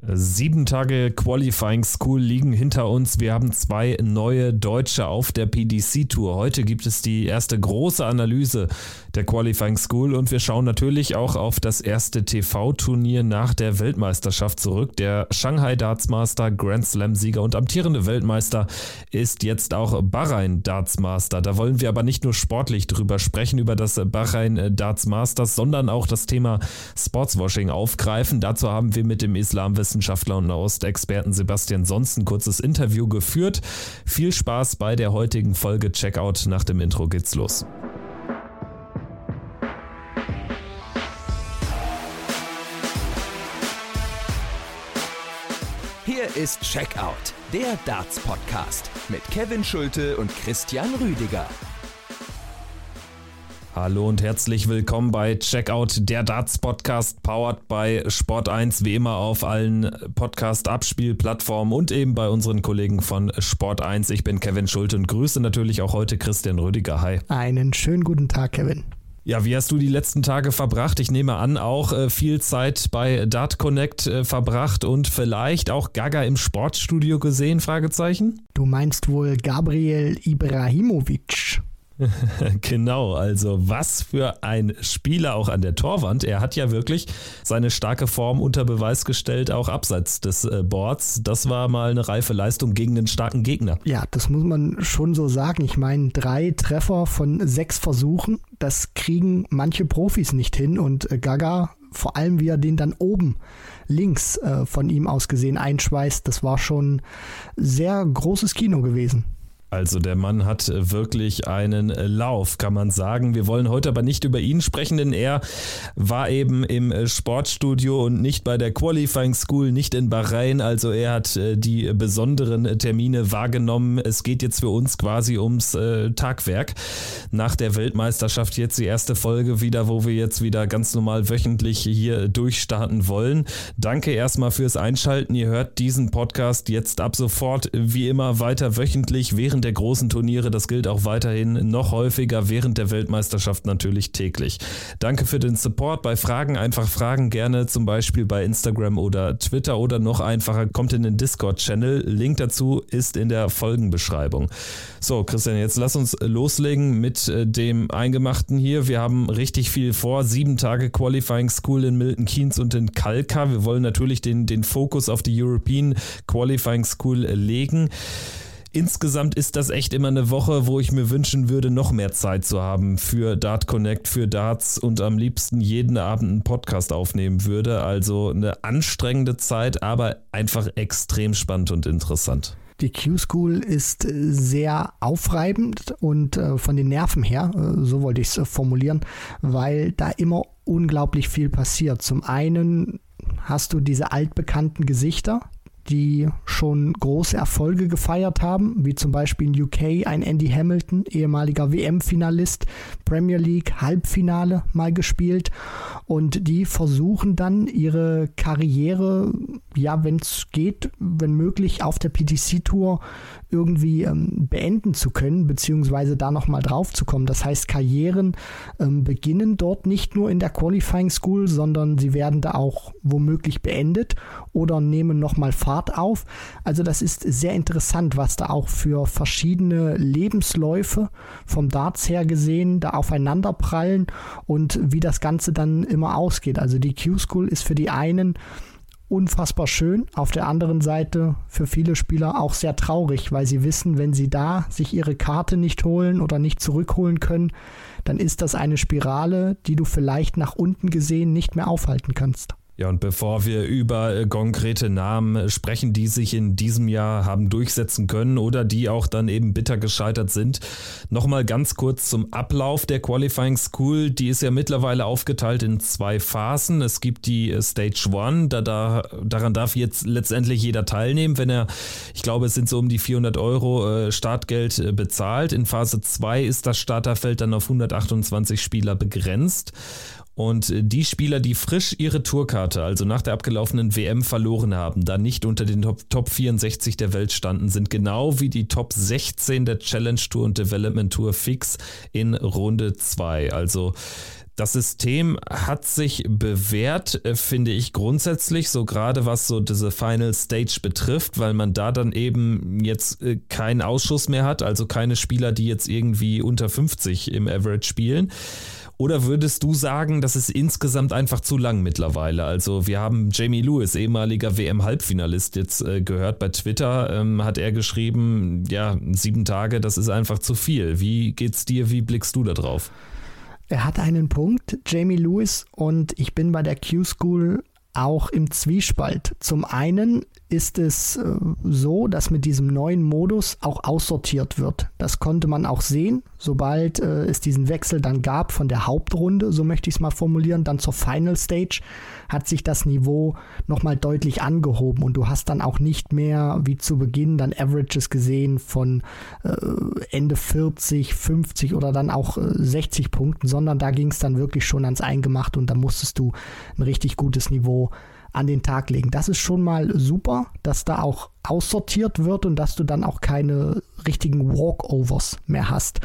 7 Tage Qualifying School liegen hinter uns. Wir haben 2 neue Deutsche auf der PDC-Tour. Heute gibt es die erste große Analyse der Qualifying School und wir schauen natürlich auch auf das erste TV-Turnier nach der Weltmeisterschaft zurück. Der Shanghai Darts Master Grand Slam-Sieger und amtierende Weltmeister ist jetzt auch Bahrain Darts Master. Da wollen wir aber nicht nur sportlich drüber sprechen, über das Bahrain Darts Masters, sondern auch das Thema Sportswashing aufgreifen. Dazu haben wir mit dem Islamwissenschaftler und Nahostexperten Sebastian Sonst ein kurzes Interview geführt. Viel Spaß bei der heutigen Folge Checkout. Nach dem Intro geht's los. Hier ist Checkout, der Darts-Podcast mit Kevin Schulte und Christian Rüdiger. Hallo und herzlich willkommen bei Checkout, der Darts-Podcast, powered by Sport1, wie immer auf allen Podcast-Abspielplattformen und eben bei unseren Kollegen von Sport1. Ich bin Kevin Schulte und grüße natürlich auch heute Christian Rüdiger. Hi. Einen schönen guten Tag, Kevin. Ja, wie hast du die letzten Tage verbracht? Ich nehme an, auch viel Zeit bei Dart Connect verbracht und vielleicht auch Gaga im Sportstudio gesehen, Fragezeichen? Du meinst wohl Gabriel Ibrahimovic? Genau, also was für ein Spieler auch an der Torwand. Er hat ja wirklich seine starke Form unter Beweis gestellt, auch abseits des Boards. Das war mal eine reife Leistung gegen einen starken Gegner. Ja, das muss man schon so sagen. Ich meine, 3 Treffer von 6 Versuchen, das kriegen manche Profis nicht hin. Und Gaga, vor allem wie er den dann oben links von ihm aus gesehen einschweißt, das war schon sehr großes Kino gewesen. Also der Mann hat wirklich einen Lauf, kann man sagen. Wir wollen heute aber nicht über ihn sprechen, denn er war eben im Sportstudio und nicht bei der Qualifying School, nicht in Bahrain. Also er hat die besonderen Termine wahrgenommen. Es geht jetzt für uns quasi ums Tagwerk. Nach der Weltmeisterschaft jetzt die erste Folge wieder, wo wir jetzt wieder ganz normal wöchentlich hier durchstarten wollen. Danke erstmal fürs Einschalten. Ihr hört diesen Podcast jetzt ab sofort wie immer weiter wöchentlich während der großen Turniere. Das gilt auch weiterhin noch häufiger, während der Weltmeisterschaft natürlich täglich. Danke für den Support. Bei Fragen einfach fragen, gerne zum Beispiel bei Instagram oder Twitter oder noch einfacher, kommt in den Discord-Channel. Link dazu ist in der Folgenbeschreibung. So, Christian, jetzt lass uns loslegen mit dem Eingemachten hier. Wir haben richtig viel vor. 7 Tage Qualifying School in Milton Keynes und in Kalka. Wir wollen natürlich den Fokus auf die European Qualifying School legen. Insgesamt ist das echt immer eine Woche, wo ich mir wünschen würde, noch mehr Zeit zu haben für Dart Connect, für Darts und am liebsten jeden Abend einen Podcast aufnehmen würde. Also eine anstrengende Zeit, aber einfach extrem spannend und interessant. Die Q-School ist sehr aufreibend und von den Nerven her, so wollte ich es formulieren, weil da immer unglaublich viel passiert. Zum einen hast du diese altbekannten Gesichter, die schon große Erfolge gefeiert haben, wie zum Beispiel in UK ein Andy Hamilton, ehemaliger WM-Finalist, Premier League Halbfinale mal gespielt, und die versuchen dann ihre Karriere, ja, wenn es geht, wenn möglich auf der PDC-Tour irgendwie beenden zu können, beziehungsweise da nochmal drauf zu kommen. Das heißt, Karrieren beginnen dort nicht nur in der Qualifying School, sondern sie werden da auch womöglich beendet oder nehmen nochmal Fahrt auf. Also das ist sehr interessant, was da auch für verschiedene Lebensläufe vom Darts her gesehen da aufeinander prallen und wie das Ganze dann immer ausgeht. Also die Q-School ist für die einen unfassbar schön, auf der anderen Seite für viele Spieler auch sehr traurig, weil sie wissen, wenn sie da sich ihre Karte nicht holen oder nicht zurückholen können, dann ist das eine Spirale, die du vielleicht nach unten gesehen nicht mehr aufhalten kannst. Ja, und bevor wir über konkrete Namen sprechen, die sich in diesem Jahr haben durchsetzen können oder die auch dann eben bitter gescheitert sind, nochmal ganz kurz zum Ablauf der Qualifying School. Die ist ja mittlerweile aufgeteilt in 2 Phasen. Es gibt die Stage 1, daran darf jetzt letztendlich jeder teilnehmen, wenn er, ich glaube, es sind so um die 400 € Startgeld bezahlt. In Phase 2 ist das Starterfeld dann auf 128 Spieler begrenzt. Und die Spieler, die frisch ihre Tourkarte, also nach der abgelaufenen WM verloren haben, da nicht unter den Top 64 der Welt standen, sind genau wie die Top 16 der Challenge Tour und Development Tour fix in Runde 2. Also Das System hat sich bewährt, finde ich grundsätzlich, so gerade was so diese Final Stage betrifft, weil man da dann eben jetzt keinen Ausschuss mehr hat, also keine Spieler, die jetzt irgendwie unter 50 im Average spielen. Oder würdest du sagen, das ist insgesamt einfach zu lang mittlerweile? Also wir haben Jamie Lewis, ehemaliger WM-Halbfinalist, jetzt gehört bei Twitter, hat er geschrieben, ja, 7 Tage, das ist einfach zu viel. Wie geht's dir, wie blickst du da drauf? Er hat einen Punkt, Jamie Lewis, und ich bin bei der Q-School auch im Zwiespalt. Zum einen ist es so, dass mit diesem neuen Modus auch aussortiert wird. Das konnte man auch sehen, sobald es diesen Wechsel dann gab von der Hauptrunde, so möchte ich es mal formulieren, dann zur Final Stage, hat sich das Niveau nochmal deutlich angehoben und du hast dann auch nicht mehr wie zu Beginn dann Averages gesehen von Ende 40, 50 oder dann auch 60 Punkten, sondern da ging es dann wirklich schon ans Eingemachte und da musstest du ein richtig gutes Niveau an den Tag legen. Das ist schon mal super, dass da auch aussortiert wird und dass du dann auch keine richtigen Walkovers mehr hast.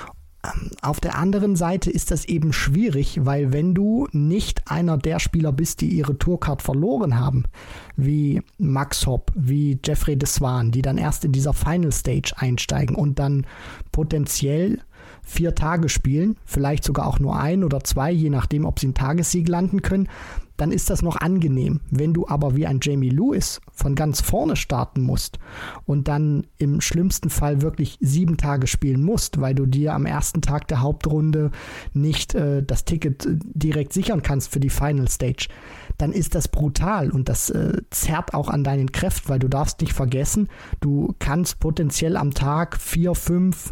Auf der anderen Seite ist das eben schwierig, weil wenn du nicht einer der Spieler bist, die ihre Tourcard verloren haben, wie Max Hopp, wie Jeffrey de Swaan, die dann erst in dieser Final Stage einsteigen und dann potenziell 4 Tage spielen, vielleicht sogar auch nur 1 oder 2, je nachdem, ob sie einen Tagessieg landen können, dann ist das noch angenehm. Wenn du aber wie ein Jamie Lewis von ganz vorne starten musst und dann im schlimmsten Fall wirklich 7 Tage spielen musst, weil du dir am ersten Tag der Hauptrunde nicht das Ticket direkt sichern kannst für die Final Stage, dann ist das brutal und das zerrt auch an deinen Kräften, weil du darfst nicht vergessen, du kannst potenziell am Tag 4, 5,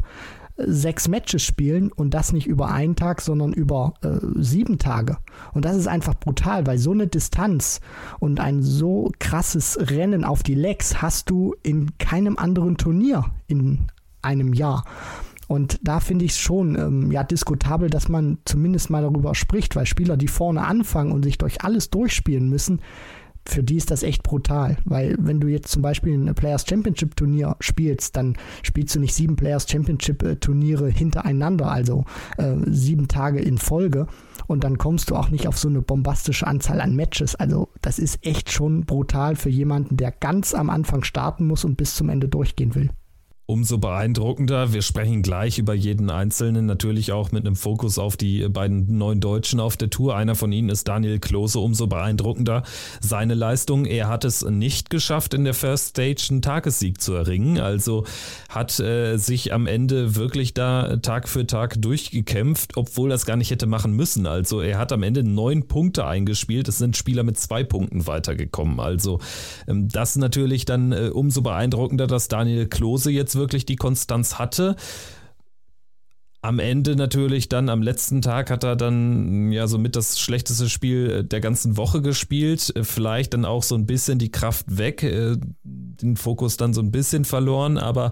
6 Matches spielen und das nicht über einen Tag, sondern über 7 Tage. Und das ist einfach brutal, weil so eine Distanz und ein so krasses Rennen auf die Legs hast du in keinem anderen Turnier in einem Jahr. Und da finde ich es schon diskutabel, dass man zumindest mal darüber spricht, weil Spieler, die vorne anfangen und sich durch alles durchspielen müssen, für die ist das echt brutal, weil wenn du jetzt zum Beispiel ein Players Championship Turnier spielst, dann spielst du nicht 7 Players Championship Turniere hintereinander, also 7 Tage in Folge und dann kommst du auch nicht auf so eine bombastische Anzahl an Matches, also das ist echt schon brutal für jemanden, der ganz am Anfang starten muss und bis zum Ende durchgehen will. Umso beeindruckender. Wir sprechen gleich über jeden Einzelnen, natürlich auch mit einem Fokus auf die beiden neuen Deutschen auf der Tour. Einer von ihnen ist Daniel Klose. Umso beeindruckender seine Leistung. Er hat es nicht geschafft, in der First Stage einen Tagessieg zu erringen. Also hat sich am Ende wirklich da Tag für Tag durchgekämpft, obwohl er es gar nicht hätte machen müssen. Also er hat am Ende 9 Punkte eingespielt. Es sind Spieler mit 2 Punkten weitergekommen. Also das natürlich dann umso beeindruckender, dass Daniel Klose jetzt wirklich die Konstanz hatte. Am Ende natürlich dann am letzten Tag hat er dann ja somit das schlechteste Spiel der ganzen Woche gespielt. Vielleicht dann auch so ein bisschen die Kraft weg, den Fokus dann so ein bisschen verloren, aber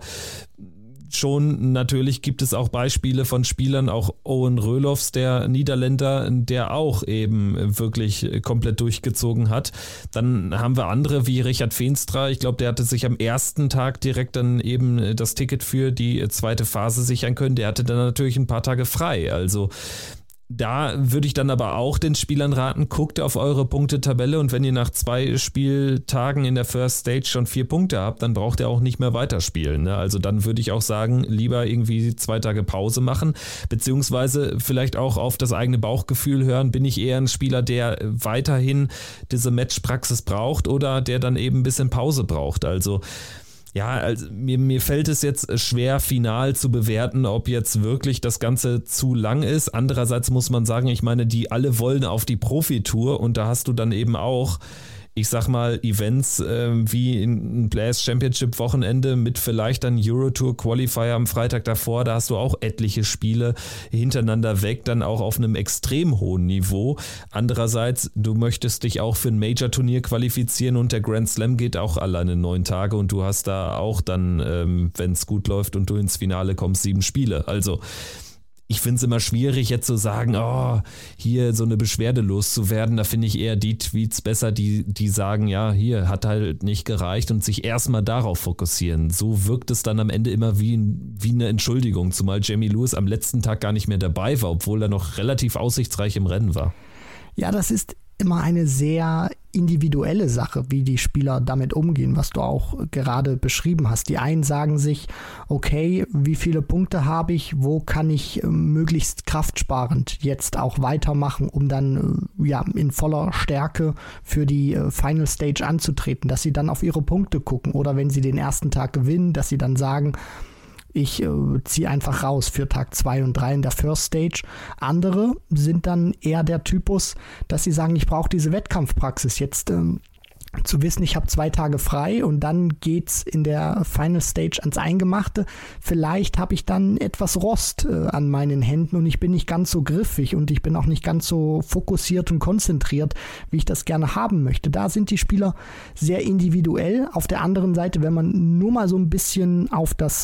schon natürlich gibt es auch Beispiele von Spielern, auch Owen Röhlofs, der Niederländer, der auch eben wirklich komplett durchgezogen hat. Dann haben wir andere wie Richard Veenstra. Ich glaube, der hatte sich am ersten Tag direkt dann eben das Ticket für die zweite Phase sichern können. Der hatte dann natürlich ein paar Tage frei. Also da würde ich dann aber auch den Spielern raten, guckt auf eure Punktetabelle und wenn ihr nach 2 Spieltagen in der First Stage schon 4 Punkte habt, dann braucht ihr auch nicht mehr weiterspielen. Ne? Also dann würde ich auch sagen, lieber irgendwie 2 Tage Pause machen, beziehungsweise vielleicht auch auf das eigene Bauchgefühl hören, bin ich eher ein Spieler, der weiterhin diese Matchpraxis braucht oder der dann eben ein bisschen Pause braucht. Also ja, also mir fällt es jetzt schwer, final zu bewerten, ob jetzt wirklich das Ganze zu lang ist. Andererseits muss man sagen, ich meine, die alle wollen auf die Profitour und da hast du dann eben auch, ich sag mal, Events wie ein Players Championship Wochenende mit vielleicht dann Eurotour Qualifier am Freitag davor, da hast du auch etliche Spiele hintereinander weg, dann auch auf einem extrem hohen Niveau. Andererseits, du möchtest dich auch für ein Major-Turnier qualifizieren und der Grand Slam geht auch alleine 9 Tage und du hast da auch dann, wenn es gut läuft und du ins Finale kommst, 7 Spiele. Also ich finde es immer schwierig jetzt zu sagen, hier so eine Beschwerde loszuwerden. Da finde ich eher die Tweets besser, die sagen, ja, hier hat halt nicht gereicht und sich erstmal darauf fokussieren. So wirkt es dann am Ende immer wie eine Entschuldigung, zumal Jamie Lewis am letzten Tag gar nicht mehr dabei war, obwohl er noch relativ aussichtsreich im Rennen war. Ja, das ist immer eine sehr individuelle Sache, wie die Spieler damit umgehen, was du auch gerade beschrieben hast. Die einen sagen sich, okay, wie viele Punkte habe ich, wo kann ich möglichst kraftsparend jetzt auch weitermachen, um dann in voller Stärke für die Final Stage anzutreten, dass sie dann auf ihre Punkte gucken oder wenn sie den ersten Tag gewinnen, dass sie dann sagen, ich ziehe einfach raus für Tag 2 und 3 in der First Stage. Andere sind dann eher der Typus, dass sie sagen, ich brauche diese Wettkampfpraxis jetzt zu wissen, ich habe 2 Tage frei und dann geht's in der Final Stage ans Eingemachte. Vielleicht habe ich dann etwas Rost an meinen Händen und ich bin nicht ganz so griffig und ich bin auch nicht ganz so fokussiert und konzentriert, wie ich das gerne haben möchte. Da sind die Spieler sehr individuell. Auf der anderen Seite, wenn man nur mal so ein bisschen auf das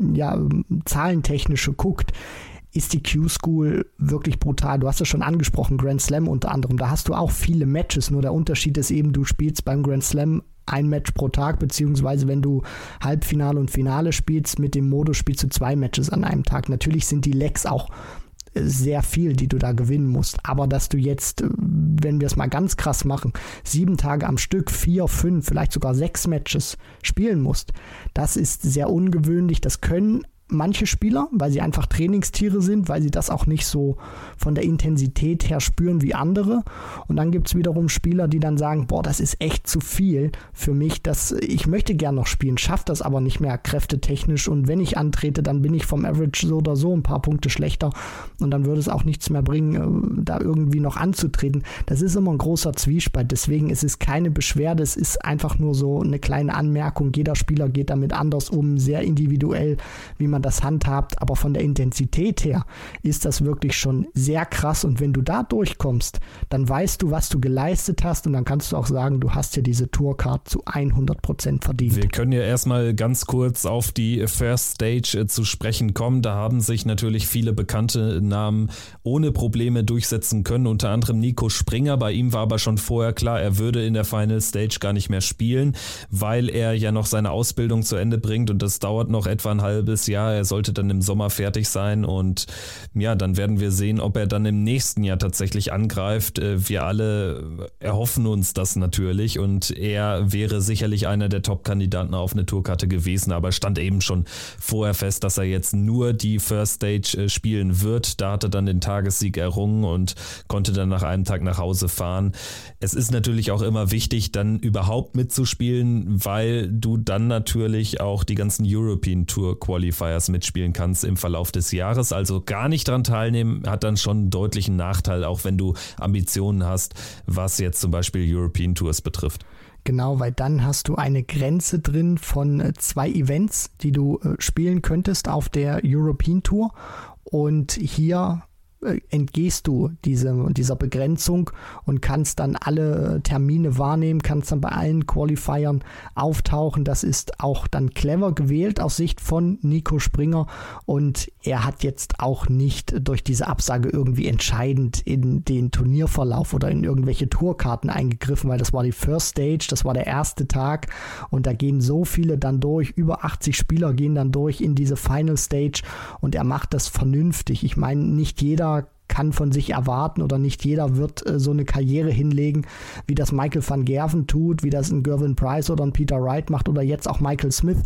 Zahlentechnische guckt, ist die Q-School wirklich brutal. Du hast es schon angesprochen, Grand Slam unter anderem. Da hast du auch viele Matches, nur der Unterschied ist eben, du spielst beim Grand Slam ein Match pro Tag, beziehungsweise wenn du Halbfinale und Finale spielst, mit dem Modus spielst du 2 Matches an einem Tag. Natürlich sind die Legs auch sehr viel, die du da gewinnen musst. Aber dass du jetzt, wenn wir es mal ganz krass machen, 7 Tage am Stück, 4, 5, vielleicht sogar 6 Matches spielen musst, das ist sehr ungewöhnlich. Das können manche Spieler, weil sie einfach Trainingstiere sind, weil sie das auch nicht so von der Intensität her spüren wie andere. Und dann gibt es wiederum Spieler, die dann sagen, boah, das ist echt zu viel für mich, ich möchte gern noch spielen, schaffe das aber nicht mehr kräftetechnisch und wenn ich antrete, dann bin ich vom Average so oder so ein paar Punkte schlechter und dann würde es auch nichts mehr bringen, da irgendwie noch anzutreten. Das ist immer ein großer Zwiespalt, deswegen ist es keine Beschwerde, es ist einfach nur so eine kleine Anmerkung, jeder Spieler geht damit anders um, sehr individuell, wie man das handhabt, aber von der Intensität her ist das wirklich schon sehr krass und wenn du da durchkommst, dann weißt du, was du geleistet hast und dann kannst du auch sagen, du hast ja diese Tourcard zu 100% verdient. Wir können ja erstmal ganz kurz auf die First Stage zu sprechen kommen. Da haben sich natürlich viele bekannte Namen ohne Probleme durchsetzen können, unter anderem Nico Springer. Bei ihm war aber schon vorher klar, er würde in der Final Stage gar nicht mehr spielen, weil er ja noch seine Ausbildung zu Ende bringt und das dauert noch etwa ein halbes Jahr. Er sollte dann im Sommer fertig sein und ja, dann werden wir sehen, ob er dann im nächsten Jahr tatsächlich angreift. Wir alle erhoffen uns das natürlich und er wäre sicherlich einer der Top-Kandidaten auf eine Tourkarte gewesen, aber stand eben schon vorher fest, dass er jetzt nur die First Stage spielen wird. Da hat er dann den Tagessieg errungen und konnte dann nach einem Tag nach Hause fahren. Es ist natürlich auch immer wichtig, dann überhaupt mitzuspielen, weil du dann natürlich auch die ganzen European Tour Qualifiers mitspielen kannst im Verlauf des Jahres. Also gar nicht dran teilnehmen, hat dann schon einen deutlichen Nachteil, auch wenn du Ambitionen hast, was jetzt zum Beispiel European Tours betrifft. Genau, weil dann hast du eine Grenze drin von 2 Events, die du spielen könntest auf der European Tour und hier entgehst du dieser Begrenzung und kannst dann alle Termine wahrnehmen, kannst dann bei allen Qualifiern auftauchen. Das ist auch dann clever gewählt aus Sicht von Nico Springer und er hat jetzt auch nicht durch diese Absage irgendwie entscheidend in den Turnierverlauf oder in irgendwelche Tourkarten eingegriffen, weil das war die First Stage, das war der erste Tag und da gehen so viele dann durch, über 80 Spieler gehen dann durch in diese Final Stage und er macht das vernünftig. Ich meine, nicht jeder kann von sich erwarten oder nicht jeder wird so eine Karriere hinlegen, wie das Michael van Gerven tut, wie das ein Gervin Price oder ein Peter Wright macht oder jetzt auch Michael Smith,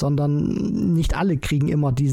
sondern nicht alle kriegen nicht immer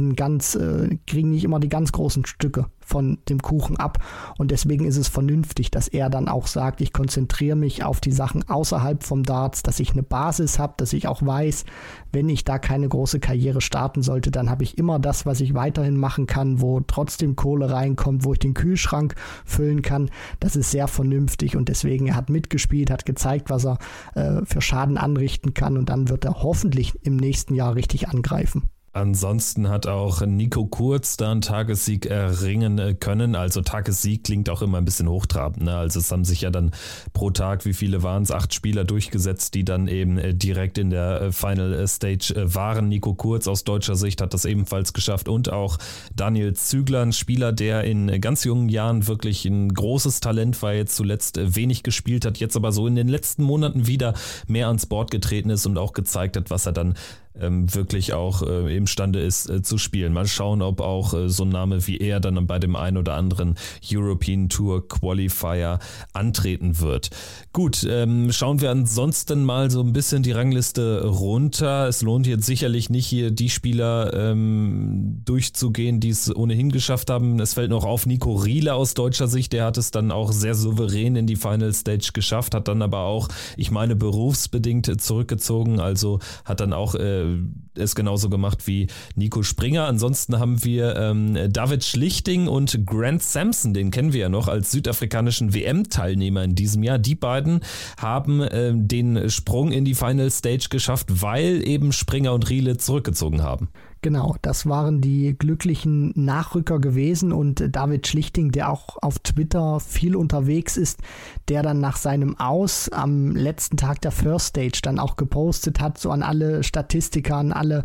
die ganz großen Stücke von dem Kuchen ab und deswegen ist es vernünftig, dass er dann auch sagt, ich konzentriere mich auf die Sachen außerhalb vom Darts, dass ich eine Basis habe, dass ich auch weiß, wenn ich da keine große Karriere starten sollte, dann habe ich immer das, was ich weiterhin machen kann, wo trotzdem Kohle reinkommt, wo ich den Kühlschrank füllen kann. Das ist sehr vernünftig und deswegen, er hat mitgespielt, hat gezeigt, was er für Schaden anrichten kann und dann wird er hoffentlich im nächsten Jahr richtig angreifen. Ansonsten hat auch Nico Kurz da einen Tagessieg erringen können. Also Tagessieg klingt auch immer ein bisschen hochtrabend, ne? Also es haben sich ja dann pro Tag, wie viele waren es, 8 Spieler durchgesetzt, die dann eben direkt in der Final Stage waren. Nico Kurz aus deutscher Sicht hat das ebenfalls geschafft und auch Daniel Zügler, ein Spieler, der in ganz jungen Jahren wirklich ein großes Talent war, jetzt zuletzt wenig gespielt hat, jetzt aber so in den letzten Monaten wieder mehr ans Board getreten ist und auch gezeigt hat, was er dann wirklich auch imstande ist zu spielen. Mal schauen, ob auch so ein Name wie er dann bei dem einen oder anderen European Tour Qualifier antreten wird. Gut, schauen wir ansonsten mal so ein bisschen die Rangliste runter. Es lohnt jetzt sicherlich nicht, hier die Spieler durchzugehen, die es ohnehin geschafft haben. Es fällt noch auf Nico Riele aus deutscher Sicht, der hat es dann auch sehr souverän in die Final Stage geschafft, hat dann aber auch, ich meine, berufsbedingt zurückgezogen, also hat dann auch es genauso gemacht wie Nico Springer. Ansonsten haben wir David Schlichting und Grant Sampson, den kennen wir ja noch als südafrikanischen WM-Teilnehmer in diesem Jahr. Die beiden haben den Sprung in die Final Stage geschafft, weil eben Springer und Riele zurückgezogen haben. Genau, das waren die glücklichen Nachrücker gewesen und David Schlichting, der auch auf Twitter viel unterwegs ist, der dann nach seinem Aus am letzten Tag der First Stage dann auch gepostet hat, so an alle Statistiker, an alle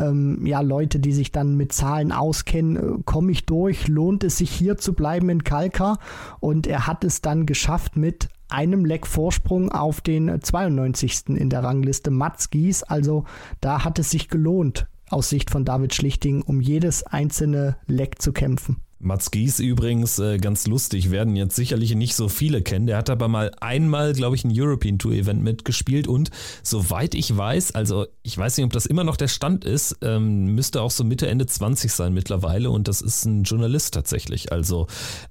Leute, die sich dann mit Zahlen auskennen, komme ich durch, lohnt es sich hier zu bleiben in Kalkar? Und er hat es dann geschafft mit einem Leck Vorsprung auf den 92. in der Rangliste, Mats Gies, also da hat es sich gelohnt, aus Sicht von David Schlichting, um jedes einzelne Leck zu kämpfen. Mats Gies übrigens, ganz lustig, werden jetzt sicherlich nicht so viele kennen. Der hat aber mal einmal, glaube ich, ein European Tour Event mitgespielt und soweit ich weiß, also ich weiß nicht, ob das immer noch der Stand ist, müsste auch so Mitte, Ende 20 sein mittlerweile und das ist ein Journalist tatsächlich. Also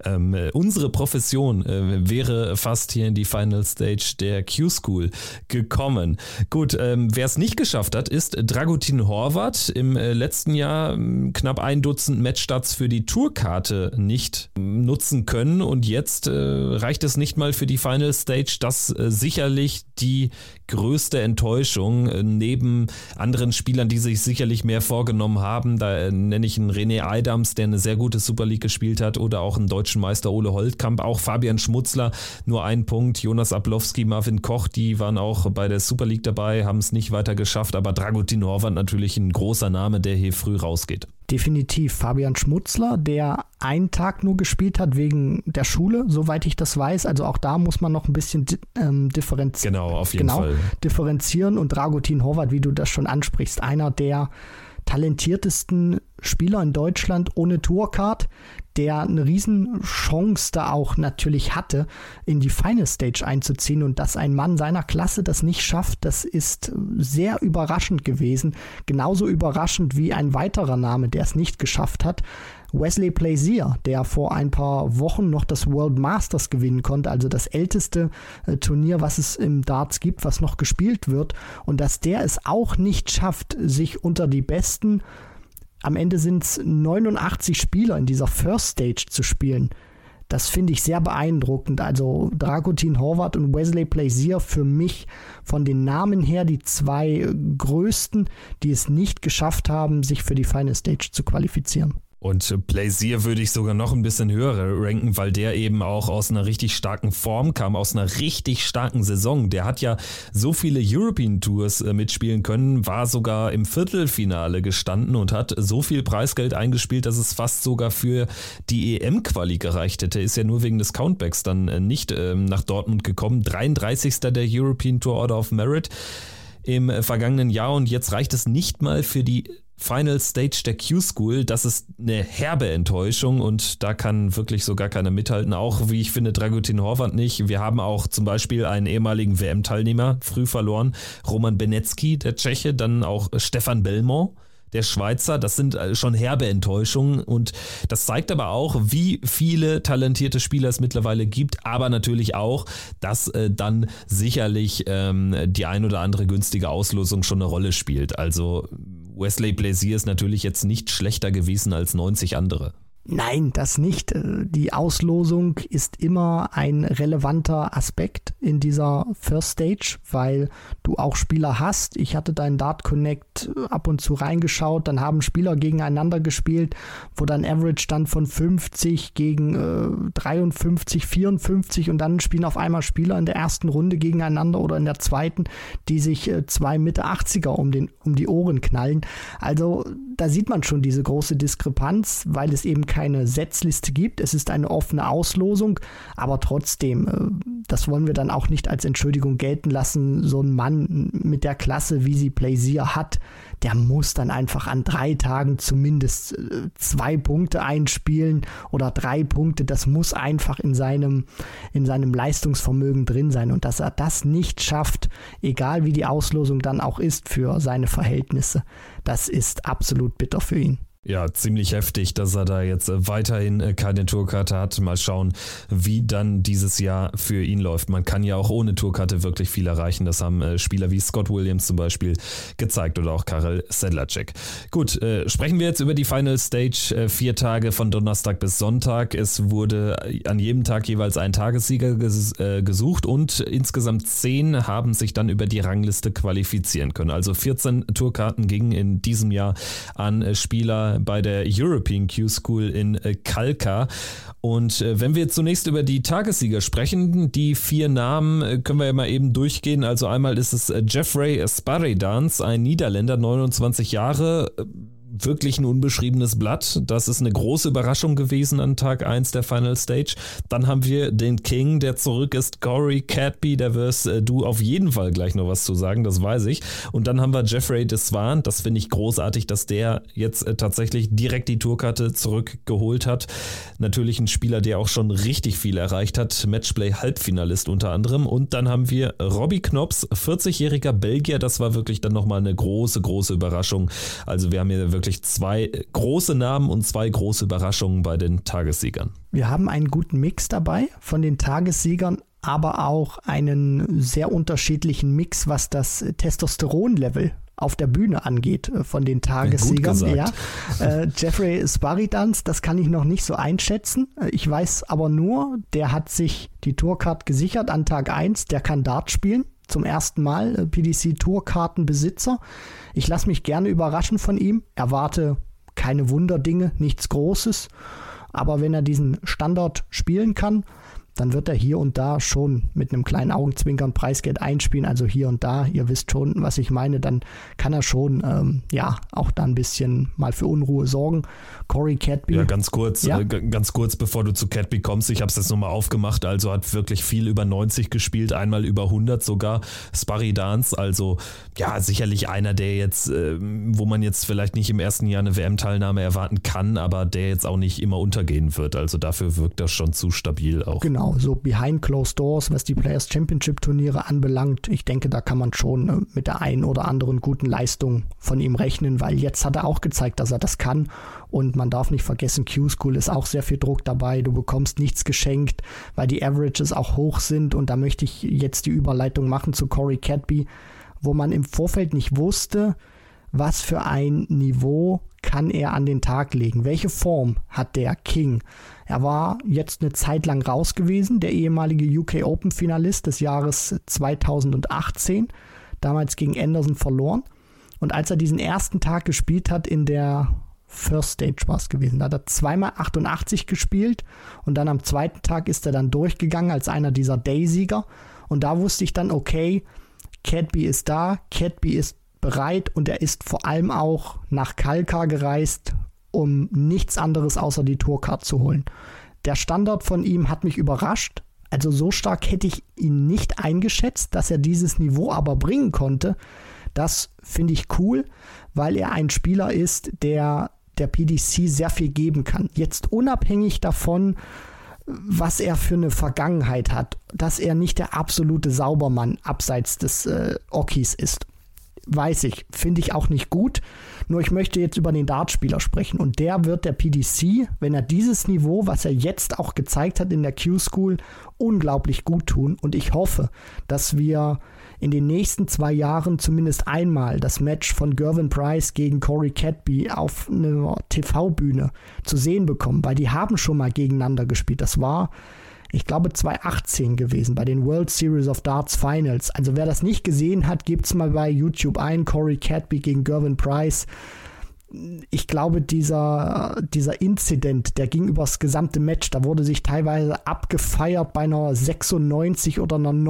unsere Profession wäre fast hier in die Final Stage der Q-School gekommen. Gut, wer es nicht geschafft hat, ist Dragutin Horvat. Im letzten Jahr knapp 1 Dutzend Matchstarts für die Tourkarte nicht nutzen können und jetzt reicht es nicht mal für die Final Stage. Das sicherlich die größte Enttäuschung neben anderen Spielern, die sich sicherlich mehr vorgenommen haben. Da nenne ich einen René Eidams, der eine sehr gute Super League gespielt hat oder auch einen deutschen Meister Ole Holtkamp, auch Fabian Schmutzler, nur 1 Punkt, Jonas Ablowski, Marvin Koch, die waren auch bei der Super League dabei, haben es nicht weiter geschafft, aber Dragutin Horvat natürlich ein großer Name, der hier früh rausgeht. Definitiv Fabian Schmutzler, der einen Tag nur gespielt hat wegen der Schule, soweit ich das weiß. Also auch da muss man noch ein bisschen differenzieren. Genau, auf jeden Fall. Differenzieren. Und Dragutin Horvat, wie du das schon ansprichst, einer der talentiertesten Spieler in Deutschland ohne Tourcard, der eine riesen Chance da auch natürlich hatte, in die Final Stage einzuziehen und dass ein Mann seiner Klasse das nicht schafft, das ist sehr überraschend gewesen. Genauso überraschend wie ein weiterer Name, der es nicht geschafft hat, Wesley Plaisir, der vor ein paar Wochen noch das World Masters gewinnen konnte, also das älteste Turnier, was es im Darts gibt, was noch gespielt wird, und dass der es auch nicht schafft, sich unter die besten, am Ende sind es 89 Spieler in dieser First Stage zu spielen. Das finde ich sehr beeindruckend. Also Dragutin Horvat und Wesley Plaisir für mich von den Namen her die 2 größten, die es nicht geschafft haben, sich für die Final Stage zu qualifizieren. Und Plaisir würde ich sogar noch ein bisschen höher ranken, weil der eben auch aus einer richtig starken Form kam, aus einer richtig starken Saison. Der hat ja so viele European Tours mitspielen können, war sogar im Viertelfinale gestanden und hat so viel Preisgeld eingespielt, dass es fast sogar für die EM-Quali gereicht hätte. Ist ja nur wegen des Countbacks dann nicht nach Dortmund gekommen. 33. der European Tour Order of Merit im vergangenen Jahr und jetzt reicht es nicht mal für die Final Stage der Q-School, das ist eine herbe Enttäuschung und da kann wirklich so gar keiner mithalten, auch wie ich finde Dragutin Horvat nicht. Wir haben auch zum Beispiel einen ehemaligen WM-Teilnehmer früh verloren, Roman Benecki, der Tscheche, dann auch Stefan Belmont, der Schweizer, das sind schon herbe Enttäuschungen und das zeigt aber auch, wie viele talentierte Spieler es mittlerweile gibt, aber natürlich auch, dass dann sicherlich die ein oder andere günstige Auslosung schon eine Rolle spielt. Also Wesley Plaisir ist natürlich jetzt nicht schlechter gewesen als 90 andere. Nein, das nicht. Die Auslosung ist immer ein relevanter Aspekt in dieser First Stage, weil du auch Spieler hast. Ich hatte da in Dart Connect ab und zu reingeschaut, dann haben Spieler gegeneinander gespielt, wo dann Average stand von 50 gegen 53, 54 und dann spielen auf einmal Spieler in der ersten Runde gegeneinander oder in der zweiten, die sich zwei Mitte 80er um die Ohren knallen. Also da sieht man schon diese große Diskrepanz, weil es eben keine Setzliste gibt. Es ist eine offene Auslosung, aber trotzdem, das wollen wir dann auch nicht als Entschuldigung gelten lassen. So ein Mann mit der Klasse, wie sie Plaisir hat, der muss dann einfach an 3 Tagen zumindest 2 Punkte einspielen oder 3 Punkte. Das muss einfach in seinem Leistungsvermögen drin sein. Und dass er das nicht schafft, egal wie die Auslosung dann auch ist für seine Verhältnisse, das ist absolut bitter für ihn. Ja, ziemlich heftig, dass er da jetzt weiterhin keine Tourkarte hat. Mal schauen, wie dann dieses Jahr für ihn läuft. Man kann ja auch ohne Tourkarte wirklich viel erreichen. Das haben Spieler wie Scott Williams zum Beispiel gezeigt oder auch Karel Sedlacek. Gut, sprechen wir jetzt über die Final Stage. 4 Tage von Donnerstag bis Sonntag. Es wurde an jedem Tag jeweils ein Tagessieger gesucht und insgesamt 10 haben sich dann über die Rangliste qualifizieren können. Also 14 Tourkarten gingen in diesem Jahr an Spieler bei der European Q-School in Kalkar. Und wenn wir zunächst über die Tagessieger sprechen, die 4 Namen können wir ja mal eben durchgehen. Also einmal ist es Jeffrey Sparidans, ein Niederländer, 29 Jahre, wirklich ein unbeschriebenes Blatt. Das ist eine große Überraschung gewesen an Tag 1 der Final Stage. Dann haben wir den King, der zurück ist, Corey Cadby, da wirst du auf jeden Fall gleich noch was zu sagen, das weiß ich. Und dann haben wir Jeffrey de Swaan, das finde ich großartig, dass der jetzt tatsächlich direkt die Tourkarte zurückgeholt hat. Natürlich ein Spieler, der auch schon richtig viel erreicht hat, Matchplay-Halbfinalist unter anderem. Und dann haben wir Robbie Knops, 40-jähriger Belgier, das war wirklich dann nochmal eine große Überraschung. Also wir haben hier wirklich 2 große Namen und 2 große Überraschungen bei den Tagessiegern. Wir haben einen guten Mix dabei von den Tagessiegern, aber auch einen sehr unterschiedlichen Mix, was das Testosteronlevel auf der Bühne angeht von den Tagessiegern. Ja. Jeffrey Sparidans, das kann ich noch nicht so einschätzen. Ich weiß aber nur, der hat sich die Tourcard gesichert an Tag 1, der kann Dart spielen. Zum ersten Mal PDC-Tourkartenbesitzer. Ich lasse mich gerne überraschen von ihm. Erwarte keine Wunderdinge, nichts Großes. Aber wenn er diesen Standard spielen kann, dann wird er hier und da schon mit einem kleinen Augenzwinkern Preisgeld einspielen. Also hier und da, ihr wisst schon, was ich meine, dann kann er schon auch da ein bisschen mal für Unruhe sorgen. Corey Cadby. Ja, ganz kurz, bevor du zu Cadby kommst, ich habe es jetzt nochmal aufgemacht, also hat wirklich viel über 90 gespielt, einmal über 100 sogar. Sparidans, also ja, sicherlich einer, der jetzt, wo man jetzt vielleicht nicht im ersten Jahr eine WM-Teilnahme erwarten kann, aber der jetzt auch nicht immer untergehen wird. Also dafür wirkt das schon zu stabil auch. Genau, so behind closed doors, was die Players Championship Turniere anbelangt. Ich denke, da kann man schon mit der einen oder anderen guten Leistung von ihm rechnen, weil jetzt hat er auch gezeigt, dass er das kann. Und man darf nicht vergessen, Q-School ist auch sehr viel Druck dabei. Du bekommst nichts geschenkt, weil die Averages auch hoch sind. Und da möchte ich jetzt die Überleitung machen zu Corey Cadby, wo man im Vorfeld nicht wusste, was für ein Niveau kann er an den Tag legen. Welche Form hat der King? Er war jetzt eine Zeit lang raus gewesen, der ehemalige UK Open Finalist des Jahres 2018, damals gegen Anderson verloren. Und als er diesen ersten Tag gespielt hat in der First Stage war es gewesen. Da hat er 2x 88 gespielt und dann am zweiten Tag ist er dann durchgegangen als einer dieser Day-Sieger. Und da wusste ich dann, okay, Cadby ist da, Cadby ist bereit und er ist vor allem auch nach Kalkar gereist, um nichts anderes außer die Tourcard zu holen. Der Standard von ihm hat mich überrascht. Also so stark hätte ich ihn nicht eingeschätzt, dass er dieses Niveau aber bringen konnte. Das finde ich cool, weil er ein Spieler ist, der PDC sehr viel geben kann. Jetzt unabhängig davon, was er für eine Vergangenheit hat, dass er nicht der absolute Saubermann abseits des Ockys ist. Weiß ich, finde ich auch nicht gut. Nur ich möchte jetzt über den Dartspieler sprechen. Und der wird der PDC, wenn er dieses Niveau, was er jetzt auch gezeigt hat in der Q-School, unglaublich gut tun. Und ich hoffe, dass wir in den nächsten 2 Jahren zumindest einmal das Match von Gervin Price gegen Corey Cadby auf einer TV-Bühne zu sehen bekommen, weil die haben schon mal gegeneinander gespielt. Das war, ich glaube, 2018 gewesen, bei den World Series of Darts Finals. Also wer das nicht gesehen hat, gebt's mal bei YouTube ein, Corey Cadby gegen Gervin Price. Ich glaube, dieser Incident, der ging über das gesamte Match, da wurde sich teilweise abgefeiert bei einer 96 oder einer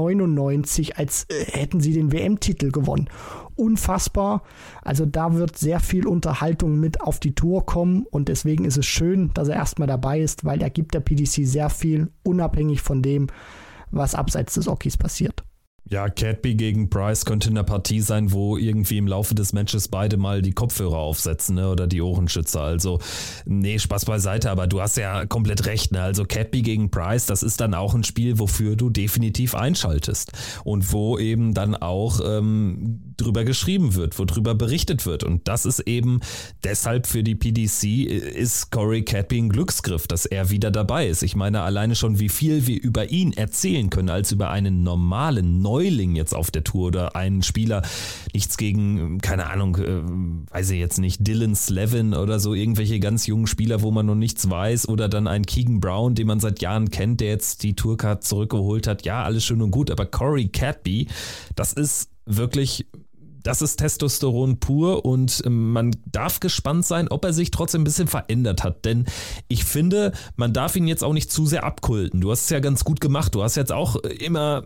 99, als hätten sie den WM-Titel gewonnen. Unfassbar. Also da wird sehr viel Unterhaltung mit auf die Tour kommen und deswegen ist es schön, dass er erstmal dabei ist, weil er gibt der PDC sehr viel, unabhängig von dem, was abseits des Ockeys passiert. Ja, Cadby gegen Price könnte in der Partie sein, wo irgendwie im Laufe des Matches beide mal die Kopfhörer aufsetzen, ne, oder die Ohrenschützer. Also, nee, Spaß beiseite, aber du hast ja komplett recht, ne? Also Cadby gegen Price, das ist dann auch ein Spiel, wofür du definitiv einschaltest und wo eben dann auch drüber geschrieben wird, wo drüber berichtet wird. Und das ist eben deshalb für die PDC ist Corey Cadby ein Glücksgriff, dass er wieder dabei ist. Ich meine, alleine schon, wie viel wir über ihn erzählen können, als über einen Neuling jetzt auf der Tour oder einen Spieler, nichts gegen, keine Ahnung, weiß ich jetzt nicht, Dylan Slevin oder so, irgendwelche ganz jungen Spieler, wo man noch nichts weiß, oder dann ein Keegan Brown, den man seit Jahren kennt, der jetzt die Tourcard zurückgeholt hat. Ja, alles schön und gut, aber Corey Cadby, das ist wirklich... Das ist Testosteron pur und man darf gespannt sein, ob er sich trotzdem ein bisschen verändert hat, denn ich finde, man darf ihn jetzt auch nicht zu sehr abkulten. Du hast es ja ganz gut gemacht, du hast jetzt auch immer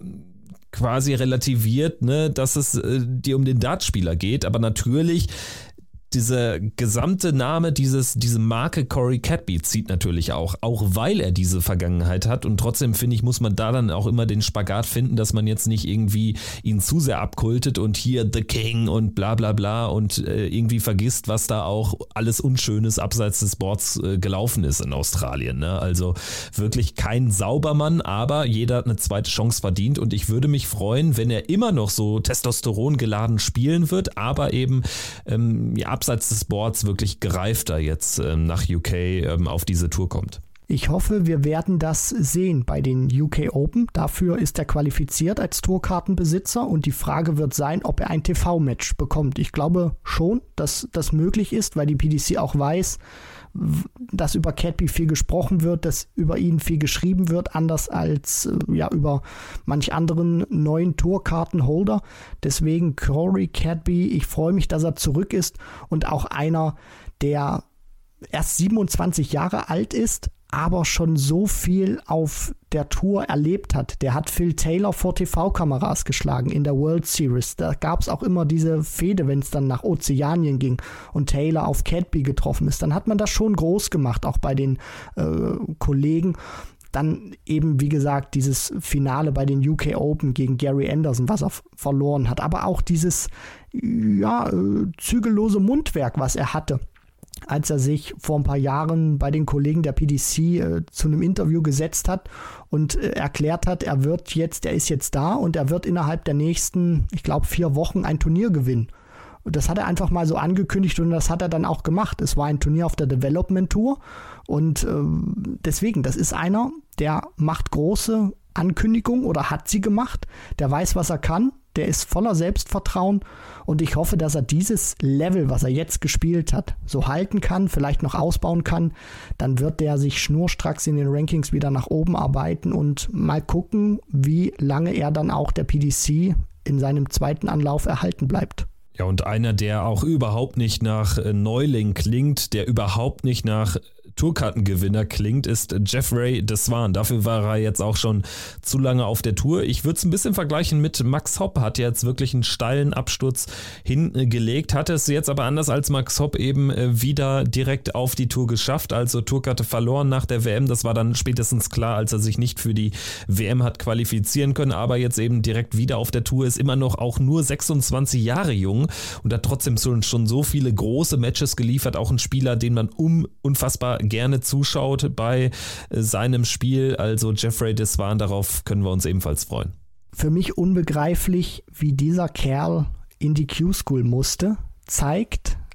quasi relativiert, ne, dass es dir um den Dartspieler geht, aber natürlich dieser gesamte Name, diese Marke Corey Cadby zieht natürlich auch weil er diese Vergangenheit hat, und trotzdem finde ich, muss man da dann auch immer den Spagat finden, dass man jetzt nicht irgendwie ihn zu sehr abkultet und hier The King und bla bla bla und irgendwie vergisst, was da auch alles Unschönes abseits des Boards gelaufen ist in Australien, ne? Also wirklich kein Saubermann, aber jeder hat eine zweite Chance verdient, und ich würde mich freuen, wenn er immer noch so Testosteron geladen spielen wird, aber eben abseits des Boards wirklich gereifter jetzt nach UK auf diese Tour kommt. Ich hoffe, wir werden das sehen bei den UK Open. Dafür ist er qualifiziert als Tourkartenbesitzer, und die Frage wird sein, ob er ein TV-Match bekommt. Ich glaube schon, dass das möglich ist, weil die PDC auch weiß, dass über Cadby viel gesprochen wird, dass über ihn viel geschrieben wird, anders als über manch anderen neuen Tourkartenholder. Deswegen Corey Cadby, ich freue mich, dass er zurück ist, und auch einer, der erst 27 Jahre alt ist, aber schon so viel auf der Tour erlebt hat. Der hat Phil Taylor vor TV-Kameras geschlagen in der World Series. Da gab es auch immer diese Fehde, wenn es dann nach Ozeanien ging und Taylor auf Cadby getroffen ist. Dann hat man das schon groß gemacht, auch bei den Kollegen. Dann eben, wie gesagt, dieses Finale bei den UK Open gegen Gary Anderson, was er verloren hat. Aber auch dieses zügellose Mundwerk, was er hatte, als er sich vor ein paar Jahren bei den Kollegen der PDC zu einem Interview gesetzt hat und erklärt hat, er ist jetzt da und er wird innerhalb der nächsten, ich glaube, 4 Wochen ein Turnier gewinnen. Und das hat er einfach mal so angekündigt, und das hat er dann auch gemacht. Es war ein Turnier auf der Development Tour, und deswegen, das ist einer, der macht große Ankündigungen oder hat sie gemacht, der weiß, was er kann. Der ist voller Selbstvertrauen, und ich hoffe, dass er dieses Level, was er jetzt gespielt hat, so halten kann, vielleicht noch ausbauen kann. Dann wird der sich schnurstracks in den Rankings wieder nach oben arbeiten und mal gucken, wie lange er dann auch der PDC in seinem zweiten Anlauf erhalten bleibt. Ja, und einer, der auch überhaupt nicht nach Neuling klingt, der überhaupt nicht nach Tourkartengewinner klingt, ist Jeffrey de Swaan. Dafür war er jetzt auch schon zu lange auf der Tour. Ich würde es ein bisschen vergleichen mit Max Hopp, hat jetzt wirklich einen steilen Absturz hingelegt, hatte es jetzt aber anders als Max Hopp eben wieder direkt auf die Tour geschafft, also Tourkarte verloren nach der WM. Das war dann spätestens klar, als er sich nicht für die WM hat qualifizieren können, aber jetzt eben direkt wieder auf der Tour, ist immer noch auch nur 26 Jahre jung und hat trotzdem schon so viele große Matches geliefert, auch ein Spieler, den man unfassbar gerne zuschaut bei seinem Spiel. Also Jeffrey de Swaan, darauf können wir uns ebenfalls freuen. Für mich unbegreiflich, wie dieser Kerl in die Q-School musste, zeigt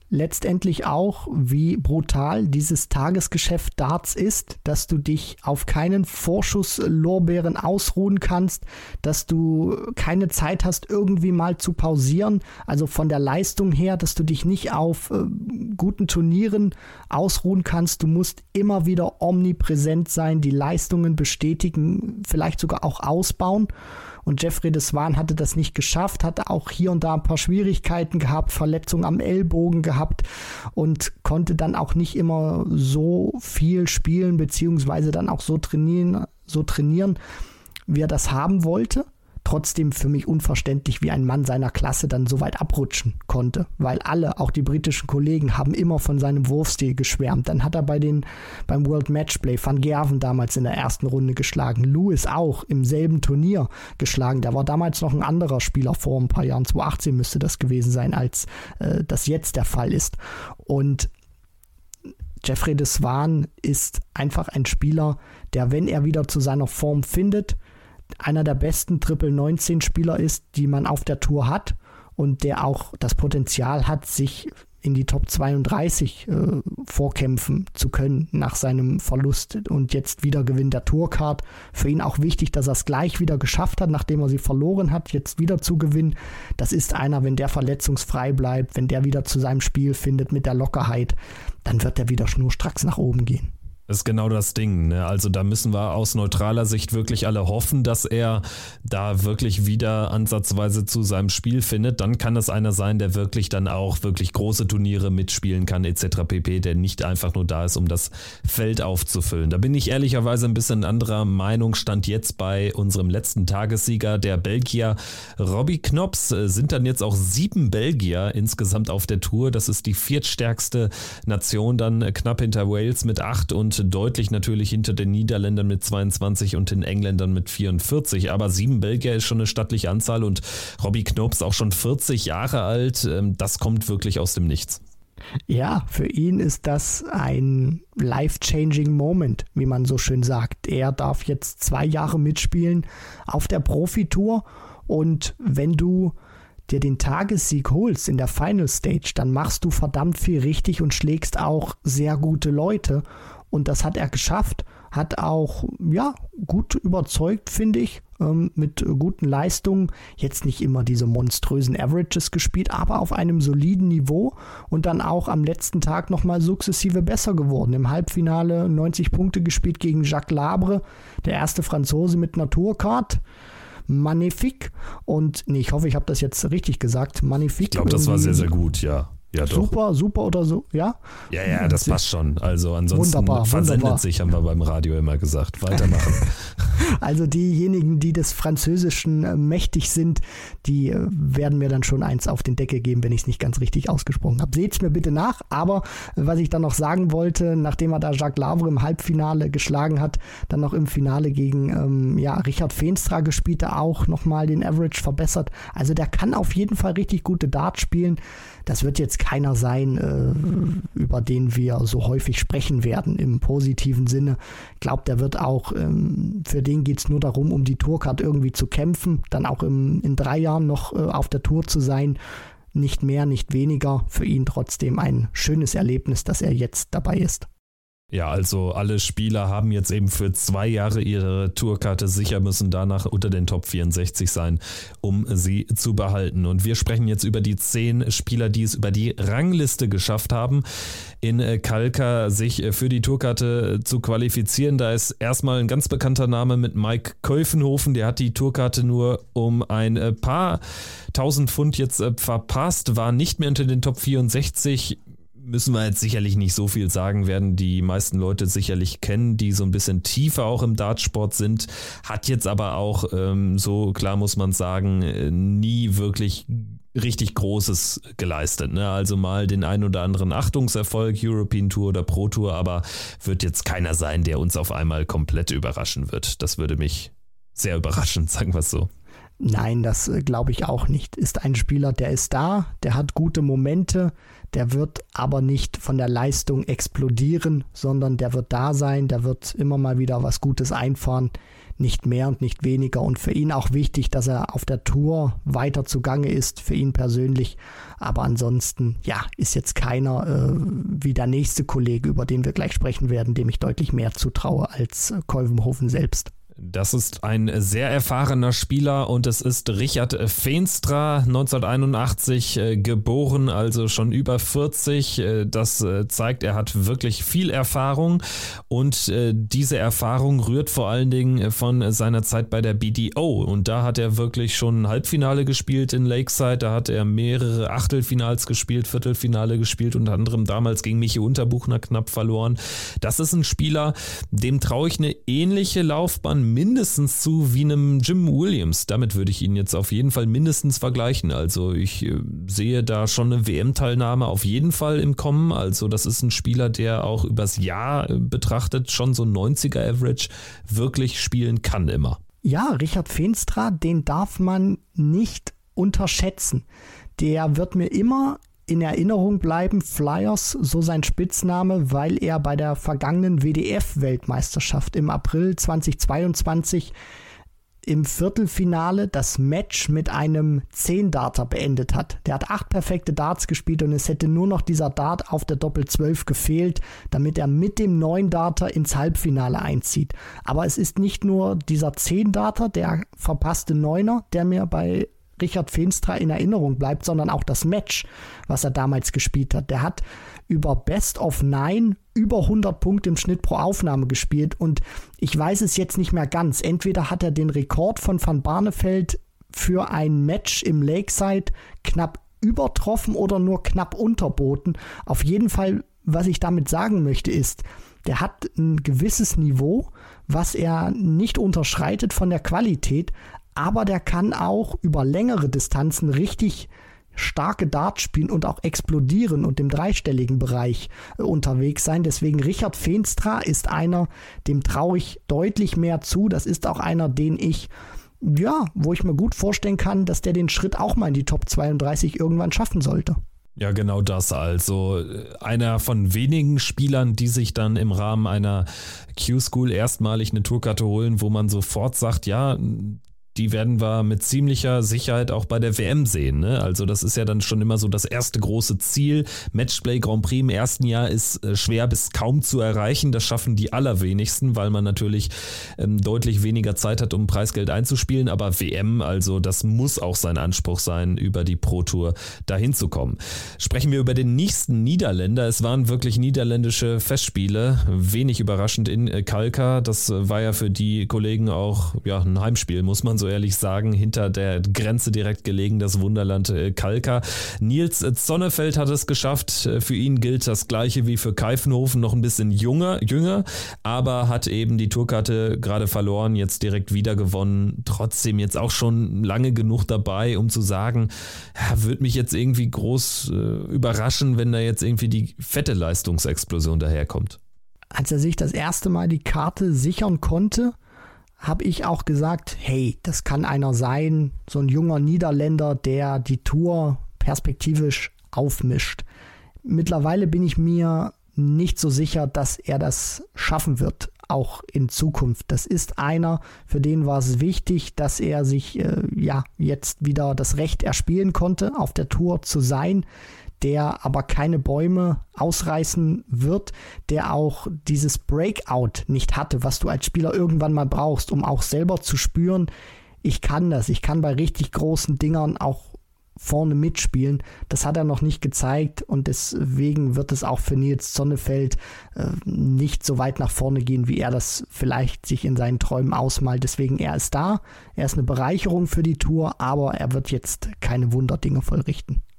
letztendlich auch, wie brutal dieses Tagesgeschäft Darts ist, dass du dich auf keinen Vorschusslorbeeren ausruhen kannst, dass du keine Zeit hast, irgendwie mal zu pausieren, also von der Leistung her, dass du dich nicht auf guten Turnieren ausruhen kannst. Du musst immer wieder omnipräsent sein, die Leistungen bestätigen, vielleicht sogar auch ausbauen. Und Jeffrey de Swaan hatte das nicht geschafft, hatte auch hier und da ein paar Schwierigkeiten gehabt, Verletzungen am Ellbogen gehabt und konnte dann auch nicht immer so viel spielen, beziehungsweise dann auch so trainieren, wie er das haben wollte. Trotzdem für mich unverständlich, wie ein Mann seiner Klasse dann so weit abrutschen konnte, weil alle, auch die britischen Kollegen, haben immer von seinem Wurfstil geschwärmt. Dann hat er beim World Matchplay Van Gerven damals in der ersten Runde geschlagen, Lewis auch im selben Turnier geschlagen. Da war damals noch ein anderer Spieler vor ein paar Jahren, 2018 müsste das gewesen sein, als das jetzt der Fall ist. Und Jeffrey de Swaan ist einfach ein Spieler, der, wenn er wieder zu seiner Form findet, einer der besten Triple-19-Spieler ist, die man auf der Tour hat und der auch das Potenzial hat, sich in die Top 32 vorkämpfen zu können nach seinem Verlust und jetzt wieder Gewinn der Tourcard. Für ihn auch wichtig, dass er es gleich wieder geschafft hat, nachdem er sie verloren hat, jetzt wieder zu gewinnen. Das ist einer, wenn der verletzungsfrei bleibt, wenn der wieder zu seinem Spiel findet mit der Lockerheit, dann wird er wieder schnurstracks nach oben gehen. Das ist genau das Ding, ne? Also da müssen wir aus neutraler Sicht wirklich alle hoffen, dass er da wirklich wieder ansatzweise zu seinem Spiel findet. Dann kann es einer sein, der wirklich dann auch wirklich große Turniere mitspielen kann etc. pp., der nicht einfach nur da ist, um das Feld aufzufüllen. Da bin ich ehrlicherweise ein bisschen anderer Meinung. Stand jetzt bei unserem letzten Tagessieger, der Belgier Robbie Knops, sind dann jetzt auch 7 Belgier insgesamt auf der Tour. Das ist die viertstärkste Nation, dann knapp hinter Wales mit 8 und deutlich natürlich hinter den Niederländern mit 22 und den Engländern mit 44. Aber 7 Belgier ist schon eine stattliche Anzahl und Robbie Knops auch schon 40 Jahre alt. Das kommt wirklich aus dem Nichts. Ja, für ihn ist das ein life-changing Moment, wie man so schön sagt. Er darf jetzt 2 Jahre mitspielen auf der Profitour und wenn du dir den Tagessieg holst in der Final Stage, dann machst du verdammt viel richtig und schlägst auch sehr gute Leute. Und das hat er geschafft, hat auch gut überzeugt, finde ich, mit guten Leistungen. Jetzt nicht immer diese monströsen Averages gespielt, aber auf einem soliden Niveau und dann auch am letzten Tag nochmal sukzessive besser geworden. Im Halbfinale 90 Punkte gespielt gegen Jacques Labre, der erste Franzose mit einer Tourcard. Magnifique. Und ich hoffe, ich habe das jetzt richtig gesagt. Magnifique. Ich glaube, das war sehr, sehr gut, ja. Ja, super, doch. Super oder so, ja? Ja, das passt schon. Also ansonsten versendet sich, haben wir beim Radio immer gesagt. Weitermachen. Also diejenigen, die des Französischen mächtig sind, die werden mir dann schon eins auf den Deckel geben, wenn ich es nicht ganz richtig ausgesprochen habe. Seht es mir bitte nach. Aber was ich dann noch sagen wollte, nachdem er da Jacques Labre im Halbfinale geschlagen hat, dann noch im Finale gegen Richard Veenstra gespielt, der auch nochmal den Average verbessert. Also der kann auf jeden Fall richtig gute Darts spielen. Das wird jetzt keiner sein, über den wir so häufig sprechen werden im positiven Sinne. Ich glaube, der wird auch, für den geht es nur darum, um die Tourcard irgendwie zu kämpfen, dann auch in 3 Jahren noch auf der Tour zu sein. Nicht mehr, nicht weniger. Für ihn trotzdem ein schönes Erlebnis, dass er jetzt dabei ist. Ja, also alle Spieler haben jetzt eben für 2 Jahre ihre Tourkarte sicher, müssen danach unter den Top 64 sein, um sie zu behalten. Und wir sprechen jetzt über die 10 Spieler, die es über die Rangliste geschafft haben, in Kalka sich für die Tourkarte zu qualifizieren. Da ist erstmal ein ganz bekannter Name mit Mike Keuvenhoven, der hat die Tourkarte nur um ein paar tausend Pfund jetzt verpasst, war nicht mehr unter den Top 64. Müssen wir jetzt sicherlich nicht so viel sagen, werden die meisten Leute sicherlich kennen, die so ein bisschen tiefer auch im Dartsport sind, hat jetzt aber auch, so klar muss man sagen, nie wirklich richtig Großes geleistet, ne? Also mal den ein oder anderen Achtungserfolg, European Tour oder Pro Tour, aber wird jetzt keiner sein, der uns auf einmal komplett überraschen wird. Das würde mich sehr überraschen, sagen wir es so. Nein, das glaube ich auch nicht. Ist ein Spieler, der ist da, der hat gute Momente, der wird aber nicht von der Leistung explodieren, sondern der wird da sein, der wird immer mal wieder was Gutes einfahren, nicht mehr und nicht weniger. Und für ihn auch wichtig, dass er auf der Tour weiter zugange ist, für ihn persönlich. Aber ansonsten, ja, ist jetzt keiner wie der nächste Kollege, über den wir gleich sprechen werden, dem ich deutlich mehr zutraue als Koivumähoven selbst. Das ist ein sehr erfahrener Spieler und es ist Richard Veenstra, 1981 geboren, also schon über 40. Das zeigt, er hat wirklich viel Erfahrung und diese Erfahrung rührt vor allen Dingen von seiner Zeit bei der BDO und da hat er wirklich schon ein Halbfinale gespielt in Lakeside, da hat er mehrere Achtelfinals gespielt, Viertelfinale gespielt, unter anderem damals gegen Michi Unterbuchner knapp verloren. Das ist ein Spieler, dem traue ich eine ähnliche Laufbahn mindestens zu wie einem Jim Williams. Damit würde ich ihn jetzt auf jeden Fall mindestens vergleichen. Also ich sehe da schon eine WM-Teilnahme auf jeden Fall im Kommen. Also das ist ein Spieler, der auch übers Jahr betrachtet schon so 90er-Average wirklich spielen kann immer. Ja, Richard Veenstra, den darf man nicht unterschätzen. Der wird mir immer in Erinnerung bleiben, Flyers, so sein Spitzname, weil er bei der vergangenen WDF-Weltmeisterschaft im April 2022 im Viertelfinale das Match mit einem 10-Darter beendet hat. Der hat 8 perfekte Darts gespielt und es hätte nur noch dieser Dart auf der Doppel-12 gefehlt, damit er mit dem 9-Darter ins Halbfinale einzieht. Aber es ist nicht nur dieser 10-Darter, der verpasste 9er, der mir bei Richard Veenstra in Erinnerung bleibt, sondern auch das Match, was er damals gespielt hat. Der hat über Best of 9 über 100 Punkte im Schnitt pro Aufnahme gespielt und ich weiß es jetzt nicht mehr ganz. Entweder hat er den Rekord von Van Barneveld für ein Match im Lakeside knapp übertroffen oder nur knapp unterboten. Auf jeden Fall, was ich damit sagen möchte, ist, der hat ein gewisses Niveau, was er nicht unterschreitet von der Qualität, aber der kann auch über längere Distanzen richtig starke Darts spielen und auch explodieren und im dreistelligen Bereich unterwegs sein. Deswegen Richard Veenstra ist einer, dem traue ich deutlich mehr zu. Das ist auch einer, wo ich mir gut vorstellen kann, dass der den Schritt auch mal in die Top 32 irgendwann schaffen sollte. Ja, genau das. Also einer von wenigen Spielern, die sich dann im Rahmen einer Q-School erstmalig eine Tourkarte holen, wo man sofort sagt, ja, die werden wir mit ziemlicher Sicherheit auch bei der WM sehen. Ne? Also das ist ja dann schon immer so das erste große Ziel. Matchplay Grand Prix im ersten Jahr ist schwer bis kaum zu erreichen. Das schaffen die allerwenigsten, weil man natürlich deutlich weniger Zeit hat, um Preisgeld einzuspielen. Aber WM, also das muss auch sein Anspruch sein, über die Pro Tour dahin zu kommen. Sprechen wir über den nächsten Niederländer. Es waren wirklich niederländische Festspiele. Wenig überraschend in Kalkar. Das war ja für die Kollegen auch ein Heimspiel, muss man so ehrlich sagen, hinter der Grenze direkt gelegen, das Wunderland Kalkar. Niels Zonneveld hat es geschafft. Für ihn gilt das Gleiche wie für Kuivumähoven, noch ein bisschen jünger, aber hat eben die Tourkarte gerade verloren, jetzt direkt wieder gewonnen. Trotzdem jetzt auch schon lange genug dabei, um zu sagen, würde mich jetzt irgendwie groß überraschen, wenn da jetzt irgendwie die fette Leistungsexplosion daherkommt. Als er sich das erste Mal die Karte sichern konnte, habe ich auch gesagt, hey, das kann einer sein, so ein junger Niederländer, der die Tour perspektivisch aufmischt. Mittlerweile bin ich mir nicht so sicher, dass er das schaffen wird, auch in Zukunft. Das ist einer, für den war es wichtig, dass er sich jetzt wieder das Recht erspielen konnte, auf der Tour zu sein, der aber keine Bäume ausreißen wird, der auch dieses Breakout nicht hatte, was du als Spieler irgendwann mal brauchst, um auch selber zu spüren, ich kann das, ich kann bei richtig großen Dingern auch vorne mitspielen. Das hat er noch nicht gezeigt und deswegen wird es auch für Niels Zonneveld nicht so weit nach vorne gehen, wie er das vielleicht sich in seinen Träumen ausmalt. Deswegen, er ist da, er ist eine Bereicherung für die Tour, aber er wird jetzt keine Wunderdinge vollrichten.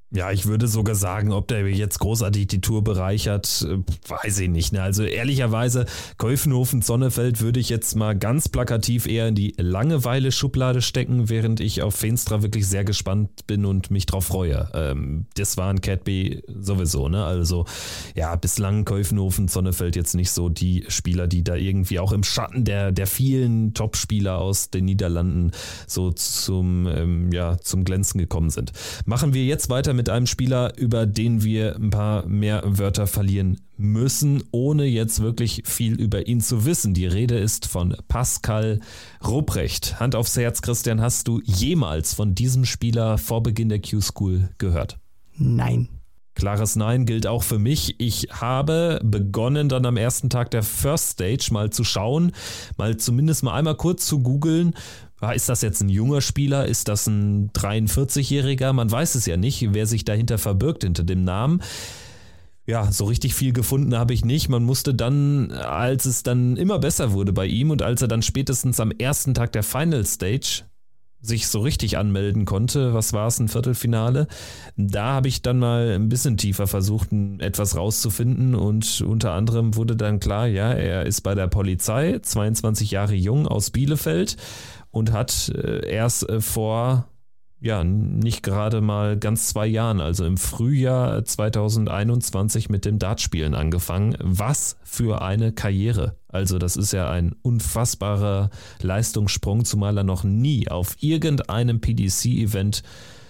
Ja, ich würde sogar sagen, ob der jetzt großartig die Tour bereichert, weiß ich nicht. Also ehrlicherweise, Keuvenhofen, Sonnefeld würde ich jetzt mal ganz plakativ eher in die Langeweile-Schublade stecken, während ich auf Veenstra wirklich sehr gespannt bin und mich drauf freue. Das waren Cadby sowieso, ne? Also ja, bislang Keuvenhofen, Sonnefeld jetzt nicht so die Spieler, die da irgendwie auch im Schatten der vielen Top-Spieler aus den Niederlanden so zum Glänzen gekommen sind. Machen wir jetzt weiter mit einem Spieler, über den wir ein paar mehr Wörter verlieren müssen, ohne jetzt wirklich viel über ihn zu wissen. Die Rede ist von Pascal Ruprecht. Hand aufs Herz, Christian, hast du jemals von diesem Spieler vor Beginn der Q-School gehört? Nein. Klares Nein gilt auch für mich. Ich habe begonnen, dann am ersten Tag der First Stage mal zu schauen, zumindest einmal kurz zu googeln. Ist das jetzt ein junger Spieler? Ist das ein 43-Jähriger? Man weiß es ja nicht, wer sich dahinter verbirgt, hinter dem Namen. Ja, so richtig viel gefunden habe ich nicht. Man musste dann, als es dann immer besser wurde bei ihm und als er dann spätestens am ersten Tag der Final Stage sich so richtig anmelden konnte, was war es, ein Viertelfinale, da habe ich dann mal ein bisschen tiefer versucht, etwas rauszufinden und unter anderem wurde dann klar, ja, er ist bei der Polizei, 22 Jahre jung, aus Bielefeld und hat erst vor nicht gerade mal ganz 2 Jahren, also im Frühjahr 2021 mit dem Dartspielen angefangen. Was für eine Karriere. Also das ist ja ein unfassbarer Leistungssprung, zumal er noch nie auf irgendeinem PDC-Event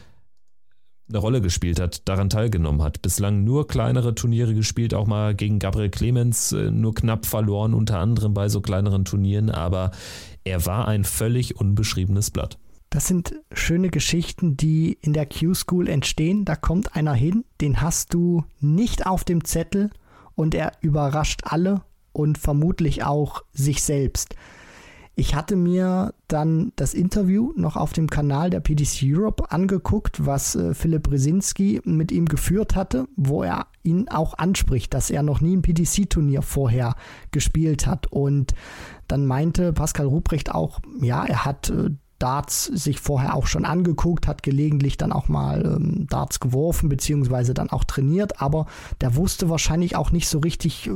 eine Rolle gespielt hat, daran teilgenommen hat. Bislang nur kleinere Turniere gespielt, auch mal gegen Gabriel Clemens nur knapp verloren, unter anderem bei so kleineren Turnieren, aber er war ein völlig unbeschriebenes Blatt. Das sind schöne Geschichten, die in der Q-School entstehen. Da kommt einer hin, den hast du nicht auf dem Zettel und er überrascht alle und vermutlich auch sich selbst. Ich hatte mir dann das Interview noch auf dem Kanal der PDC Europe angeguckt, was Philipp Brzezinski mit ihm geführt hatte, wo er ihn auch anspricht, dass er noch nie ein PDC-Turnier vorher gespielt hat. Und dann meinte Pascal Ruprecht auch, ja, er hat Darts sich vorher auch schon angeguckt, hat gelegentlich dann auch mal Darts geworfen, beziehungsweise dann auch trainiert, aber der wusste wahrscheinlich auch nicht so richtig,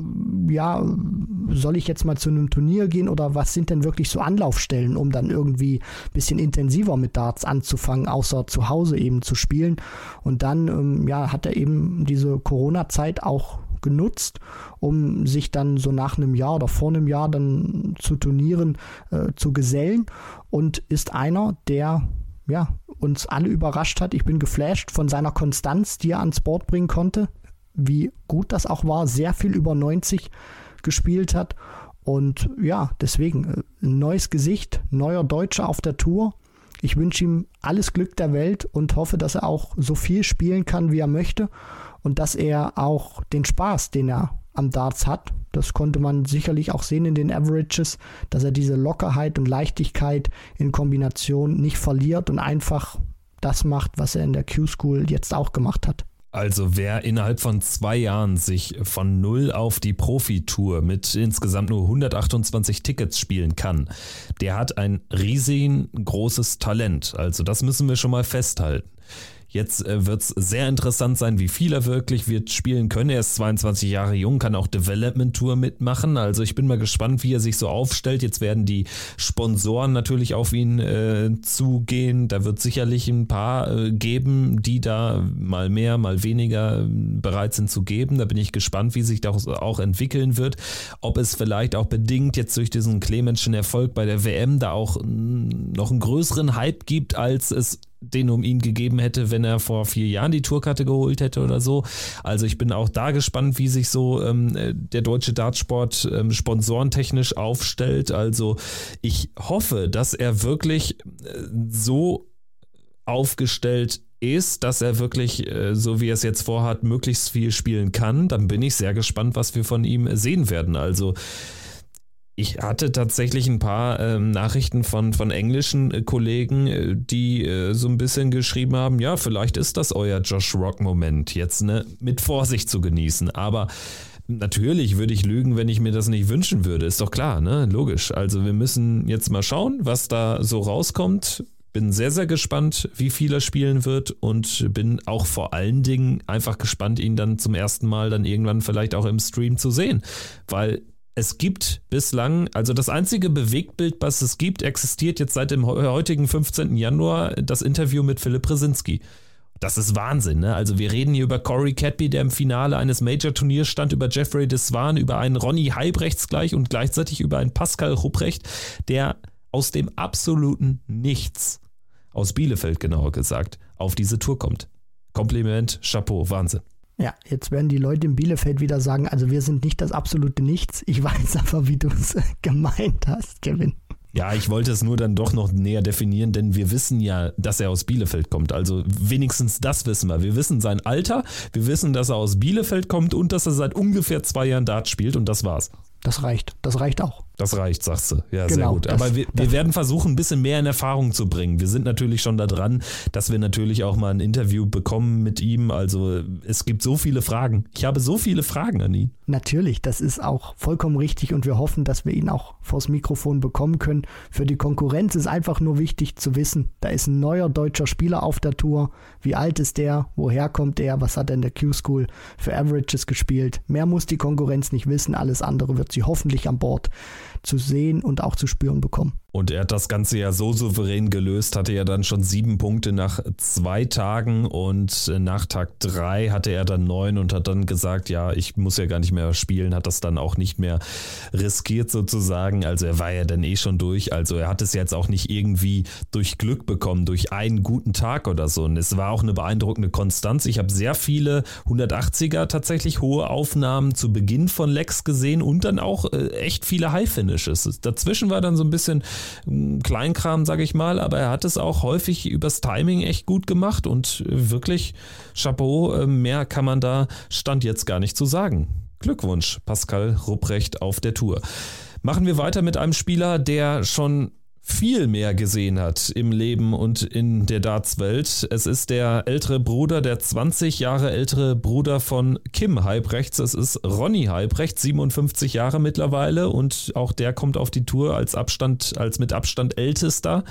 soll ich jetzt mal zu einem Turnier gehen oder was sind denn wirklich so Anlaufstellen, um dann irgendwie ein bisschen intensiver mit Darts anzufangen, außer zu Hause eben zu spielen. Und dann hat er eben diese Corona-Zeit auch genutzt, um sich dann so nach einem Jahr oder vor einem Jahr dann zu Turnieren zu gesellen und ist einer, der uns alle überrascht hat. Ich bin geflasht von seiner Konstanz, die er ans Board bringen konnte, wie gut das auch war, sehr viel über 90 gespielt hat und deswegen ein neues Gesicht, neuer Deutscher auf der Tour. Ich wünsche ihm alles Glück der Welt und hoffe, dass er auch so viel spielen kann, wie er möchte und dass er auch den Spaß, den er am Darts hat, das konnte man sicherlich auch sehen in den Averages, dass er diese Lockerheit und Leichtigkeit in Kombination nicht verliert und einfach das macht, was er in der Q-School jetzt auch gemacht hat. Also wer innerhalb von 2 Jahren sich von 0 auf die Profitour mit insgesamt nur 128 Tickets spielen kann, der hat ein riesengroßes Talent. Also das müssen wir schon mal festhalten. Jetzt wird es sehr interessant sein, wie viel er wirklich wird spielen können. Er ist 22 Jahre jung, kann auch Development Tour mitmachen. Also ich bin mal gespannt, wie er sich so aufstellt. Jetzt werden die Sponsoren natürlich auf ihn zugehen. Da wird sicherlich ein paar geben, die da mal mehr, mal weniger bereit sind zu geben. Da bin ich gespannt, wie sich das auch entwickeln wird. Ob es vielleicht auch bedingt jetzt durch diesen Clemenschen Erfolg bei der WM da auch noch einen größeren Hype gibt, als es den um ihn gegeben hätte, wenn er vor 4 Jahren die Tourkarte geholt hätte oder so. Also ich bin auch da gespannt, wie sich so der deutsche Dartsport sponsorentechnisch aufstellt. Also ich hoffe, dass er wirklich so aufgestellt ist, dass er wirklich, so wie er es jetzt vorhat, möglichst viel spielen kann. Dann bin ich sehr gespannt, was wir von ihm sehen werden. Also ich hatte tatsächlich ein paar Nachrichten von englischen Kollegen, die so ein bisschen geschrieben haben, ja, vielleicht ist das euer Josh Rock-Moment, jetzt mit Vorsicht zu genießen. Aber natürlich würde ich lügen, wenn ich mir das nicht wünschen würde. Ist doch klar, ne? Logisch. Also wir müssen jetzt mal schauen, was da so rauskommt. Bin sehr, sehr gespannt, wie viel er spielen wird und bin auch vor allen Dingen einfach gespannt, ihn dann zum ersten Mal dann irgendwann vielleicht auch im Stream zu sehen, weil es gibt bislang, also das einzige Bewegtbild, was es gibt, existiert jetzt seit dem heutigen 15. Januar, das Interview mit Philipp Brzezinski. Das ist Wahnsinn, ne? Also wir reden hier über Corey Cadby, der im Finale eines Major-Turniers stand, über Jeffrey de Swaan, über einen Ronny Heibrechts gleich und gleichzeitig über einen Pascal Rupprecht, der aus dem absoluten Nichts, aus Bielefeld genauer gesagt, auf diese Tour kommt. Kompliment, Chapeau, Wahnsinn. Ja, jetzt werden die Leute in Bielefeld wieder sagen, also wir sind nicht das absolute Nichts. Ich weiß aber, wie du es gemeint hast, Kevin. Ja, ich wollte es nur dann doch noch näher definieren, denn wir wissen ja, dass er aus Bielefeld kommt. Also wenigstens das wissen wir. Wir wissen sein Alter, wir wissen, dass er aus Bielefeld kommt und dass er seit ungefähr 2 Jahren Dart spielt und das war's. Das reicht auch. Das reicht, sagst du. Ja, genau, sehr gut. Aber wir werden versuchen, ein bisschen mehr in Erfahrung zu bringen. Wir sind natürlich schon da dran, dass wir natürlich auch mal ein Interview bekommen mit ihm. Also es gibt so viele Fragen. Ich habe so viele Fragen an ihn. Natürlich, das ist auch vollkommen richtig und wir hoffen, dass wir ihn auch vors Mikrofon bekommen können. Für die Konkurrenz ist einfach nur wichtig zu wissen, da ist ein neuer deutscher Spieler auf der Tour. Wie alt ist der? Woher kommt er? Was hat er in der Q-School für Averages gespielt? Mehr muss die Konkurrenz nicht wissen. Alles andere wird sie hoffentlich an Bord zu sehen und auch zu spüren bekommen. Und er hat das Ganze ja so souverän gelöst, hatte ja dann schon 7 Punkte nach 2 Tagen und nach Tag 3 hatte er dann 9 und hat dann gesagt, ja, ich muss ja gar nicht mehr spielen, hat das dann auch nicht mehr riskiert sozusagen. Also er war ja dann schon durch, also er hat es jetzt auch nicht irgendwie durch Glück bekommen, durch einen guten Tag oder so. Und es war auch eine beeindruckende Konstanz. Ich habe sehr viele 180er tatsächlich hohe Aufnahmen zu Beginn von Legs gesehen und dann auch echt viele High-Finishes. Dazwischen war dann so ein bisschen Kleinkram, sage ich mal, aber er hat es auch häufig übers Timing echt gut gemacht und wirklich Chapeau, mehr kann man da Stand jetzt gar nicht zu sagen. Glückwunsch, Pascal Rupprecht auf der Tour. Machen wir weiter mit einem Spieler, der schon viel mehr gesehen hat im Leben und in der Dartswelt. Es ist der ältere Bruder, der 20 Jahre ältere Bruder von Kim Heibrechts. Es ist Ronny Heibrechts, 57 Jahre mittlerweile und auch der kommt auf die Tour als mit Abstand ältester.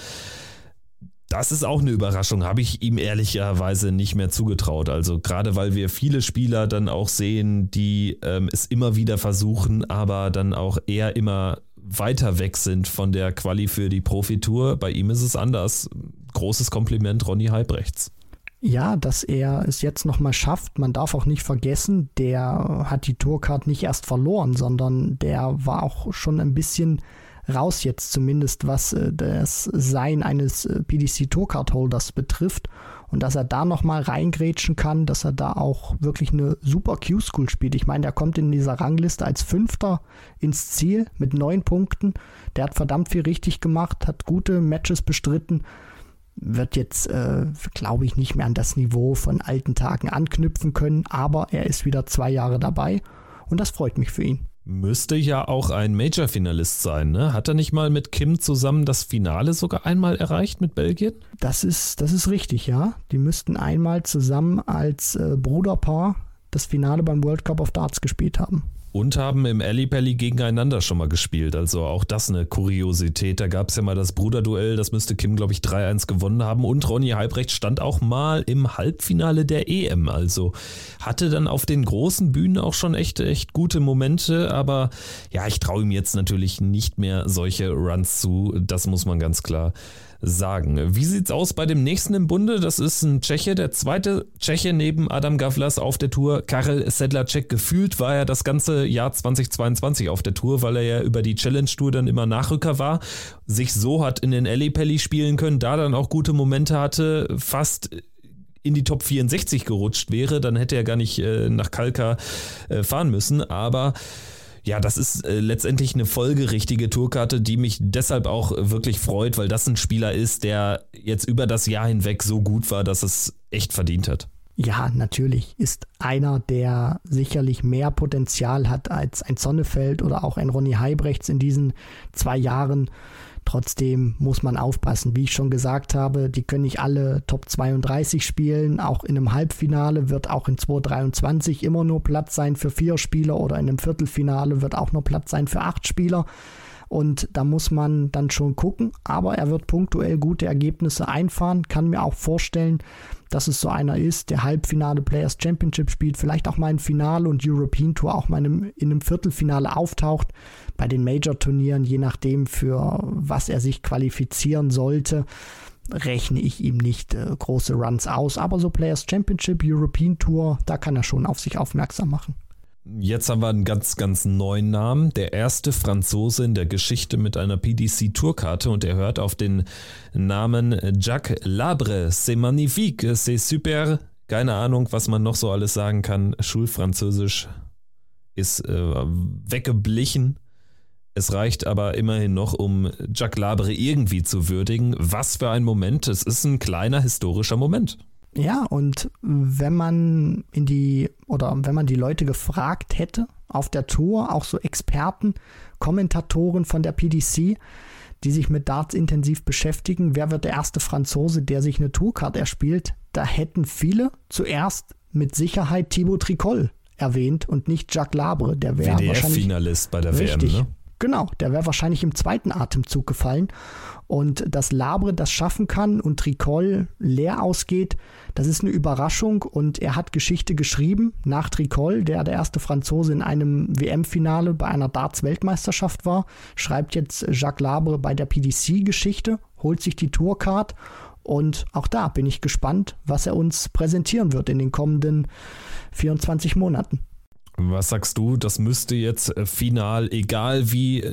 Das ist auch eine Überraschung, habe ich ihm ehrlicherweise nicht mehr zugetraut. Also gerade weil wir viele Spieler dann auch sehen, die es immer wieder versuchen, aber dann auch eher immer weiter weg sind von der Quali für die Profitour. Bei ihm ist es anders. Großes Kompliment, Ronny Heibrechts. Ja, dass er es jetzt nochmal schafft. Man darf auch nicht vergessen, der hat die Tourcard nicht erst verloren, sondern der war auch schon ein bisschen raus jetzt, zumindest was das Sein eines PDC Tourcard Holders betrifft. Und dass er da nochmal reingrätschen kann, dass er da auch wirklich eine super Q-School spielt. Ich meine, der kommt in dieser Rangliste als 5. ins Ziel mit 9 Punkten. Der hat verdammt viel richtig gemacht, hat gute Matches bestritten. Wird jetzt, glaube ich, nicht mehr an das Niveau von alten Tagen anknüpfen können. Aber er ist wieder 2 Jahre dabei und das freut mich für ihn. Müsste ja auch ein Major-Finalist sein, ne? Hat er nicht mal mit Kim zusammen das Finale sogar einmal erreicht mit Belgien? Das ist richtig, ja. Die müssten einmal zusammen als Bruderpaar das Finale beim World Cup of Darts gespielt haben. Und haben im Ellipelli gegeneinander schon mal gespielt. Also auch das eine Kuriosität. Da gab es ja mal das Bruderduell, das müsste Kim, glaube ich, 3-1 gewonnen haben. Und Ronny Heibrechts stand auch mal im Halbfinale der EM. Also hatte dann auf den großen Bühnen auch schon echt gute Momente. Aber ja, ich traue ihm jetzt natürlich nicht mehr solche Runs zu. Das muss man ganz klar sagen. Wie sieht's aus bei dem nächsten im Bunde? Das ist ein Tscheche, der zweite Tscheche neben Adam Gavlas auf der Tour. Karel Sedlacek. Gefühlt war er das ganze Jahr 2022 auf der Tour, weil er ja über die Challenge-Tour dann immer Nachrücker war, sich so hat in den Ellipelli spielen können, da dann auch gute Momente hatte, fast in die Top 64 gerutscht wäre, dann hätte er gar nicht nach Kalka fahren müssen, aber ja, das ist letztendlich eine folgerichtige Tourkarte, die mich deshalb auch wirklich freut, weil das ein Spieler ist, der jetzt über das Jahr hinweg so gut war, dass es echt verdient hat. Ja, natürlich ist einer, der sicherlich mehr Potenzial hat als ein Sonnefeld oder auch ein Ronny Heibrechts in diesen 2 Jahren. Trotzdem muss man aufpassen. Wie ich schon gesagt habe, die können nicht alle Top 32 spielen. Auch in einem Halbfinale wird auch in 2023 immer nur Platz sein für 4 Spieler oder in einem Viertelfinale wird auch nur Platz sein für 8 Spieler. und da muss man dann schon gucken, aber er wird punktuell gute Ergebnisse einfahren, kann mir auch vorstellen, dass es so einer ist, der Halbfinale Players Championship spielt, vielleicht auch mal im Finale und European Tour auch mal in einem Viertelfinale auftaucht, bei den Major-Turnieren, je nachdem für was er sich qualifizieren sollte, rechne ich ihm nicht große Runs aus, aber so Players Championship, European Tour, da kann er schon auf sich aufmerksam machen. Jetzt haben wir einen ganz, ganz neuen Namen. Der erste Franzose in der Geschichte mit einer PDC-Tourkarte und er hört auf den Namen Jacques Labre. C'est magnifique, c'est super. Keine Ahnung, was man noch so alles sagen kann. Schulfranzösisch ist weggeblichen. Es reicht aber immerhin noch, um Jacques Labre irgendwie zu würdigen. Was für ein Moment. Es ist ein kleiner historischer Moment. Ja, und wenn man die Leute gefragt hätte auf der Tour, auch so Experten, Kommentatoren von der PDC, die sich mit Darts intensiv beschäftigen, wer wird der erste Franzose, der sich eine Tourcard erspielt, da hätten viele zuerst mit Sicherheit Thibaut Tricol erwähnt und nicht Jacques Labre. Der wäre wahrscheinlich WDF-Finalist bei der richtig, WM, ne? Genau, der wäre wahrscheinlich im zweiten Atemzug gefallen. Und dass Labre das schaffen kann und Tricol leer ausgeht, das ist eine Überraschung. Und er hat Geschichte geschrieben nach Tricol, der erste Franzose in einem WM-Finale bei einer Darts-Weltmeisterschaft war. Schreibt jetzt Jacques Labre bei der PDC Geschichte, holt sich die Tourcard. Und auch da bin ich gespannt, was er uns präsentieren wird in den kommenden 24 Monaten. Was sagst du, das müsste jetzt final, egal wie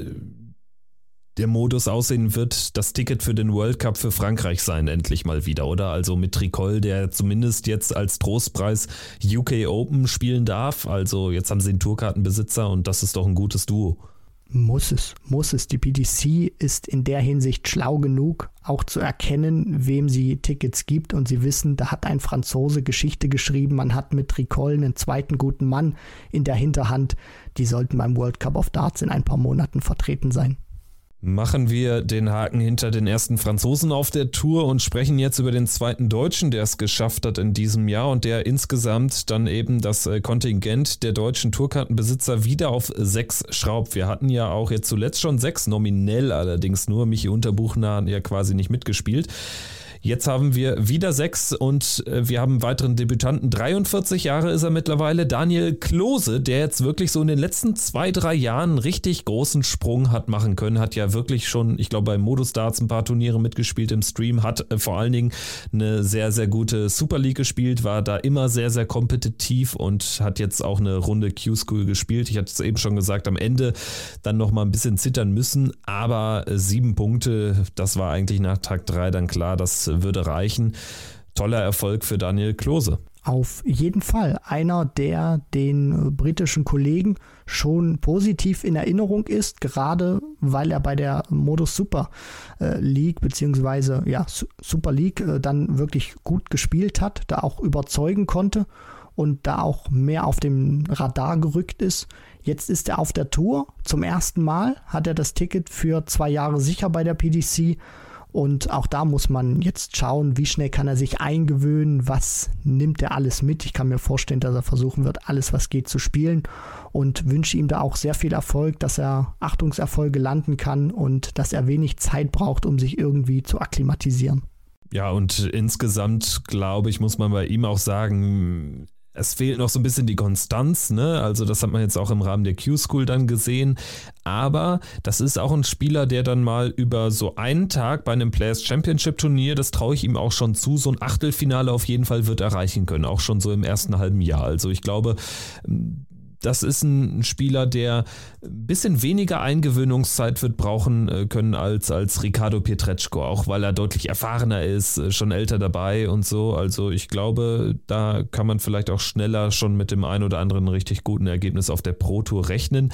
der Modus aussehen wird, das Ticket für den World Cup für Frankreich sein, endlich mal wieder, oder? Also mit Tricol, der zumindest jetzt als Trostpreis UK Open spielen darf. Also jetzt haben sie einen Tourkartenbesitzer und das ist doch ein gutes Duo. Muss es. Die PDC ist in der Hinsicht schlau genug, auch zu erkennen, wem sie Tickets gibt. Und sie wissen, da hat ein Franzose Geschichte geschrieben. Man hat mit Tricol einen zweiten guten Mann in der Hinterhand. Die sollten beim World Cup of Darts in ein paar Monaten vertreten sein. Machen wir den Haken hinter den ersten Franzosen auf der Tour und sprechen jetzt über den zweiten Deutschen, der es geschafft hat in diesem Jahr und der insgesamt dann eben das Kontingent der deutschen Tourkartenbesitzer wieder auf 6 schraubt. Wir hatten ja auch jetzt zuletzt schon 6, nominell allerdings nur. Michi Unterbuchner hat ja quasi nicht mitgespielt. Jetzt haben wir wieder 6 und wir haben einen weiteren Debütanten. 43 Jahre ist er mittlerweile. Daniel Klose, der jetzt wirklich so in den letzten 2-3 Jahren einen richtig großen Sprung hat machen können. Hat ja wirklich schon, ich glaube, bei Modus Darts ein paar Turniere mitgespielt im Stream. Hat vor allen Dingen eine sehr, sehr gute Super League gespielt. War da immer sehr, sehr kompetitiv und hat jetzt auch eine Runde Q-School gespielt. Ich hatte es eben schon gesagt, am Ende dann nochmal ein bisschen zittern müssen. Aber 7 Punkte, das war eigentlich nach Tag 3 dann klar, dass würde reichen. Toller Erfolg für Daniel Klose. Auf jeden Fall. Einer, der den britischen Kollegen schon positiv in Erinnerung ist, gerade weil er bei der Modus Super League beziehungsweise Super League dann wirklich gut gespielt hat, da auch überzeugen konnte und da auch mehr auf dem Radar gerückt ist. Jetzt ist er auf der Tour. Zum ersten Mal hat er das Ticket für 2 Jahre sicher bei der PDC. Und auch da muss man jetzt schauen, wie schnell kann er sich eingewöhnen, was nimmt er alles mit. Ich kann mir vorstellen, dass er versuchen wird, alles was geht zu spielen und wünsche ihm da auch sehr viel Erfolg, dass er Achtungserfolge landen kann und dass er wenig Zeit braucht, um sich irgendwie zu akklimatisieren. Ja, und insgesamt, glaube ich, muss man bei ihm auch sagen, es fehlt noch so ein bisschen die Konstanz, ne? Also das hat man jetzt auch im Rahmen der Q-School dann gesehen, aber das ist auch ein Spieler, der dann mal über so einen Tag bei einem Players Championship Turnier, das traue ich ihm auch schon zu, so ein Achtelfinale auf jeden Fall wird erreichen können, auch schon so im ersten halben Jahr. Also ich glaube, das ist ein Spieler, der ein bisschen weniger Eingewöhnungszeit wird brauchen können als Ricardo Pietreczko, auch weil er deutlich erfahrener ist, schon älter dabei und so. Also ich glaube, da kann man vielleicht auch schneller schon mit dem ein oder anderen richtig guten Ergebnis auf der Pro Tour rechnen.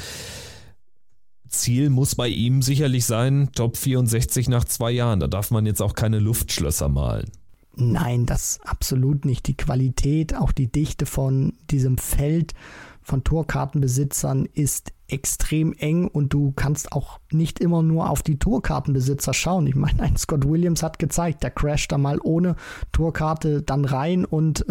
Ziel muss bei ihm sicherlich sein, Top 64 nach 2 Jahren. Da darf man jetzt auch keine Luftschlösser malen. Nein, das absolut nicht. Die Qualität, auch die Dichte von diesem Feld von Tourkartenbesitzern ist extrem eng und du kannst auch nicht immer nur auf die Tourkartenbesitzer schauen. Ich meine, ein Scott Williams hat gezeigt, der crasht da mal ohne Tourkarte dann rein und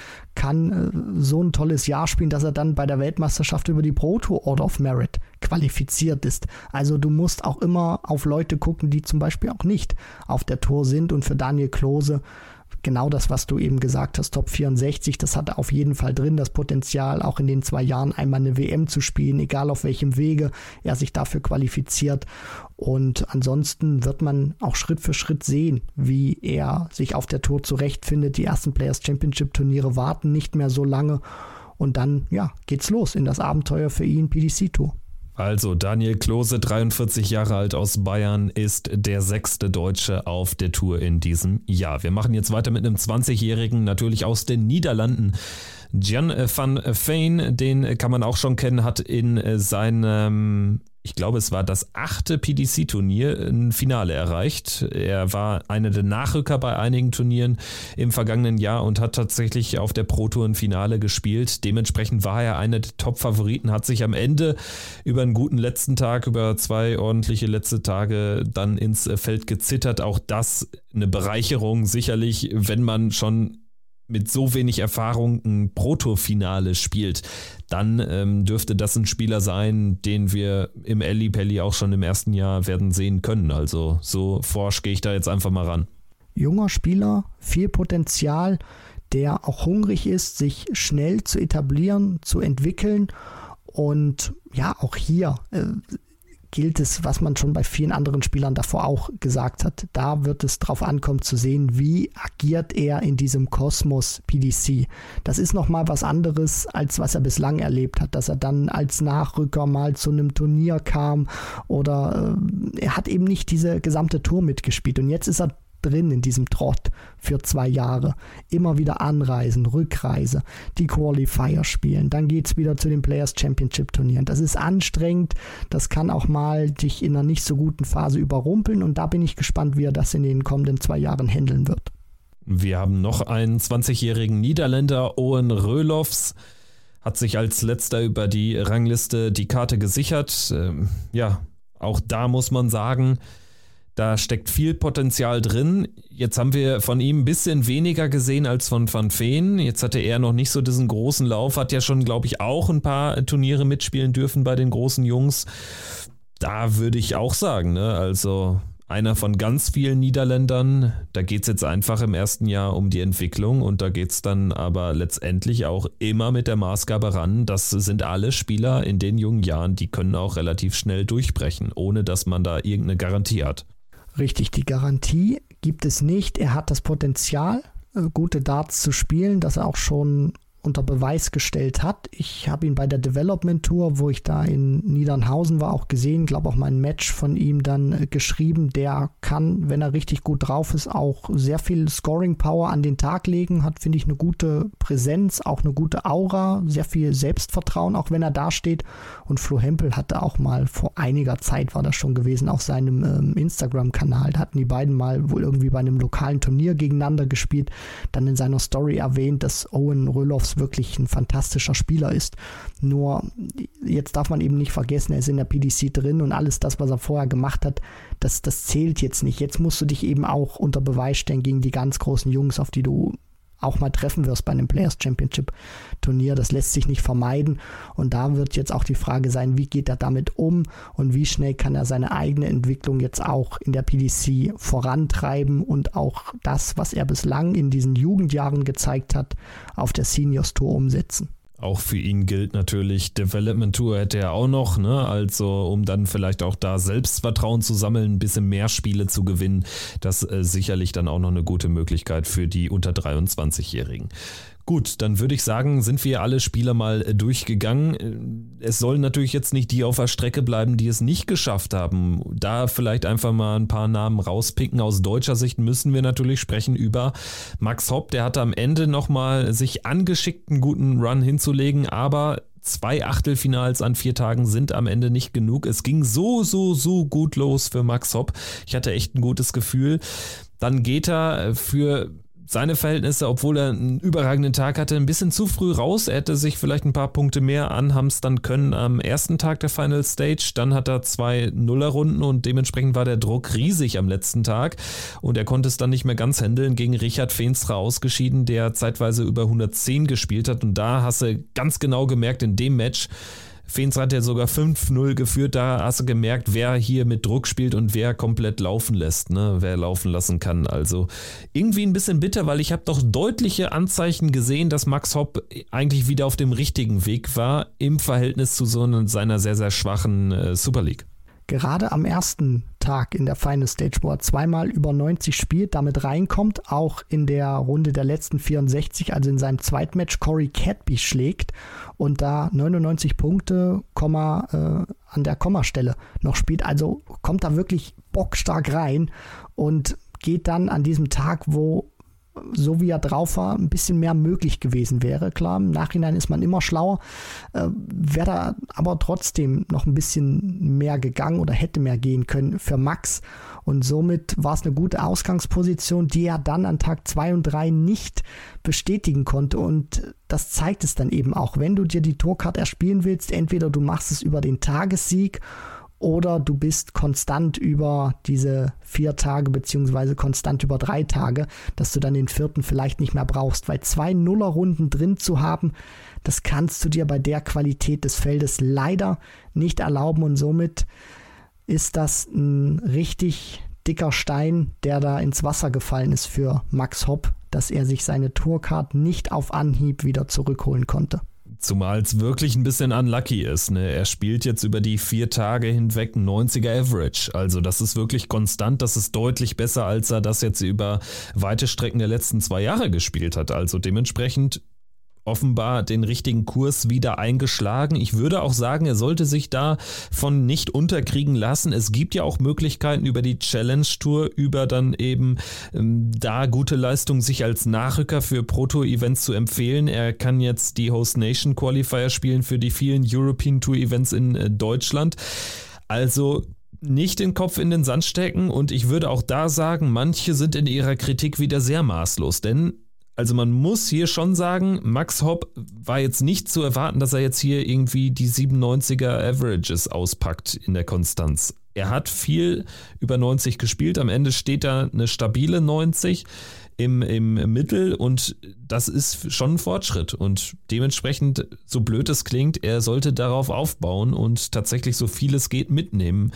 kann so ein tolles Jahr spielen, dass er dann bei der Weltmeisterschaft über die Pro Tour Order of Merit qualifiziert ist. Also du musst auch immer auf Leute gucken, die zum Beispiel auch nicht auf der Tour sind, und für Daniel Klose genau das, was du eben gesagt hast, Top 64, das hat er auf jeden Fall drin, das Potenzial, auch in den 2 Jahren einmal eine WM zu spielen, egal auf welchem Wege er sich dafür qualifiziert. Und ansonsten wird man auch Schritt für Schritt sehen, wie er sich auf der Tour zurechtfindet. Die ersten Players Championship Turniere warten nicht mehr so lange und dann geht's los in das Abenteuer für ihn, PDC Tour. Also Daniel Klose, 43 Jahre alt aus Bayern, ist der 6. Deutsche auf der Tour in diesem Jahr. Wir machen jetzt weiter mit einem 20-Jährigen, natürlich aus den Niederlanden. Jan van Veen, den kann man auch schon kennen, hat in seinem, ich glaube es war das 8. PDC-Turnier, ein Finale erreicht. Er war einer der Nachrücker bei einigen Turnieren im vergangenen Jahr und hat tatsächlich auf der Pro Tour ein Finale gespielt. Dementsprechend war er einer der Top-Favoriten, hat sich am Ende über einen guten letzten Tag, über 2 ordentliche letzte Tage dann ins Feld gezittert. Auch das eine Bereicherung sicherlich, wenn man schon mit so wenig Erfahrung ein Pro-Tour-Finale spielt, dann dürfte das ein Spieler sein, den wir im Ellipelli auch schon im ersten Jahr werden sehen können. Also so forsch gehe ich da jetzt einfach mal ran. Junger Spieler, viel Potenzial, der auch hungrig ist, sich schnell zu etablieren, zu entwickeln. Und auch hier gilt es, was man schon bei vielen anderen Spielern davor auch gesagt hat. Da wird es drauf ankommen zu sehen, wie agiert er in diesem Kosmos PDC. Das ist nochmal was anderes, als was er bislang erlebt hat, dass er dann als Nachrücker mal zu einem Turnier kam oder er hat eben nicht diese gesamte Tour mitgespielt und jetzt ist er drin in diesem Trott für 2 Jahre. Immer wieder anreisen, Rückreise, die Qualifier spielen. Dann geht es wieder zu den Players Championship Turnieren. Das ist anstrengend. Das kann auch mal dich in einer nicht so guten Phase überrumpeln. Und da bin ich gespannt, wie er das in den kommenden 2 Jahren handeln wird. Wir haben noch einen 20-jährigen Niederländer, Owen Roelofs. Hat sich als letzter über die Rangliste die Karte gesichert. Auch da muss man sagen, da steckt viel Potenzial drin. Jetzt haben wir von ihm ein bisschen weniger gesehen als von Van Veen. Jetzt hatte er noch nicht so diesen großen Lauf, hat ja schon, glaube ich, auch ein paar Turniere mitspielen dürfen bei den großen Jungs. Da würde ich auch sagen, also einer von ganz vielen Niederländern. Da geht es jetzt einfach im ersten Jahr um die Entwicklung und da geht es dann aber letztendlich auch immer mit der Maßgabe ran. Das sind alle Spieler in den jungen Jahren, die können auch relativ schnell durchbrechen, ohne dass man da irgendeine Garantie hat. Richtig, die Garantie gibt es nicht. Er hat das Potenzial, gute Darts zu spielen, das er auch schon unter Beweis gestellt hat. Ich habe ihn bei der Development Tour, wo ich da in Niedernhausen war, auch gesehen, glaube auch mal ein Match von ihm dann geschrieben. Der kann, wenn er richtig gut drauf ist, auch sehr viel Scoring Power an den Tag legen, hat, finde ich, eine gute Präsenz, auch eine gute Aura, sehr viel Selbstvertrauen, auch wenn er da steht. Und Flo Hempel hatte auch mal vor einiger Zeit, war das schon gewesen, auf seinem Instagram-Kanal, da hatten die beiden mal wohl irgendwie bei einem lokalen Turnier gegeneinander gespielt, dann in seiner Story erwähnt, dass Owen Roelofs wirklich ein fantastischer Spieler ist. Nur jetzt darf man eben nicht vergessen, er ist in der PDC drin und alles das, was er vorher gemacht hat, das zählt jetzt nicht. Jetzt musst du dich eben auch unter Beweis stellen gegen die ganz großen Jungs, auf die du auch mal treffen wirst bei einem Players Championship Turnier. Das lässt sich nicht vermeiden und da wird jetzt auch die Frage sein, wie geht er damit um und wie schnell kann er seine eigene Entwicklung jetzt auch in der PDC vorantreiben und auch das, was er bislang in diesen Jugendjahren gezeigt hat, auf der Seniors Tour umsetzen. Auch für ihn gilt natürlich, Development Tour hätte er auch noch, also um dann vielleicht auch da Selbstvertrauen zu sammeln, ein bisschen mehr Spiele zu gewinnen, das sicherlich dann auch noch eine gute Möglichkeit für die unter 23-Jährigen. Gut, dann würde ich sagen, sind wir alle Spieler mal durchgegangen. Es sollen natürlich jetzt nicht die auf der Strecke bleiben, die es nicht geschafft haben. Da vielleicht einfach mal ein paar Namen rauspicken. Aus deutscher Sicht müssen wir natürlich sprechen über Max Hopp. Der hatte am Ende nochmal sich angeschickt, einen guten Run hinzulegen, aber 2 Achtelfinals an 4 Tagen sind am Ende nicht genug. Es ging so gut los für Max Hopp. Ich hatte echt ein gutes Gefühl. Dann geht er für seine Verhältnisse, obwohl er einen überragenden Tag hatte, ein bisschen zu früh raus. Er hätte sich vielleicht ein paar Punkte mehr anhamstern können am ersten Tag der Final Stage. Dann hat er 2 Nuller-Runden und dementsprechend war der Druck riesig am letzten Tag. Und er konnte es dann nicht mehr ganz handeln, gegen Richard Veenstra ausgeschieden, der zeitweise über 110 gespielt hat. Und da hast du ganz genau gemerkt, in dem Match, Veenstra hat ja sogar 5-0 geführt, da hast du gemerkt, wer hier mit Druck spielt und wer komplett laufen lässt, ne? Wer laufen lassen kann. Also irgendwie ein bisschen bitter, weil ich habe doch deutliche Anzeichen gesehen, dass Max Hopp eigentlich wieder auf dem richtigen Weg war im Verhältnis zu seiner sehr, sehr schwachen Super League. Gerade am ersten Tag in der Final Stage, wo er zweimal über 90 spielt, damit reinkommt, auch in der Runde der letzten 64, also in seinem Zweitmatch Corey Cadby schlägt und da 99 Punkte, an der Kommastelle noch spielt. Also kommt da wirklich bockstark rein und geht dann an diesem Tag, wo so wie er drauf war, ein bisschen mehr möglich gewesen wäre. Klar, im Nachhinein ist man immer schlauer, wäre da aber trotzdem noch ein bisschen mehr gegangen oder hätte mehr gehen können für Max. Und somit war es eine gute Ausgangsposition, die er dann an Tag 2 und 3 nicht bestätigen konnte. Und das zeigt es dann eben auch, wenn du dir die Tourcard erspielen willst, entweder du machst es über den Tagessieg oder du bist konstant über diese 4 Tage beziehungsweise konstant über 3 Tage, dass du dann den 4. vielleicht nicht mehr brauchst. Weil 2 Nullerrunden drin zu haben, das kannst du dir bei der Qualität des Feldes leider nicht erlauben. Und somit ist das ein richtig dicker Stein, der da ins Wasser gefallen ist für Max Hopp, dass er sich seine Tourcard nicht auf Anhieb wieder zurückholen konnte. Zumal es wirklich ein bisschen unlucky ist. Ne? Er spielt jetzt über die 4 Tage hinweg ein 90er Average. Also das ist wirklich konstant. Das ist deutlich besser, als er das jetzt über weite Strecken der letzten 2 Jahre gespielt hat. Also dementsprechend offenbar den richtigen Kurs wieder eingeschlagen. Ich würde auch sagen, er sollte sich davon nicht unterkriegen lassen. Es gibt ja auch Möglichkeiten über die Challenge Tour, über dann eben da gute Leistung sich als Nachrücker für Pro-Tour-Events zu empfehlen. Er kann jetzt die Host Nation Qualifier spielen für die vielen European Tour Events in Deutschland. Also nicht den Kopf in den Sand stecken und ich würde auch da sagen, manche sind in ihrer Kritik wieder sehr maßlos, denn also man muss hier schon sagen, Max Hopp war jetzt nicht zu erwarten, dass er jetzt hier irgendwie die 97er Averages auspackt in der Konstanz. Er hat viel über 90 gespielt, am Ende steht da eine stabile 90 im Mittel und das ist schon ein Fortschritt und dementsprechend, so blöd es klingt, er sollte darauf aufbauen und tatsächlich so viel es geht mitnehmen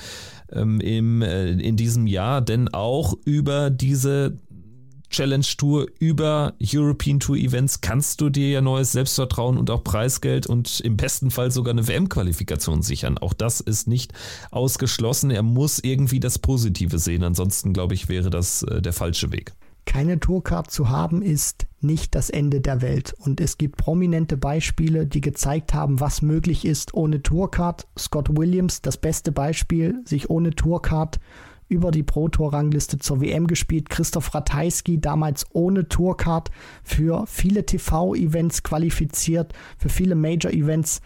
in diesem Jahr, denn auch über diese Challenge Tour, über European Tour Events kannst du dir ja neues Selbstvertrauen und auch Preisgeld und im besten Fall sogar eine WM-Qualifikation sichern. Auch das ist nicht ausgeschlossen. Er muss irgendwie das Positive sehen. Ansonsten, glaube ich, wäre das der falsche Weg. Keine Tourcard zu haben ist nicht das Ende der Welt. Und es gibt prominente Beispiele, die gezeigt haben, was möglich ist ohne Tourcard. Scott Williams, das beste Beispiel, sich ohne Tourcard über die Pro-Tour-Rangliste zur WM gespielt. Christoph Ratajski, damals ohne Tourcard, für viele TV-Events qualifiziert, für viele Major-Events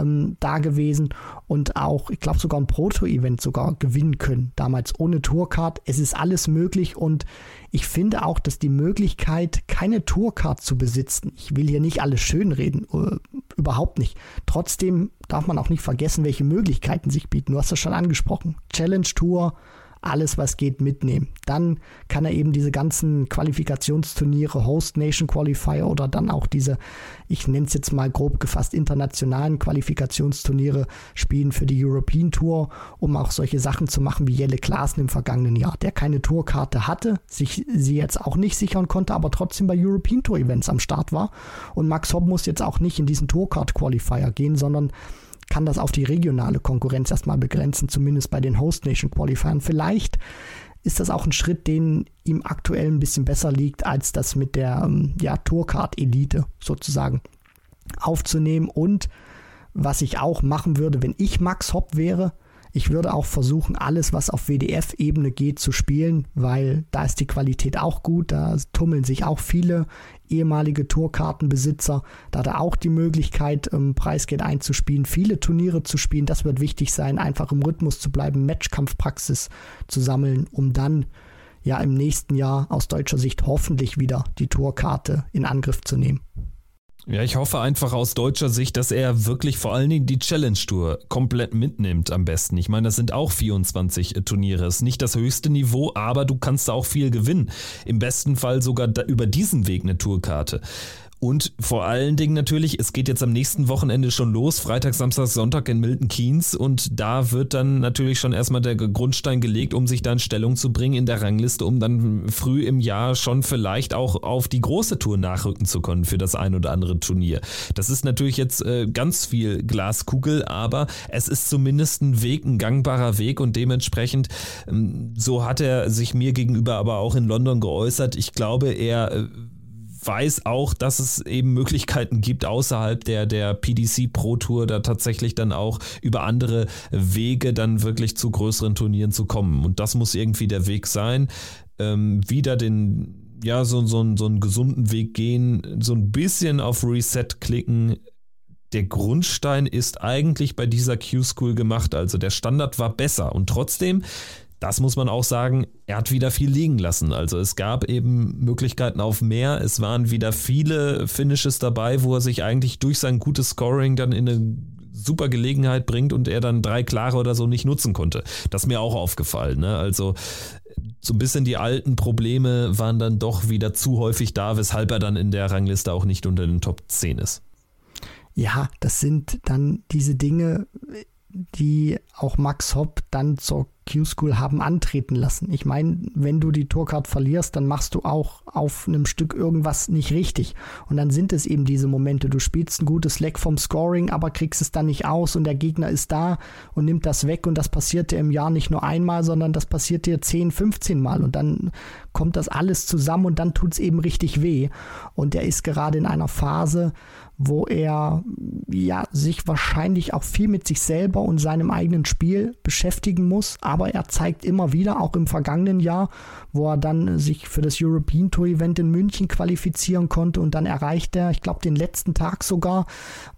da gewesen und auch, ich glaube, sogar ein Pro-Tour-Event sogar gewinnen können, damals ohne Tourcard. Es ist alles möglich und ich finde auch, dass die Möglichkeit, keine Tourcard zu besitzen, ich will hier nicht alles schönreden, überhaupt nicht. Trotzdem darf man auch nicht vergessen, welche Möglichkeiten sich bieten. Du hast das schon angesprochen. Challenge Tour, alles, was geht, mitnehmen. Dann kann er eben diese ganzen Qualifikationsturniere, Host Nation Qualifier oder dann auch diese, ich nenne es jetzt mal grob gefasst, internationalen Qualifikationsturniere spielen für die European Tour, um auch solche Sachen zu machen wie Jelle Klaassen im vergangenen Jahr, der keine Tourkarte hatte, sie jetzt auch nicht sichern konnte, aber trotzdem bei European Tour Events am Start war. Und Max Hopp muss jetzt auch nicht in diesen Tourcard Qualifier gehen, sondern kann das auf die regionale Konkurrenz erstmal begrenzen, zumindest bei den Host Nation Qualifiern. Vielleicht ist das auch ein Schritt, den ihm aktuell ein bisschen besser liegt, als das mit der Tourcard-Elite sozusagen aufzunehmen. Und was ich auch machen würde, wenn ich Max Hopp wäre, ich würde auch versuchen, alles, was auf WDF-Ebene geht, zu spielen, weil da ist die Qualität auch gut, da tummeln sich auch viele ehemalige Tourkartenbesitzer, da hat er auch die Möglichkeit, Preisgeld einzuspielen, viele Turniere zu spielen, das wird wichtig sein, einfach im Rhythmus zu bleiben, Matchkampfpraxis zu sammeln, um dann ja im nächsten Jahr aus deutscher Sicht hoffentlich wieder die Tourkarte in Angriff zu nehmen. Ja, ich hoffe einfach aus deutscher Sicht, dass er wirklich vor allen Dingen die Challenge Tour komplett mitnimmt am besten. Ich meine, das sind auch 24 Turniere. Ist nicht das höchste Niveau, aber du kannst da auch viel gewinnen. Im besten Fall sogar über diesen Weg eine Tourkarte. Und vor allen Dingen natürlich, es geht jetzt am nächsten Wochenende schon los, Freitag, Samstag, Sonntag in Milton Keynes, und da wird dann natürlich schon erstmal der Grundstein gelegt, um sich da in Stellung zu bringen in der Rangliste, um dann früh im Jahr schon vielleicht auch auf die große Tour nachrücken zu können für das ein oder andere Turnier. Das ist natürlich jetzt ganz viel Glaskugel, aber es ist zumindest ein Weg, ein gangbarer Weg, und dementsprechend, so hat er sich mir gegenüber aber auch in London geäußert. Ich glaube, er weiß auch, dass es eben Möglichkeiten gibt, außerhalb der PDC Pro Tour da tatsächlich dann auch über andere Wege dann wirklich zu größeren Turnieren zu kommen. Und das muss irgendwie der Weg sein. Wieder so einen gesunden Weg gehen, so ein bisschen auf Reset klicken. Der Grundstein ist eigentlich bei dieser Q-School gemacht, also der Standard war besser, und trotzdem, das muss man auch sagen, er hat wieder viel liegen lassen. Also es gab eben Möglichkeiten auf mehr. Es waren wieder viele Finishes dabei, wo er sich eigentlich durch sein gutes Scoring dann in eine super Gelegenheit bringt und er dann 3 klare oder so nicht nutzen konnte. Das ist mir auch aufgefallen, ne? Also so ein bisschen die alten Probleme waren dann doch wieder zu häufig da, weshalb er dann in der Rangliste auch nicht unter den Top 10 ist. Ja, das sind dann diese Dinge, die auch Max Hopp dann zur Q-School haben antreten lassen. Ich meine, wenn du die Tourcard verlierst, dann machst du auch auf einem Stück irgendwas nicht richtig. Und dann sind es eben diese Momente, du spielst ein gutes Leck vom Scoring, aber kriegst es dann nicht aus und der Gegner ist da und nimmt das weg, und das passiert dir im Jahr nicht nur einmal, sondern das passiert dir 10, 15 Mal, und dann kommt das alles zusammen und dann tut es eben richtig weh. Und er ist gerade in einer Phase, wo er sich wahrscheinlich auch viel mit sich selber und seinem eigenen Spiel beschäftigen muss, aber er zeigt immer wieder, auch im vergangenen Jahr, wo er dann sich für das European Tour Event in München qualifizieren konnte, und dann erreicht er, ich glaube, den letzten Tag sogar,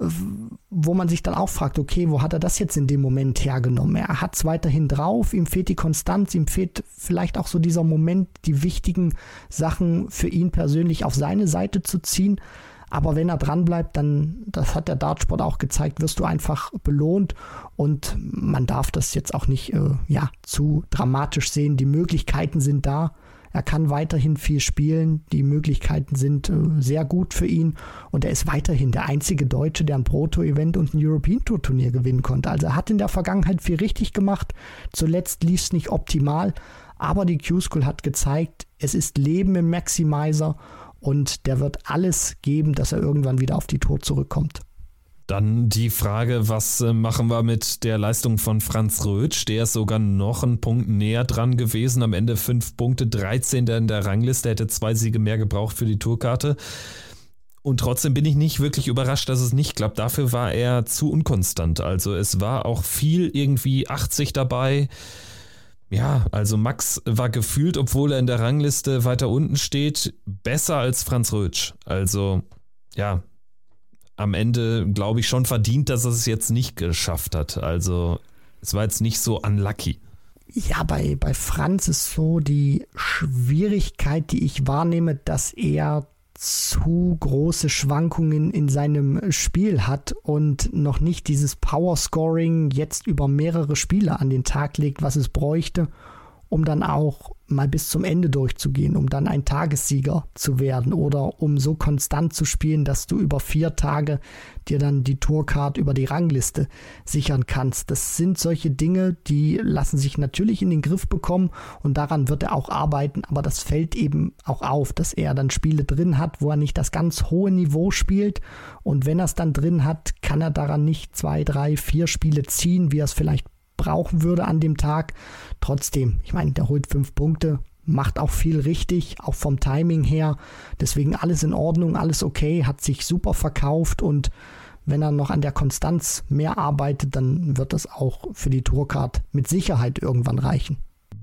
wo man sich dann auch fragt, okay, wo hat er das jetzt in dem Moment hergenommen? Er hat es weiterhin drauf, ihm fehlt die Konstanz, ihm fehlt vielleicht auch so dieser Moment, die wichtigen Sachen für ihn persönlich auf seine Seite zu ziehen. Aber wenn er dran bleibt, dann, das hat der Dartsport auch gezeigt, wirst du einfach belohnt, und man darf das jetzt auch nicht zu dramatisch sehen. Die Möglichkeiten sind da, er kann weiterhin viel spielen, die Möglichkeiten sind sehr gut für ihn, und er ist weiterhin der einzige Deutsche, der ein Pro-Tour-Event und ein European Tour-Turnier gewinnen konnte. Also er hat in der Vergangenheit viel richtig gemacht, zuletzt lief es nicht optimal, aber die Q-School hat gezeigt, es ist Leben im Maximizer, und der wird alles geben, dass er irgendwann wieder auf die Tour zurückkommt. Dann die Frage, was machen wir mit der Leistung von Franz Rötsch? Der ist sogar noch einen Punkt näher dran gewesen. Am Ende 5 Punkte, 13. in der Rangliste. Er hätte 2 Siege mehr gebraucht für die Tourkarte. Und trotzdem bin ich nicht wirklich überrascht, dass es nicht klappt. Dafür war er zu unkonstant. Also es war auch viel irgendwie 80 dabei. Ja, also Max war gefühlt, obwohl er in der Rangliste weiter unten steht, besser als Franz Rötsch. Also ja, am Ende glaube ich schon verdient, dass er es jetzt nicht geschafft hat. Also es war jetzt nicht so unlucky. Ja, bei Franz ist so die Schwierigkeit, die ich wahrnehme, dass er zu große Schwankungen in seinem Spiel hat und noch nicht dieses Power-Scoring jetzt über mehrere Spiele an den Tag legt, was es bräuchte, um dann auch mal bis zum Ende durchzugehen, um dann ein Tagessieger zu werden oder um so konstant zu spielen, dass du über 4 Tage dir dann die Tourcard über die Rangliste sichern kannst. Das sind solche Dinge, die lassen sich natürlich in den Griff bekommen, und daran wird er auch arbeiten, aber das fällt eben auch auf, dass er dann Spiele drin hat, wo er nicht das ganz hohe Niveau spielt, und wenn er es dann drin hat, kann er daran nicht 2, 3, 4 Spiele ziehen, wie er es vielleicht brauchen würde an dem Tag. Trotzdem, ich meine, der holt 5 Punkte, macht auch viel richtig, auch vom Timing her. Deswegen alles in Ordnung, alles okay, hat sich super verkauft, und wenn er noch an der Konstanz mehr arbeitet, dann wird das auch für die Tourcard mit Sicherheit irgendwann reichen.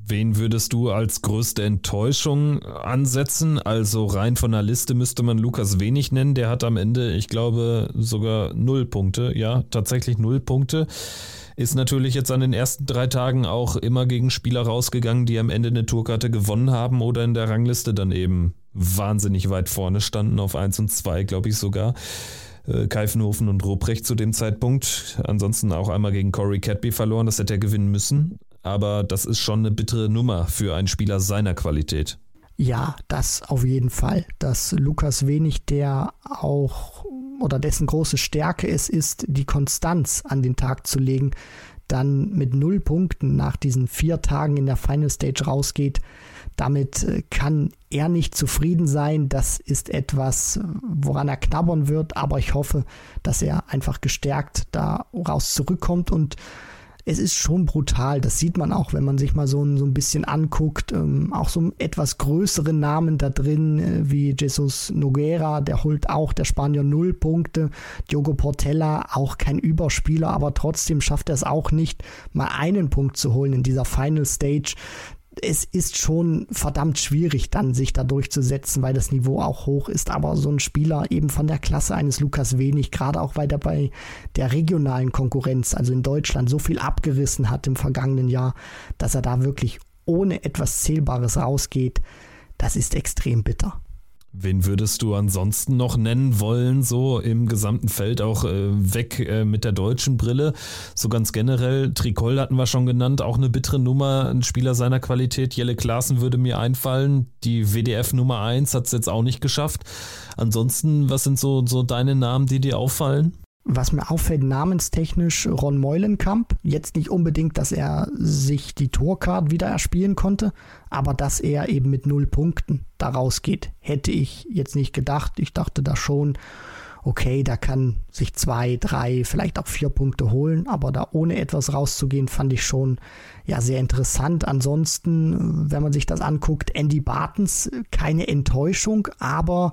Wen würdest du als größte Enttäuschung ansetzen? Also rein von der Liste müsste man Lukas Wenig nennen. Der hat am Ende, ich glaube, sogar 0 Punkte. Ja, tatsächlich 0 Punkte. Ist natürlich jetzt an den ersten 3 Tagen auch immer gegen Spieler rausgegangen, die am Ende eine Tourkarte gewonnen haben oder in der Rangliste dann eben wahnsinnig weit vorne standen, auf 1 und 2, glaube ich sogar. Keifenhofen und Ruprecht zu dem Zeitpunkt. Ansonsten auch einmal gegen Corey Cadby verloren, das hätte er gewinnen müssen. Aber das ist schon eine bittere Nummer für einen Spieler seiner Qualität. Ja, das auf jeden Fall. Dass Lukas Wenig, der auch oder dessen große Stärke es ist, die Konstanz an den Tag zu legen, dann mit 0 Punkten nach diesen 4 Tagen in der Final Stage rausgeht. Damit kann er nicht zufrieden sein. Das ist etwas, woran er knabbern wird. Aber ich hoffe, dass er einfach gestärkt da raus zurückkommt. Und es ist schon brutal. Das sieht man auch, wenn man sich mal so ein bisschen anguckt. Auch so etwas größere Namen da drin, wie Jesus Nogueira, der holt auch, der Spanier, 0 Punkte. Diogo Portela, auch kein Überspieler, aber trotzdem schafft er es auch nicht, mal einen Punkt zu holen in dieser Final Stage. Es ist schon verdammt schwierig, dann sich da durchzusetzen, weil das Niveau auch hoch ist. Aber so ein Spieler eben von der Klasse eines Lukas Wenig, gerade auch weil er bei der regionalen Konkurrenz, also in Deutschland, so viel abgerissen hat im vergangenen Jahr, dass er da wirklich ohne etwas Zählbares rausgeht, das ist extrem bitter. Wen würdest du ansonsten noch nennen wollen, so im gesamten Feld, auch weg mit der deutschen Brille? So ganz generell, Tricol hatten wir schon genannt, auch eine bittere Nummer, ein Spieler seiner Qualität. Jelle Klaassen würde mir einfallen, die WDF Nummer 1 hat es jetzt auch nicht geschafft. Ansonsten, was sind so deine Namen, die dir auffallen? Was mir auffällt, namenstechnisch Ron Meulenkamp. Jetzt nicht unbedingt, dass er sich die Tourcard wieder erspielen konnte, aber dass er eben mit 0 Punkten da rausgeht, hätte ich jetzt nicht gedacht. Ich dachte da schon, okay, da kann sich 2, 3, vielleicht auch 4 Punkte holen, aber da ohne etwas rauszugehen, fand ich schon ja sehr interessant. Ansonsten, wenn man sich das anguckt, Andy Bartens, keine Enttäuschung, aber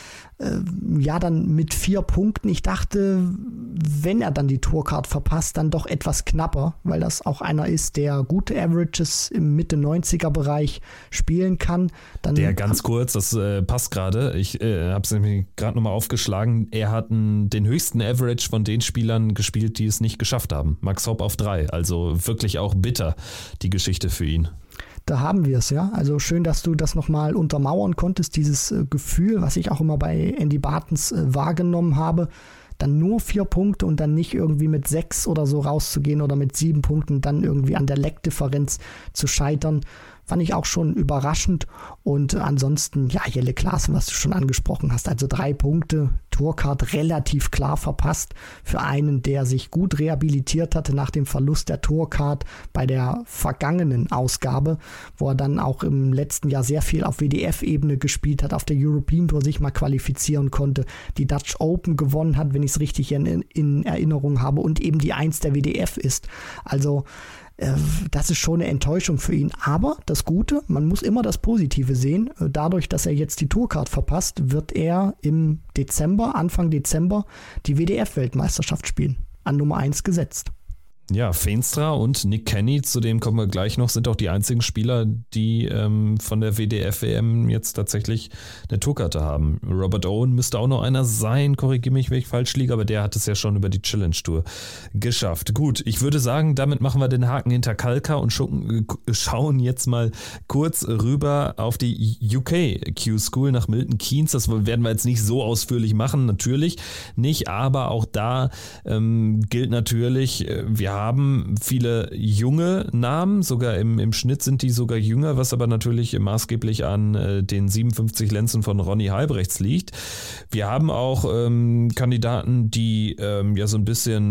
ja, dann mit 4 Punkten. Ich dachte, wenn er dann die Tourcard verpasst, dann doch etwas knapper, weil das auch einer ist, der gute Averages im Mitte-90er-Bereich spielen kann. Dann der ganz kurz, das passt gerade, ich habe es nämlich gerade nochmal aufgeschlagen, er hat den höchsten Average von den Spielern gespielt, die es nicht geschafft haben. Max Hopp auf 3, also wirklich auch bitter, die Geschichte für ihn. Da haben wir es, ja. Also schön, dass du das nochmal untermauern konntest, dieses Gefühl, was ich auch immer bei Andy Bartens wahrgenommen habe, dann nur 4 Punkte und dann nicht irgendwie mit 6 oder so rauszugehen oder mit 7 Punkten dann irgendwie an der Leckdifferenz zu scheitern, fand ich auch schon überraschend. Und ansonsten, ja, Jelle Klaassen, was du schon angesprochen hast, also 3 Punkte, Tourcard relativ klar verpasst für einen, der sich gut rehabilitiert hatte nach dem Verlust der Tourcard bei der vergangenen Ausgabe, wo er dann auch im letzten Jahr sehr viel auf WDF-Ebene gespielt hat, auf der European Tour sich mal qualifizieren konnte, die Dutch Open gewonnen hat, wenn ich es richtig in Erinnerung habe, und eben die 1 der WDF ist. Also das ist schon eine Enttäuschung für ihn. Aber das Gute, man muss immer das Positive sehen. Dadurch, dass er jetzt die Tourcard verpasst, wird er im Dezember, Anfang Dezember, die WDF-Weltmeisterschaft spielen. An Nummer 1 gesetzt. Ja, Veenstra und Nick Kenny, zu dem kommen wir gleich noch, sind auch die einzigen Spieler, die von der WDF-WM jetzt tatsächlich eine Tourkarte haben. Robert Owen müsste auch noch einer sein, korrigiere mich, wenn ich falsch liege, aber der hat es ja schon über die Challenge Tour geschafft. Gut, ich würde sagen, damit machen wir den Haken hinter Kalka und schauen jetzt mal kurz rüber auf die UK Q-School nach Milton Keynes. Das werden wir jetzt nicht so ausführlich machen, natürlich nicht, aber auch da gilt natürlich, wir haben viele junge Namen, sogar im Schnitt sind die sogar jünger, was aber natürlich maßgeblich an den 57 Lenzen von Ronny Halbrechts liegt. Wir haben auch Kandidaten, die ja so ein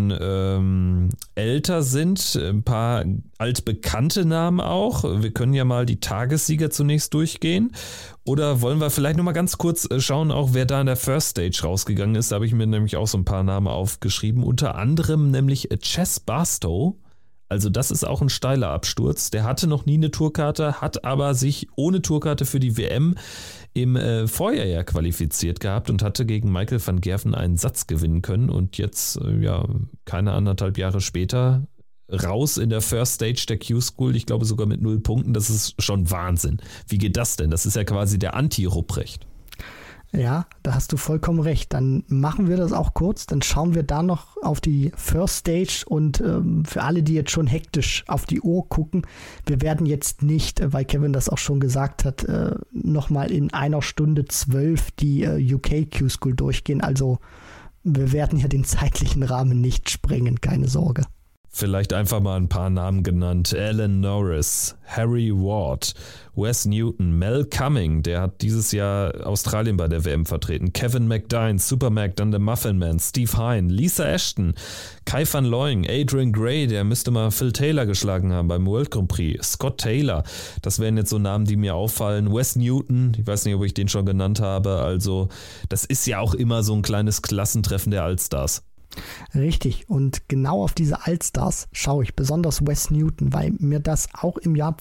bisschen älter sind, ein paar altbekannte Namen auch. Wir können ja mal die Tagessieger zunächst durchgehen. Oder wollen wir vielleicht nochmal ganz kurz schauen, auch wer da in der First Stage rausgegangen ist. Da habe ich mir nämlich auch so ein paar Namen aufgeschrieben. Unter anderem nämlich Chess Barstow. Also das ist auch ein steiler Absturz. Der hatte noch nie eine Tourkarte, hat aber sich ohne Tourkarte für die WM im Vorjahr ja qualifiziert gehabt und hatte gegen Michael van Gerven einen Satz gewinnen können. Und jetzt, ja, keine 1,5 Jahre später, raus in der First Stage der Q-School, ich glaube sogar mit 0 Punkten, das ist schon Wahnsinn. Wie geht das denn? Das ist ja quasi der Anti-Rupprecht. Ja, da hast du vollkommen recht. Dann machen wir das auch kurz. Dann schauen wir da noch auf die First Stage und für alle, die jetzt schon hektisch auf die Uhr gucken, wir werden jetzt nicht, weil Kevin das auch schon gesagt hat, nochmal in 1:12 die UK Q-School durchgehen. Also wir werden ja den zeitlichen Rahmen nicht sprengen, keine Sorge. Vielleicht einfach mal ein paar Namen genannt. Alan Norris, Harry Ward, Wes Newton, Mel Cumming, der hat dieses Jahr Australien bei der WM vertreten, Kevin McDine, Super Mac, dann der Muffin Man, Steve Hine, Lisa Ashton, Kai van Looying, Adrian Gray, der müsste mal Phil Taylor geschlagen haben beim World Grand Prix, Scott Taylor, das wären jetzt so Namen, die mir auffallen, Wes Newton, ich weiß nicht, ob ich den schon genannt habe, also das ist ja auch immer so ein kleines Klassentreffen der Allstars. Richtig, und genau auf diese Allstars schaue ich, besonders Wes Newton, weil mir das auch im Jahr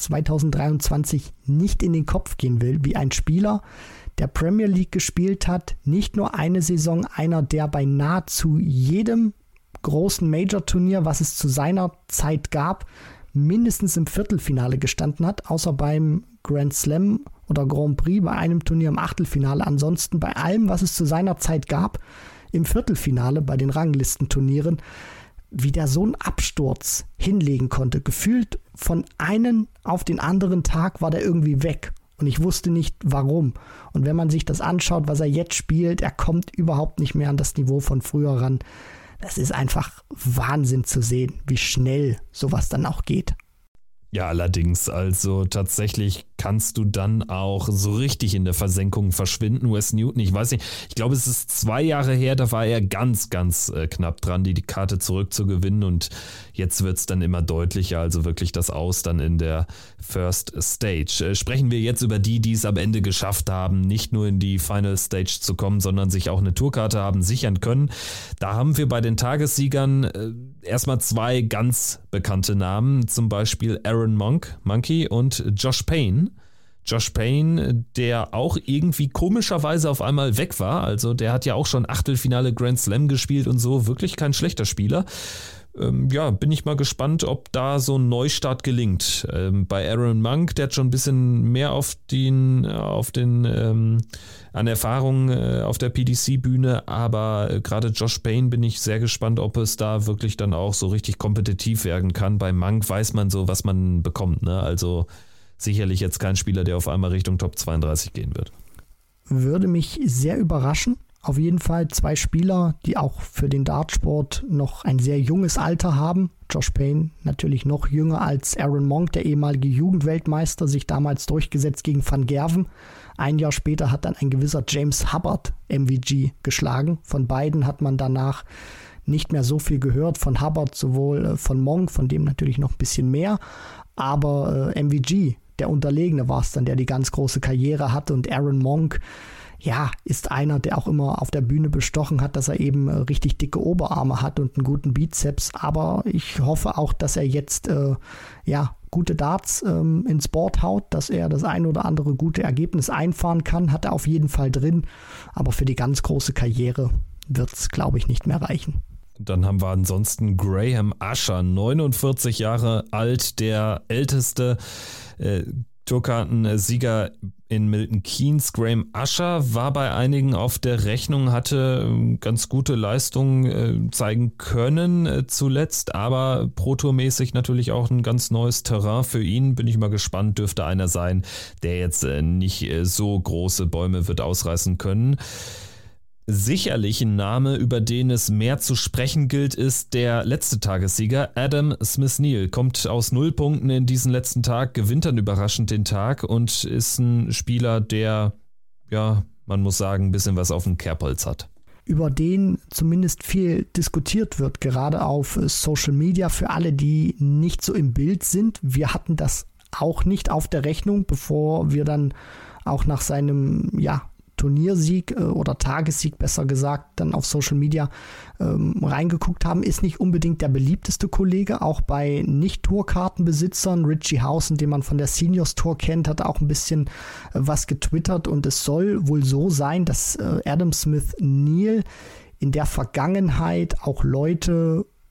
2023 nicht in den Kopf gehen will, wie ein Spieler, der Premier League gespielt hat, nicht nur eine Saison, einer, der bei nahezu jedem großen Major-Turnier, was es zu seiner Zeit gab, mindestens im Viertelfinale gestanden hat, außer beim Grand Slam oder Grand Prix, bei einem Turnier im Achtelfinale, ansonsten bei allem, was es zu seiner Zeit gab, im Viertelfinale bei den Ranglistenturnieren, wie der so einen Absturz hinlegen konnte. Gefühlt von einem auf den anderen Tag war der irgendwie weg und ich wusste nicht warum. Und wenn man sich das anschaut, was er jetzt spielt, er kommt überhaupt nicht mehr an das Niveau von früher ran. Das ist einfach Wahnsinn zu sehen, wie schnell sowas dann auch geht. Ja, allerdings, also tatsächlich kannst du dann auch so richtig in der Versenkung verschwinden. Wes Newton, ich weiß nicht, ich glaube, es ist 2 Jahre her, da war er ganz, ganz knapp dran, die Karte zurückzugewinnen und jetzt wird es dann immer deutlicher, also wirklich das Aus dann in der First Stage. Sprechen wir jetzt über die es am Ende geschafft haben, nicht nur in die Final Stage zu kommen, sondern sich auch eine Tourkarte haben sichern können. Da haben wir bei den Tagessiegern erstmal 2 ganz bekannte Namen, zum Beispiel Aaron Monkey und Josh Payne. Josh Payne, der auch irgendwie komischerweise auf einmal weg war, also der hat ja auch schon Achtelfinale Grand Slam gespielt und so, wirklich kein schlechter Spieler. Bin ich mal gespannt, ob da so ein Neustart gelingt. Bei Aaron Monk, der hat schon ein bisschen mehr an Erfahrung auf der PDC-Bühne, aber gerade Josh Payne bin ich sehr gespannt, ob es da wirklich dann auch so richtig kompetitiv werden kann. Bei Monk weiß man so, was man bekommt, ne? Also sicherlich jetzt kein Spieler, der auf einmal Richtung Top 32 gehen wird. Würde mich sehr überraschen. Auf jeden Fall 2 Spieler, die auch für den Dartsport noch ein sehr junges Alter haben. Josh Payne natürlich noch jünger als Aaron Monk, der ehemalige Jugendweltmeister, sich damals durchgesetzt gegen Van Gerven. Ein Jahr später hat dann ein gewisser James Hubbard MVG geschlagen. Von beiden hat man danach nicht mehr so viel gehört. Von Hubbard sowohl von Monk, von dem natürlich noch ein bisschen mehr. Aber MVG, der Unterlegene, war es dann, der die ganz große Karriere hatte. Und Aaron Monk, ja, ist einer, der auch immer auf der Bühne bestochen hat, dass er eben richtig dicke Oberarme hat und einen guten Bizeps. Aber ich hoffe auch, dass er jetzt gute Darts ins Board haut, dass er das ein oder andere gute Ergebnis einfahren kann. Hat er auf jeden Fall drin. Aber für die ganz große Karriere wird es, glaube ich, nicht mehr reichen. Dann haben wir ansonsten Graham Usher, 49 Jahre alt, der älteste Tourkartensieger in Milton Keynes. Graham Usher war bei einigen auf der Rechnung, hatte ganz gute Leistungen zeigen können zuletzt, aber Pro-Tour-mäßig natürlich auch ein ganz neues Terrain für ihn. Bin ich mal gespannt, dürfte einer sein, der jetzt nicht so große Bäume wird ausreißen können. Sicherlich ein Name, über den es mehr zu sprechen gilt, ist der letzte Tagessieger, Adam Smith-Neale. Kommt aus 0 Punkten in diesen letzten Tag, gewinnt dann überraschend den Tag und ist ein Spieler, der, ja, man muss sagen, ein bisschen was auf dem Kerbholz hat. Über den zumindest viel diskutiert wird, gerade auf Social Media, für alle, die nicht so im Bild sind. Wir hatten das auch nicht auf der Rechnung, bevor wir dann auch nach seinem, Turniersieg oder Tagessieg, besser gesagt, dann auf Social Media reingeguckt haben, ist nicht unbedingt der beliebteste Kollege, auch bei Nicht-Tourkartenbesitzern. Richie Hausen, den man von der Seniors Tour kennt, hat auch ein bisschen was getwittert und es soll wohl so sein, dass Adam Smith-Neale in der Vergangenheit auch Leute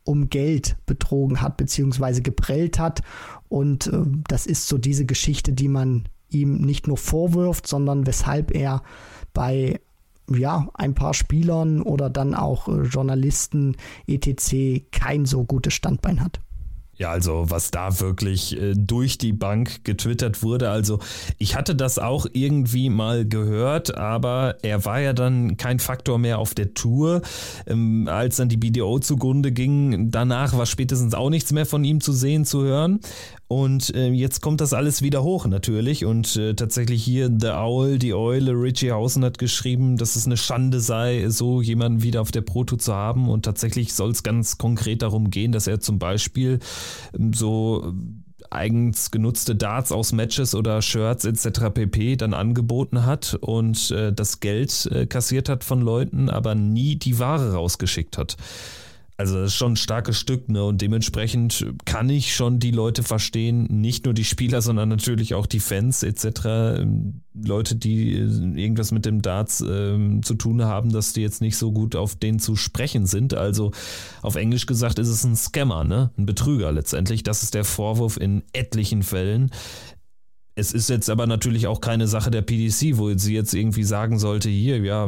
um Geld betrogen hat beziehungsweise geprellt hat. Und das ist so diese Geschichte, die man ihm nicht nur vorwirft, sondern weshalb er bei ein paar Spielern oder dann auch Journalisten etc. kein so gutes Standbein hat. Ja, also was da wirklich durch die Bank getwittert wurde, also ich hatte das auch irgendwie mal gehört, aber er war ja dann kein Faktor mehr auf der Tour. Als dann die BDO zugrunde ging, danach war spätestens auch nichts mehr von ihm zu sehen, zu hören. Und jetzt kommt das alles wieder hoch natürlich und tatsächlich hier The Owl, die Eule, Richie Hausen hat geschrieben, dass es eine Schande sei, so jemanden wieder auf der Pro Tour zu haben, und tatsächlich soll es ganz konkret darum gehen, dass er zum Beispiel so eigens genutzte Darts aus Matches oder Shirts etc. pp. Dann angeboten hat und das Geld kassiert hat von Leuten, aber nie die Ware rausgeschickt hat. Also das ist schon ein starkes Stück, ne? Und dementsprechend kann ich schon die Leute verstehen, nicht nur die Spieler, sondern natürlich auch die Fans etc., Leute, die irgendwas mit dem Darts zu tun haben, dass die jetzt nicht so gut auf den zu sprechen sind. Also auf Englisch gesagt ist es ein Scammer, ne? Ein Betrüger letztendlich. Das ist der Vorwurf in etlichen Fällen. Es ist jetzt aber natürlich auch keine Sache der PDC, wo sie jetzt irgendwie sagen sollte, hier, ja,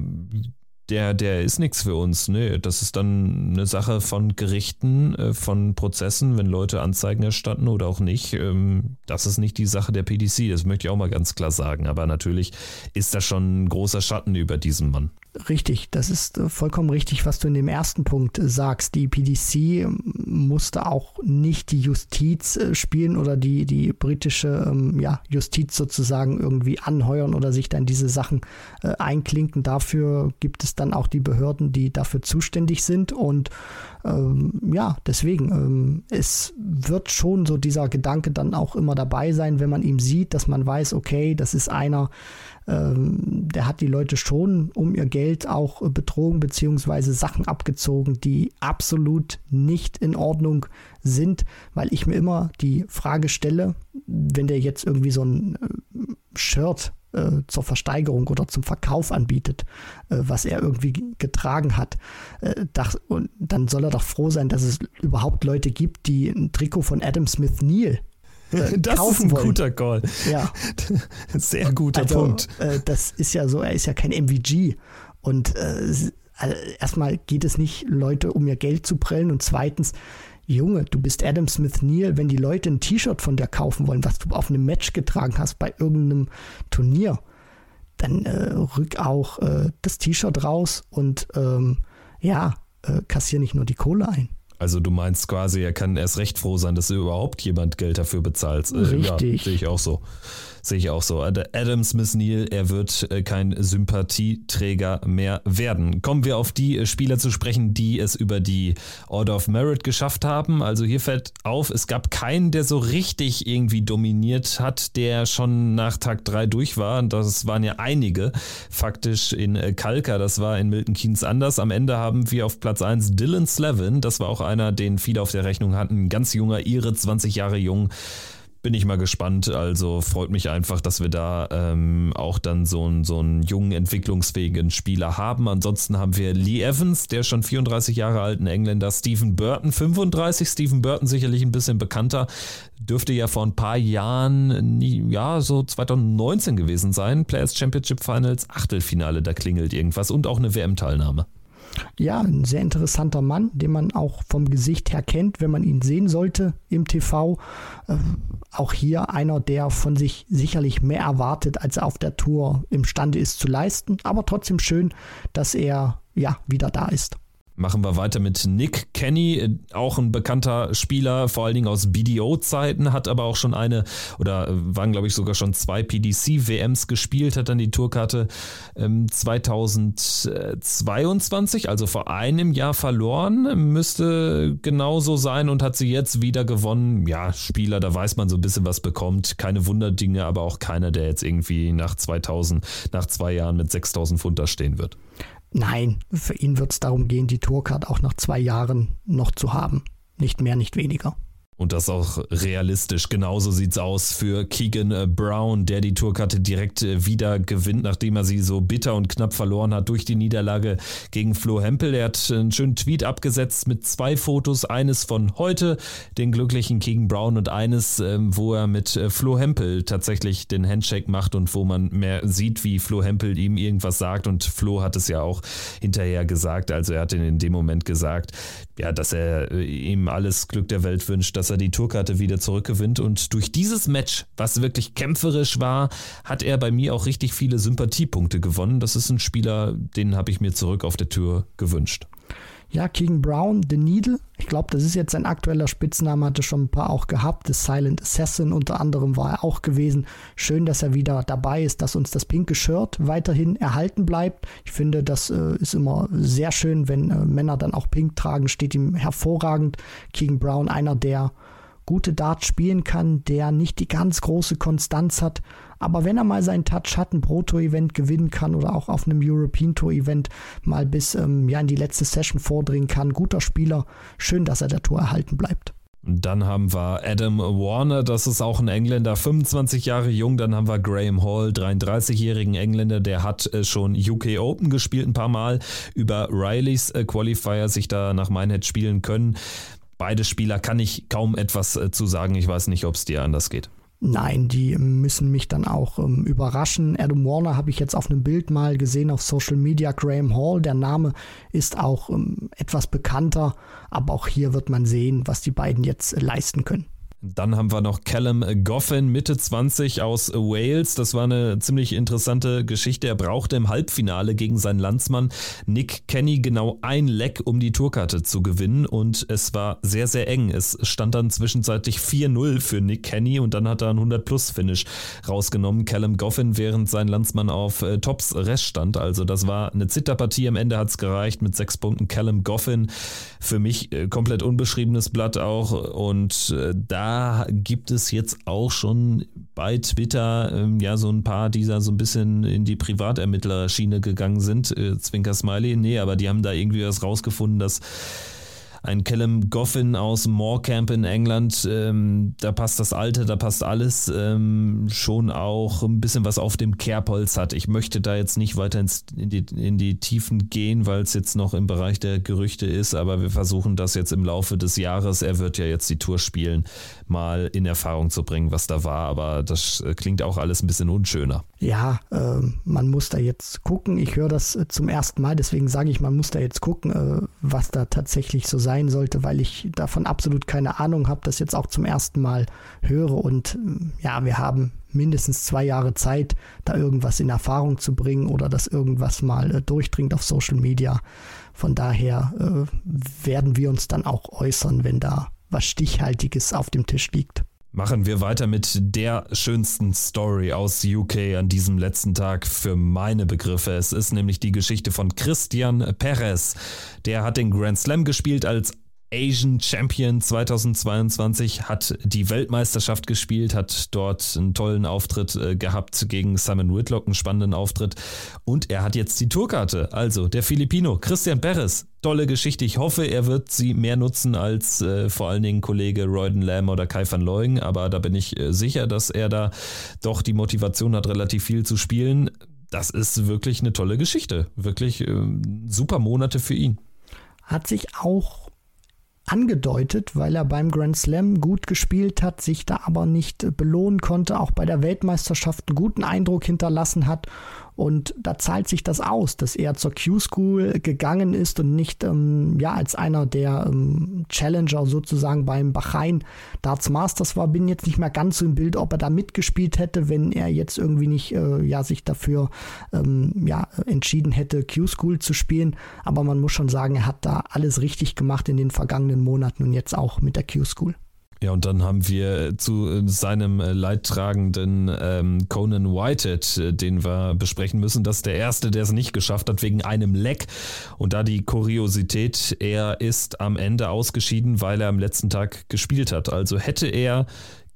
der ist nichts für uns. Nee, das ist dann eine Sache von Gerichten, von Prozessen, wenn Leute Anzeigen erstatten oder auch nicht. Das ist nicht die Sache der PDC, das möchte ich auch mal ganz klar sagen. Aber natürlich ist da schon ein großer Schatten über diesen Mann. Richtig, das ist vollkommen richtig, was du in dem ersten Punkt sagst. Die PDC musste auch nicht die Justiz spielen oder die britische Justiz sozusagen irgendwie anheuern oder sich dann diese Sachen einklinken. Dafür gibt es dann auch die Behörden, die dafür zuständig sind, und deswegen, es wird schon so dieser Gedanke dann auch immer dabei sein, wenn man ihn sieht, dass man weiß, okay, das ist einer, der hat die Leute schon um ihr Geld auch betrogen beziehungsweise Sachen abgezogen, die absolut nicht in Ordnung sind, weil ich mir immer die Frage stelle, wenn der jetzt irgendwie so ein Shirt zur Versteigerung oder zum Verkauf anbietet, was er irgendwie getragen hat, dann soll er doch froh sein, dass es überhaupt Leute gibt, die ein Trikot von Adam Smith Neal das kaufen ist ein wollen. Guter Call. Ja. Sehr guter Punkt. Das ist ja so, er ist ja kein MVG. Und erstmal geht es nicht, Leute um ihr Geld zu prellen. Und zweitens, Junge, du bist Adam Smith Neal, wenn die Leute ein T-Shirt von dir kaufen wollen, was du auf einem Match getragen hast bei irgendeinem Turnier, dann rück auch das T-Shirt raus und kassier nicht nur die Kohle ein. Also du meinst quasi, er kann erst recht froh sein, dass überhaupt jemand Geld dafür bezahlt. Richtig. Ja, sehe ich auch so. Adam Smith Neal, er wird kein Sympathieträger mehr werden. Kommen wir auf die Spieler zu sprechen, die es über die Order of Merit geschafft haben. Also hier fällt auf, es gab keinen, der so richtig irgendwie dominiert hat, der schon nach Tag 3 durch war. Das waren ja einige. Faktisch in Kalka, das war in Milton Keynes anders. Am Ende haben wir auf Platz 1 Dylan Slevin. Das war auch einer, den viele auf der Rechnung hatten. Ein ganz junger Ire, 20 Jahre jung. Bin ich mal gespannt, also freut mich einfach, dass wir da auch dann so einen jungen, entwicklungsfähigen Spieler haben. Ansonsten haben wir Lee Evans, der schon 34 Jahre alt, ein Engländer, Stephen Burton, 35, Stephen Burton sicherlich ein bisschen bekannter, dürfte ja vor ein paar Jahren, so 2019 gewesen sein, Players Championship Finals, Achtelfinale, da klingelt irgendwas und auch eine WM-Teilnahme. Ja, ein sehr interessanter Mann, den man auch vom Gesicht her kennt, wenn man ihn sehen sollte im TV. Auch hier einer, der von sich sicherlich mehr erwartet, als er auf der Tour imstande ist zu leisten. Aber trotzdem schön, dass er wieder da ist. Machen wir weiter mit Nick Kenny, auch ein bekannter Spieler, vor allen Dingen aus BDO-Zeiten, hat aber auch schon waren glaube ich sogar schon 2 PDC-WMs gespielt, hat dann die Tourkarte 2022, also vor einem Jahr verloren, müsste genauso sein und hat sie jetzt wieder gewonnen. Ja, Spieler, da weiß man so ein bisschen, was bekommt, keine Wunderdinge, aber auch keiner, der jetzt irgendwie nach 2 Jahren mit 6.000 Pfund da stehen wird. Nein, für ihn wird es darum gehen, die Tourcard auch nach 2 Jahren noch zu haben. Nicht mehr, nicht weniger. Und das auch realistisch. Genauso sieht's aus für Keegan Brown, der die Tourkarte direkt wieder gewinnt, nachdem er sie so bitter und knapp verloren hat durch die Niederlage gegen Flo Hempel. Er hat einen schönen Tweet abgesetzt mit 2 Fotos. Eines von heute, den glücklichen Keegan Brown, und eines, wo er mit Flo Hempel tatsächlich den Handshake macht und wo man mehr sieht, wie Flo Hempel ihm irgendwas sagt. Und Flo hat es ja auch hinterher gesagt. Also er hat in dem Moment gesagt, ja, dass er ihm alles Glück der Welt wünscht, dass er die Tourkarte wieder zurückgewinnt. Und durch dieses Match, was wirklich kämpferisch war, hat er bei mir auch richtig viele Sympathiepunkte gewonnen. Das ist ein Spieler, den habe ich mir zurück auf der Tour gewünscht. Ja, Keegan Brown, The Needle, ich glaube, das ist jetzt sein aktueller Spitzname, hatte schon ein paar auch gehabt. The Silent Assassin unter anderem war er auch gewesen. Schön, dass er wieder dabei ist, dass uns das pinke Shirt weiterhin erhalten bleibt. Ich finde, das ist immer sehr schön, wenn Männer dann auch pink tragen, steht ihm hervorragend. Keegan Brown, einer, der gute Darts spielen kann, der nicht die ganz große Konstanz hat, aber wenn er mal seinen Touch hat, ein Pro-Tour-Event gewinnen kann oder auch auf einem European-Tour-Event mal bis in die letzte Session vordringen kann, guter Spieler, schön, dass er der Tour erhalten bleibt. Dann haben wir Adam Warner, das ist auch ein Engländer, 25 Jahre jung. Dann haben wir Graham Hall, 33-jährigen Engländer, der hat schon UK Open gespielt ein paar Mal, über Rileys Qualifier sich da nach Minehead spielen können. Beide Spieler kann ich kaum etwas zu sagen. Ich weiß nicht, ob es dir anders geht. Nein, die müssen mich dann auch überraschen. Adam Warner habe ich jetzt auf einem Bild mal gesehen auf Social Media. Graham Hall, der Name ist auch etwas bekannter. Aber auch hier wird man sehen, was die beiden jetzt leisten können. Dann haben wir noch Callum Goffin, Mitte 20 aus Wales. Das war eine ziemlich interessante Geschichte. Er brauchte im Halbfinale gegen seinen Landsmann Nick Kenny genau ein Leck, um die Tourkarte zu gewinnen. Und es war sehr, sehr eng. Es stand dann zwischenzeitlich 4-0 für Nick Kenny und dann hat er ein 100-Plus-Finish rausgenommen. Callum Goffin, während sein Landsmann auf Tops Rest stand. Also das war eine Zitterpartie. Am Ende hat es gereicht mit 6 Punkten. Callum Goffin, für mich komplett unbeschriebenes Blatt auch. Und da gibt es jetzt auch schon bei Twitter so ein paar, die da so ein bisschen in die Privatermittlerschiene gegangen sind. Zwinker Smiley, nee, aber die haben da irgendwie was rausgefunden, dass ein Callum Goffin aus Morecambe in England, da passt das Alter, da passt alles, schon auch ein bisschen was auf dem Kerbholz hat. Ich möchte da jetzt nicht weiter in die Tiefen gehen, weil es jetzt noch im Bereich der Gerüchte ist, aber wir versuchen das jetzt im Laufe des Jahres, er wird ja jetzt die Tour spielen, mal in Erfahrung zu bringen, was da war, aber das klingt auch alles ein bisschen unschöner. Ja, man muss da jetzt gucken, ich höre das zum ersten Mal, deswegen sage ich, man muss da jetzt gucken, was da tatsächlich so sein sollte, weil ich davon absolut keine Ahnung habe, das jetzt auch zum ersten Mal höre und ja, wir haben mindestens 2 Jahre Zeit, da irgendwas in Erfahrung zu bringen oder dass irgendwas mal durchdringt auf Social Media. Von daher werden wir uns dann auch äußern, wenn da was Stichhaltiges auf dem Tisch liegt. Machen wir weiter mit der schönsten Story aus UK an diesem letzten Tag für meine Begriffe. Es ist nämlich die Geschichte von Christian Perez. Der hat den Grand Slam gespielt als Asian Champion 2022, hat die Weltmeisterschaft gespielt, hat dort einen tollen Auftritt gehabt gegen Simon Whitlock, einen spannenden Auftritt und er hat jetzt die Tourkarte, also der Filipino Christian Perez. Tolle Geschichte, ich hoffe, er wird sie mehr nutzen als vor allen Dingen Kollege Royden Lamb oder Kai van Looijen, aber da bin ich sicher, dass er da doch die Motivation hat, relativ viel zu spielen. Das ist wirklich eine tolle Geschichte, wirklich super Monate für ihn. Hat sich auch angedeutet, weil er beim Grand Slam gut gespielt hat, sich da aber nicht belohnen konnte, auch bei der Weltmeisterschaft einen guten Eindruck hinterlassen hat und da zahlt sich das aus, dass er zur Q-School gegangen ist und nicht als einer der Challenger sozusagen beim Bahrain Darts Masters war. Bin jetzt nicht mehr ganz so im Bild, ob er da mitgespielt hätte, wenn er jetzt irgendwie nicht sich dafür entschieden hätte, Q-School zu spielen, aber man muss schon sagen, er hat da alles richtig gemacht in den vergangenen Monaten und jetzt auch mit der Q-School. Ja, und dann haben wir zu seinem leidtragenden Conan Whitehead, den wir besprechen müssen. Das ist der Erste, der es nicht geschafft hat, wegen einem Leck. Und da die Kuriosität, er ist am Ende ausgeschieden, weil er am letzten Tag gespielt hat. Also hätte er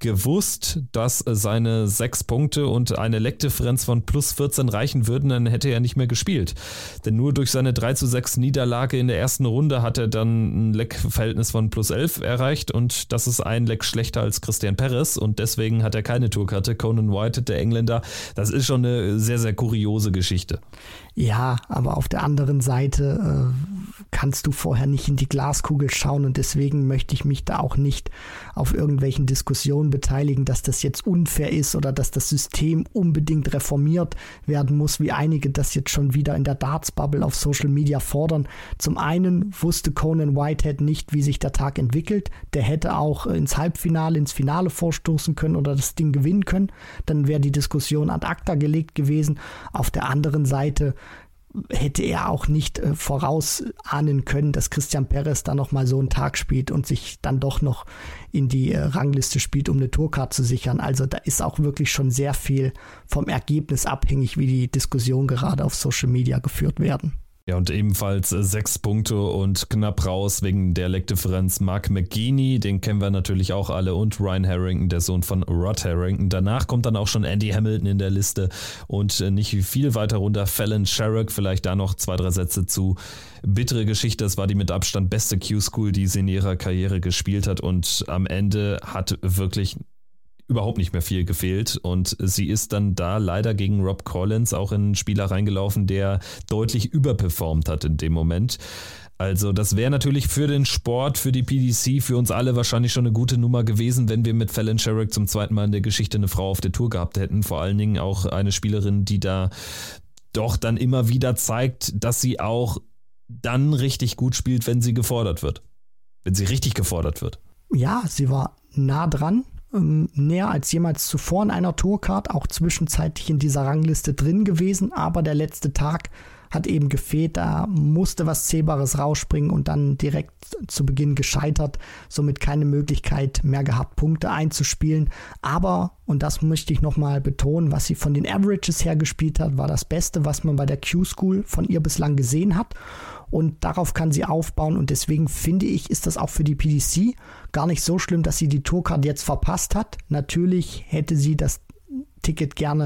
gewusst, dass seine 6 Punkte und eine Leckdifferenz von plus 14 reichen würden, dann hätte er nicht mehr gespielt. Denn nur durch seine 3:6 Niederlage in der ersten Runde hat er dann ein Leckverhältnis von plus 11 erreicht und das ist ein Leck schlechter als Christian Perez und deswegen hat er keine Tourkarte. Conan Whitehead, der Engländer, das ist schon eine sehr, sehr kuriose Geschichte. Ja, aber auf der anderen Seite kannst du vorher nicht in die Glaskugel schauen und deswegen möchte ich mich da auch nicht auf irgendwelchen Diskussionen beteiligen, dass das jetzt unfair ist oder dass das System unbedingt reformiert werden muss, wie einige das jetzt schon wieder in der Darts-Bubble auf Social Media fordern. Zum einen wusste Conan Whitehead nicht, wie sich der Tag entwickelt. Der hätte auch ins Halbfinale, ins Finale vorstoßen können oder das Ding gewinnen können. Dann wäre die Diskussion ad acta gelegt gewesen. Auf der anderen Seite hätte er auch nicht vorausahnen können, dass Christian Perez dann nochmal so einen Tag spielt und sich dann doch noch in die Rangliste spielt, um eine Tourcard zu sichern. Also da ist auch wirklich schon sehr viel vom Ergebnis abhängig, wie die Diskussionen gerade auf Social Media geführt werden. Ja, und ebenfalls 6 Punkte und knapp raus wegen der Leckdifferenz Mark McGeaney, den kennen wir natürlich auch alle, und Ryan Harrington, der Sohn von Rod Harrington. Danach kommt dann auch schon Andy Hamilton in der Liste und nicht viel weiter runter Fallon Sherrock, vielleicht da noch 2, 3 Sätze zu. Bittere Geschichte, das war die mit Abstand beste Q-School, die sie in ihrer Karriere gespielt hat und am Ende hat wirklich überhaupt nicht mehr viel gefehlt und sie ist dann da leider gegen Rob Collins auch in einen Spieler reingelaufen, der deutlich überperformt hat in dem Moment. Also das wäre natürlich für den Sport, für die PDC, für uns alle wahrscheinlich schon eine gute Nummer gewesen, wenn wir mit Fallon Sherrock zum zweiten Mal in der Geschichte eine Frau auf der Tour gehabt hätten. Vor allen Dingen auch eine Spielerin, die da doch dann immer wieder zeigt, dass sie auch dann richtig gut spielt, wenn sie gefordert wird. Wenn sie richtig gefordert wird. Ja, sie war nah dran. Näher als jemals zuvor in einer Tourcard, auch zwischenzeitlich in dieser Rangliste drin gewesen, aber der letzte Tag hat eben gefehlt, da musste was Zählbares rausspringen und dann direkt zu Beginn gescheitert, somit keine Möglichkeit mehr gehabt, Punkte einzuspielen, aber, und das möchte ich nochmal betonen, was sie von den Averages her gespielt hat, war das Beste, was man bei der Q-School von ihr bislang gesehen hat. Und darauf kann sie aufbauen und deswegen finde ich, ist das auch für die PDC gar nicht so schlimm, dass sie die Tourcard jetzt verpasst hat. Natürlich hätte sie das Ticket gerne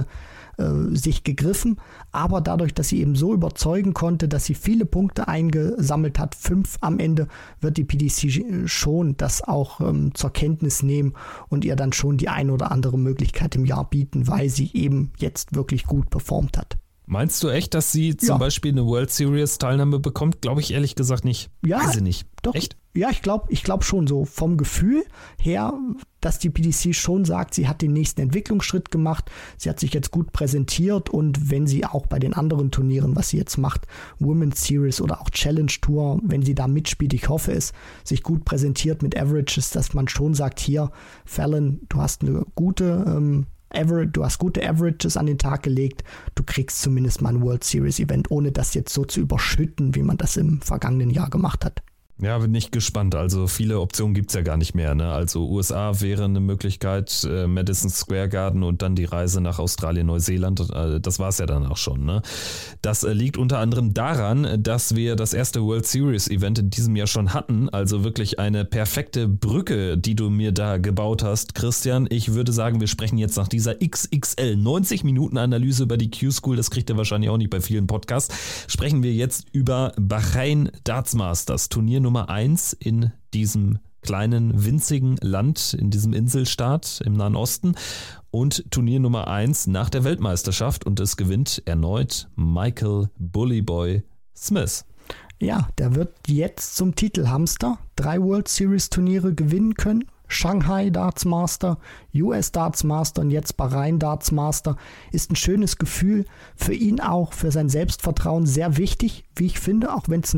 sich gegriffen, aber dadurch, dass sie eben so überzeugen konnte, dass sie viele Punkte eingesammelt hat, 5 am Ende, wird die PDC schon das auch zur Kenntnis nehmen und ihr dann schon die ein oder andere Möglichkeit im Jahr bieten, weil sie eben jetzt wirklich gut performt hat. Meinst du echt, dass sie zum Beispiel eine World Series Teilnahme bekommt? Glaube ich ehrlich gesagt nicht. Ja, weiß ich nicht. Doch. Echt? Ja, ich glaub schon so vom Gefühl her, dass die PDC schon sagt, sie hat den nächsten Entwicklungsschritt gemacht, sie hat sich jetzt gut präsentiert und wenn sie auch bei den anderen Turnieren, was sie jetzt macht, Women's Series oder auch Challenge Tour, wenn sie da mitspielt, ich hoffe es, sich gut präsentiert mit Averages, dass man schon sagt, hier, Fallon, du hast eine gute du hast gute Averages an den Tag gelegt, du kriegst zumindest mal ein World Series Event, ohne das jetzt so zu überschütten, wie man das im vergangenen Jahr gemacht hat. Ja, bin ich gespannt. Also viele Optionen gibt es ja gar nicht mehr. Ne? Also USA wäre eine Möglichkeit, Madison Square Garden und dann die Reise nach Australien, Neuseeland. Das war es ja dann auch schon. Ne? Das liegt unter anderem daran, dass wir das erste World Series Event in diesem Jahr schon hatten. Also wirklich eine perfekte Brücke, die du mir da gebaut hast, Christian. Ich würde sagen, wir sprechen jetzt nach dieser XXL 90 Minuten Analyse über die Q-School. Das kriegt ihr wahrscheinlich auch nicht bei vielen Podcasts. Sprechen wir jetzt über Bahrain Darts Masters, Turnier Nummer 1 in diesem kleinen, winzigen Land, in diesem Inselstaat im Nahen Osten und Turnier Nummer 1 nach der Weltmeisterschaft und es gewinnt erneut Michael Bullyboy Smith. Ja, der wird jetzt zum Titelhamster 3 World Series Turniere gewinnen können. Shanghai Darts Master, US Darts Master und jetzt Bahrain Darts Master ist ein schönes Gefühl für ihn auch, für sein Selbstvertrauen sehr wichtig, wie ich finde, auch wenn es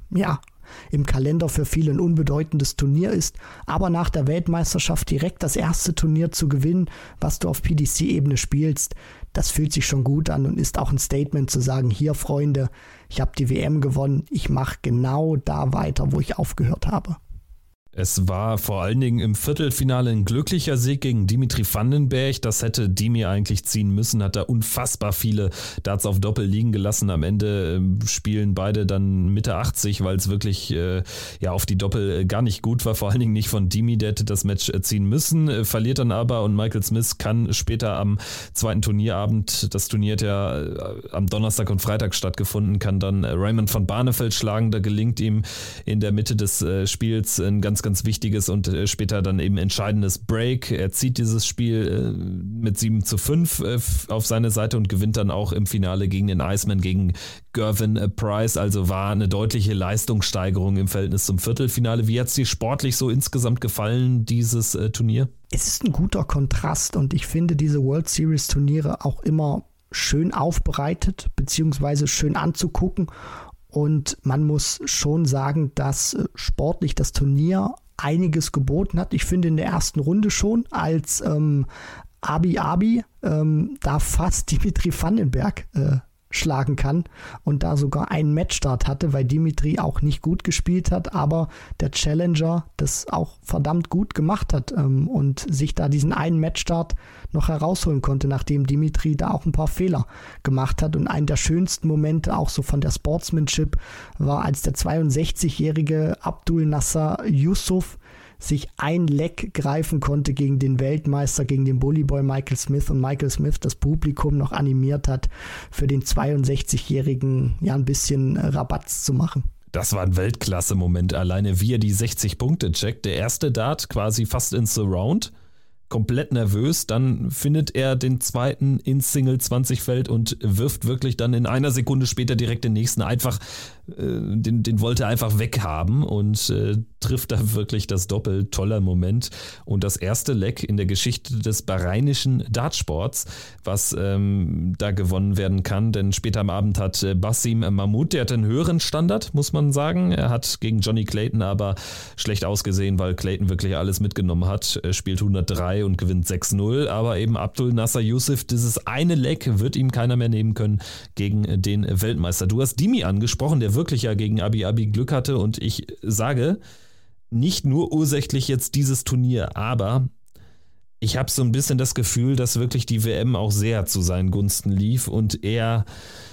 im Kalender für viele ein unbedeutendes Turnier ist, aber nach der Weltmeisterschaft direkt das erste Turnier zu gewinnen, was du auf PDC-Ebene spielst, das fühlt sich schon gut an und ist auch ein Statement zu sagen, hier Freunde, ich habe die WM gewonnen, ich mache genau da weiter, wo ich aufgehört habe. Es war vor allen Dingen im Viertelfinale ein glücklicher Sieg gegen Dimitri Vandenberg. Das hätte Dimi eigentlich ziehen müssen, hat da unfassbar viele Darts auf Doppel liegen gelassen. Am Ende spielen beide dann Mitte 80, weil es wirklich auf die Doppel gar nicht gut war. Vor allen Dingen nicht von Dimi, der hätte das Match ziehen müssen. Verliert dann aber und Michael Smith kann später am zweiten Turnierabend, das Turnier hat ja am Donnerstag und Freitag stattgefunden, kann dann Raymond van Barneveld schlagen. Da gelingt ihm in der Mitte des Spiels ein ganz wichtiges und später dann eben entscheidendes Break. Er zieht dieses Spiel mit 7-5 auf seine Seite und gewinnt dann auch im Finale gegen den Iceman, gegen Gervin Price. Also war eine deutliche Leistungssteigerung im Verhältnis zum Viertelfinale. Wie hat es dir sportlich so insgesamt gefallen, dieses Turnier? Es ist ein guter Kontrast und ich finde diese World Series Turniere auch immer schön aufbereitet, beziehungsweise schön anzugucken. Und man muss schon sagen, dass sportlich das Turnier einiges geboten hat. Ich finde in der ersten Runde schon, als Abi da fast Dimitri Vandenberg schlagen kann und da sogar einen Matchstart hatte, weil Dimitri auch nicht gut gespielt hat, aber der Challenger das auch verdammt gut gemacht hat und sich da diesen einen Matchstart noch herausholen konnte, nachdem Dimitri da auch ein paar Fehler gemacht hat. Und einen der schönsten Momente auch so von der Sportsmanship war, als der 62-jährige Abdul Nasser Yusuf sich ein Leck greifen konnte gegen den Weltmeister, gegen den Bullyboy Michael Smith und Michael Smith das Publikum noch animiert hat, für den 62-Jährigen ja ein bisschen Rabatz zu machen. Das war ein Weltklasse-Moment, alleine wie er die 60 Punkte checkt. Der erste Dart quasi fast ins Surround, komplett nervös, dann findet er den zweiten ins Single-20-Feld und wirft wirklich dann in einer Sekunde später direkt den nächsten einfach, den wollte er einfach weghaben und trifft da wirklich das Doppel. Toller Moment und das erste Leck in der Geschichte des bahrainischen Dartsports, was da gewonnen werden kann, denn später am Abend hat Basim Mahmoud, der hat einen höheren Standard, muss man sagen. Er hat gegen Johnny Clayton aber schlecht ausgesehen, weil Clayton wirklich alles mitgenommen hat. Er spielt 103 und gewinnt 6-0, aber eben Abdul Nasser Yusuf, dieses eine Leck wird ihm keiner mehr nehmen können gegen den Weltmeister. Du hast Dimi angesprochen, der wirklich ja gegen Abi Glück hatte und ich sage, nicht nur ursächlich jetzt dieses Turnier, aber ich habe so ein bisschen das Gefühl, dass wirklich die WM auch sehr zu seinen Gunsten lief und er,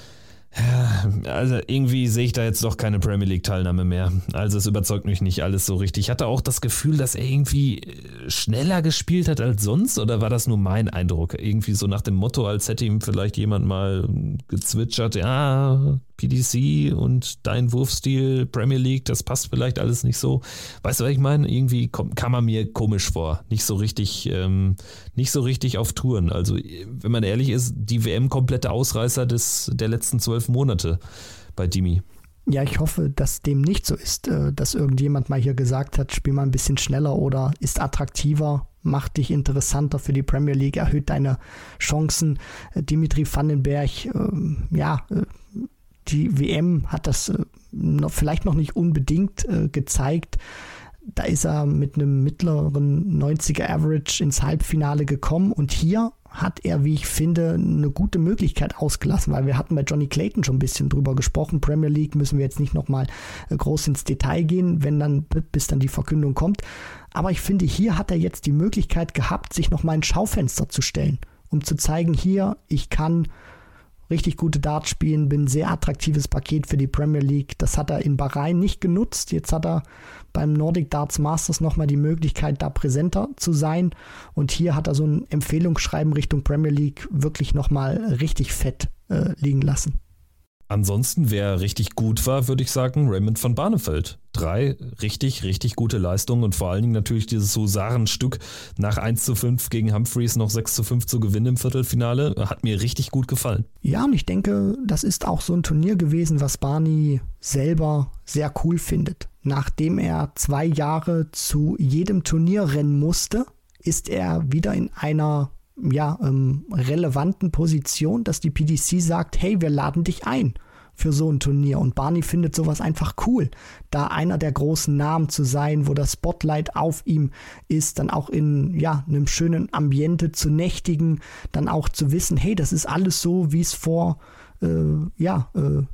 also irgendwie sehe ich da jetzt doch keine Premier League Teilnahme mehr. Also es überzeugt mich nicht alles so richtig. Ich hatte auch das Gefühl, dass er irgendwie schneller gespielt hat als sonst, oder war das nur mein Eindruck? Irgendwie so nach dem Motto, als hätte ihm vielleicht jemand mal gezwitschert, ja, PDC und dein Wurfstil Premier League, das passt vielleicht alles nicht so. Weißt du, was ich meine? Irgendwie kam er mir komisch vor. Nicht so richtig auf Touren. Also wenn man ehrlich ist, die WM komplette Ausreißer der letzten 12 Monate bei Dimi. Ja, ich hoffe, dass dem nicht so ist, dass irgendjemand mal hier gesagt hat, spiel mal ein bisschen schneller oder ist attraktiver, macht dich interessanter für die Premier League, erhöht deine Chancen. Dimitri Vandenberg, die WM hat das vielleicht noch nicht unbedingt gezeigt. Da ist er mit einem mittleren 90er Average ins Halbfinale gekommen und hier hat er, wie ich finde, eine gute Möglichkeit ausgelassen, weil wir hatten bei Johnny Clayton schon ein bisschen drüber gesprochen. Premier League müssen wir jetzt nicht nochmal groß ins Detail gehen, bis dann die Verkündung kommt. Aber ich finde, hier hat er jetzt die Möglichkeit gehabt, sich nochmal ins Schaufenster zu stellen, um zu zeigen, hier, ich kann richtig gute Darts spielen, bin ein sehr attraktives Paket für die Premier League. Das hat er in Bahrain nicht genutzt. Jetzt hat er beim Nordic Darts Masters nochmal die Möglichkeit, da präsenter zu sein. Und hier hat er so ein Empfehlungsschreiben Richtung Premier League wirklich nochmal richtig fett liegen lassen. Ansonsten, wer richtig gut war, würde ich sagen, Raymond van Barneveld. 3 richtig gute Leistungen und vor allen Dingen natürlich dieses Husarenstück nach 1:5 gegen Humphreys noch 6:5 zu gewinnen im Viertelfinale. Hat mir richtig gut gefallen. Ja, und ich denke, das ist auch so ein Turnier gewesen, was Barney selber sehr cool findet. Nachdem er 2 Jahre zu jedem Turnier rennen musste, ist er wieder in einer relevanten Position, dass die PDC sagt, hey, wir laden dich ein für so ein Turnier. Und Barney findet sowas einfach cool, da einer der großen Namen zu sein, wo das Spotlight auf ihm ist, dann auch in einem schönen Ambiente zu nächtigen, dann auch zu wissen, hey, das ist alles so, wie es vor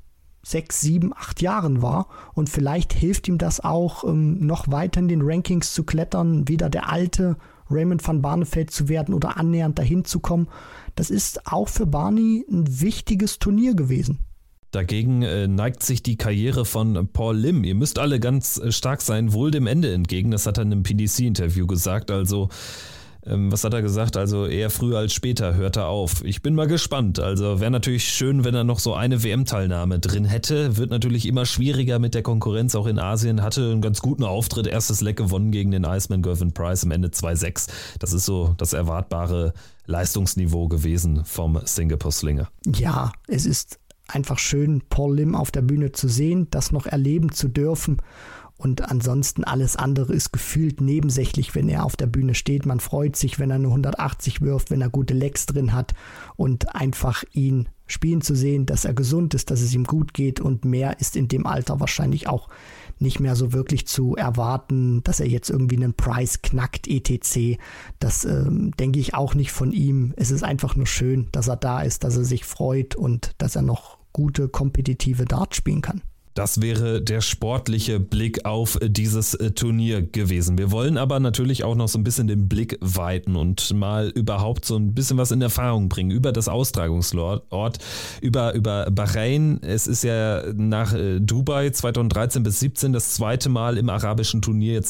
6, 7, 8 Jahren war und vielleicht hilft ihm das auch, noch weiter in den Rankings zu klettern, wieder der alte Raymond van Barneveld zu werden oder annähernd dahin zu kommen. Das ist auch für Barney ein wichtiges Turnier gewesen. Dagegen neigt sich die Karriere von Paul Lim. Ihr müsst alle ganz stark sein, wohl dem Ende entgegen. Das hat er in einem PDC-Interview gesagt. Also, was hat er gesagt? Also eher früher als später hört er auf. Ich bin mal gespannt. Also wäre natürlich schön, wenn er noch so eine WM-Teilnahme drin hätte. Wird natürlich immer schwieriger mit der Konkurrenz, auch in Asien. Hatte einen ganz guten Auftritt. Erstes Leck gewonnen gegen den Iceman Gervin Price am Ende 2-6. Das ist so das erwartbare Leistungsniveau gewesen vom Singapore Slinger. Ja, es ist einfach schön, Paul Lim auf der Bühne zu sehen, das noch erleben zu dürfen. Und ansonsten alles andere ist gefühlt nebensächlich, wenn er auf der Bühne steht. Man freut sich, wenn er eine 180 wirft, wenn er gute Lecks drin hat und einfach ihn spielen zu sehen, dass er gesund ist, dass es ihm gut geht und mehr ist in dem Alter wahrscheinlich auch nicht mehr so wirklich zu erwarten, dass er jetzt irgendwie einen Price knackt, etc. Das denke ich auch nicht von ihm. Es ist einfach nur schön, dass er da ist, dass er sich freut und dass er noch gute, kompetitive Darts spielen kann. Das wäre der sportliche Blick auf dieses Turnier gewesen. Wir wollen aber natürlich auch noch so ein bisschen den Blick weiten und mal überhaupt so ein bisschen was in Erfahrung bringen über das Austragungsort, über Bahrain. Es ist ja nach Dubai 2013 bis 2017 das zweite Mal im arabischen Turnier, jetzt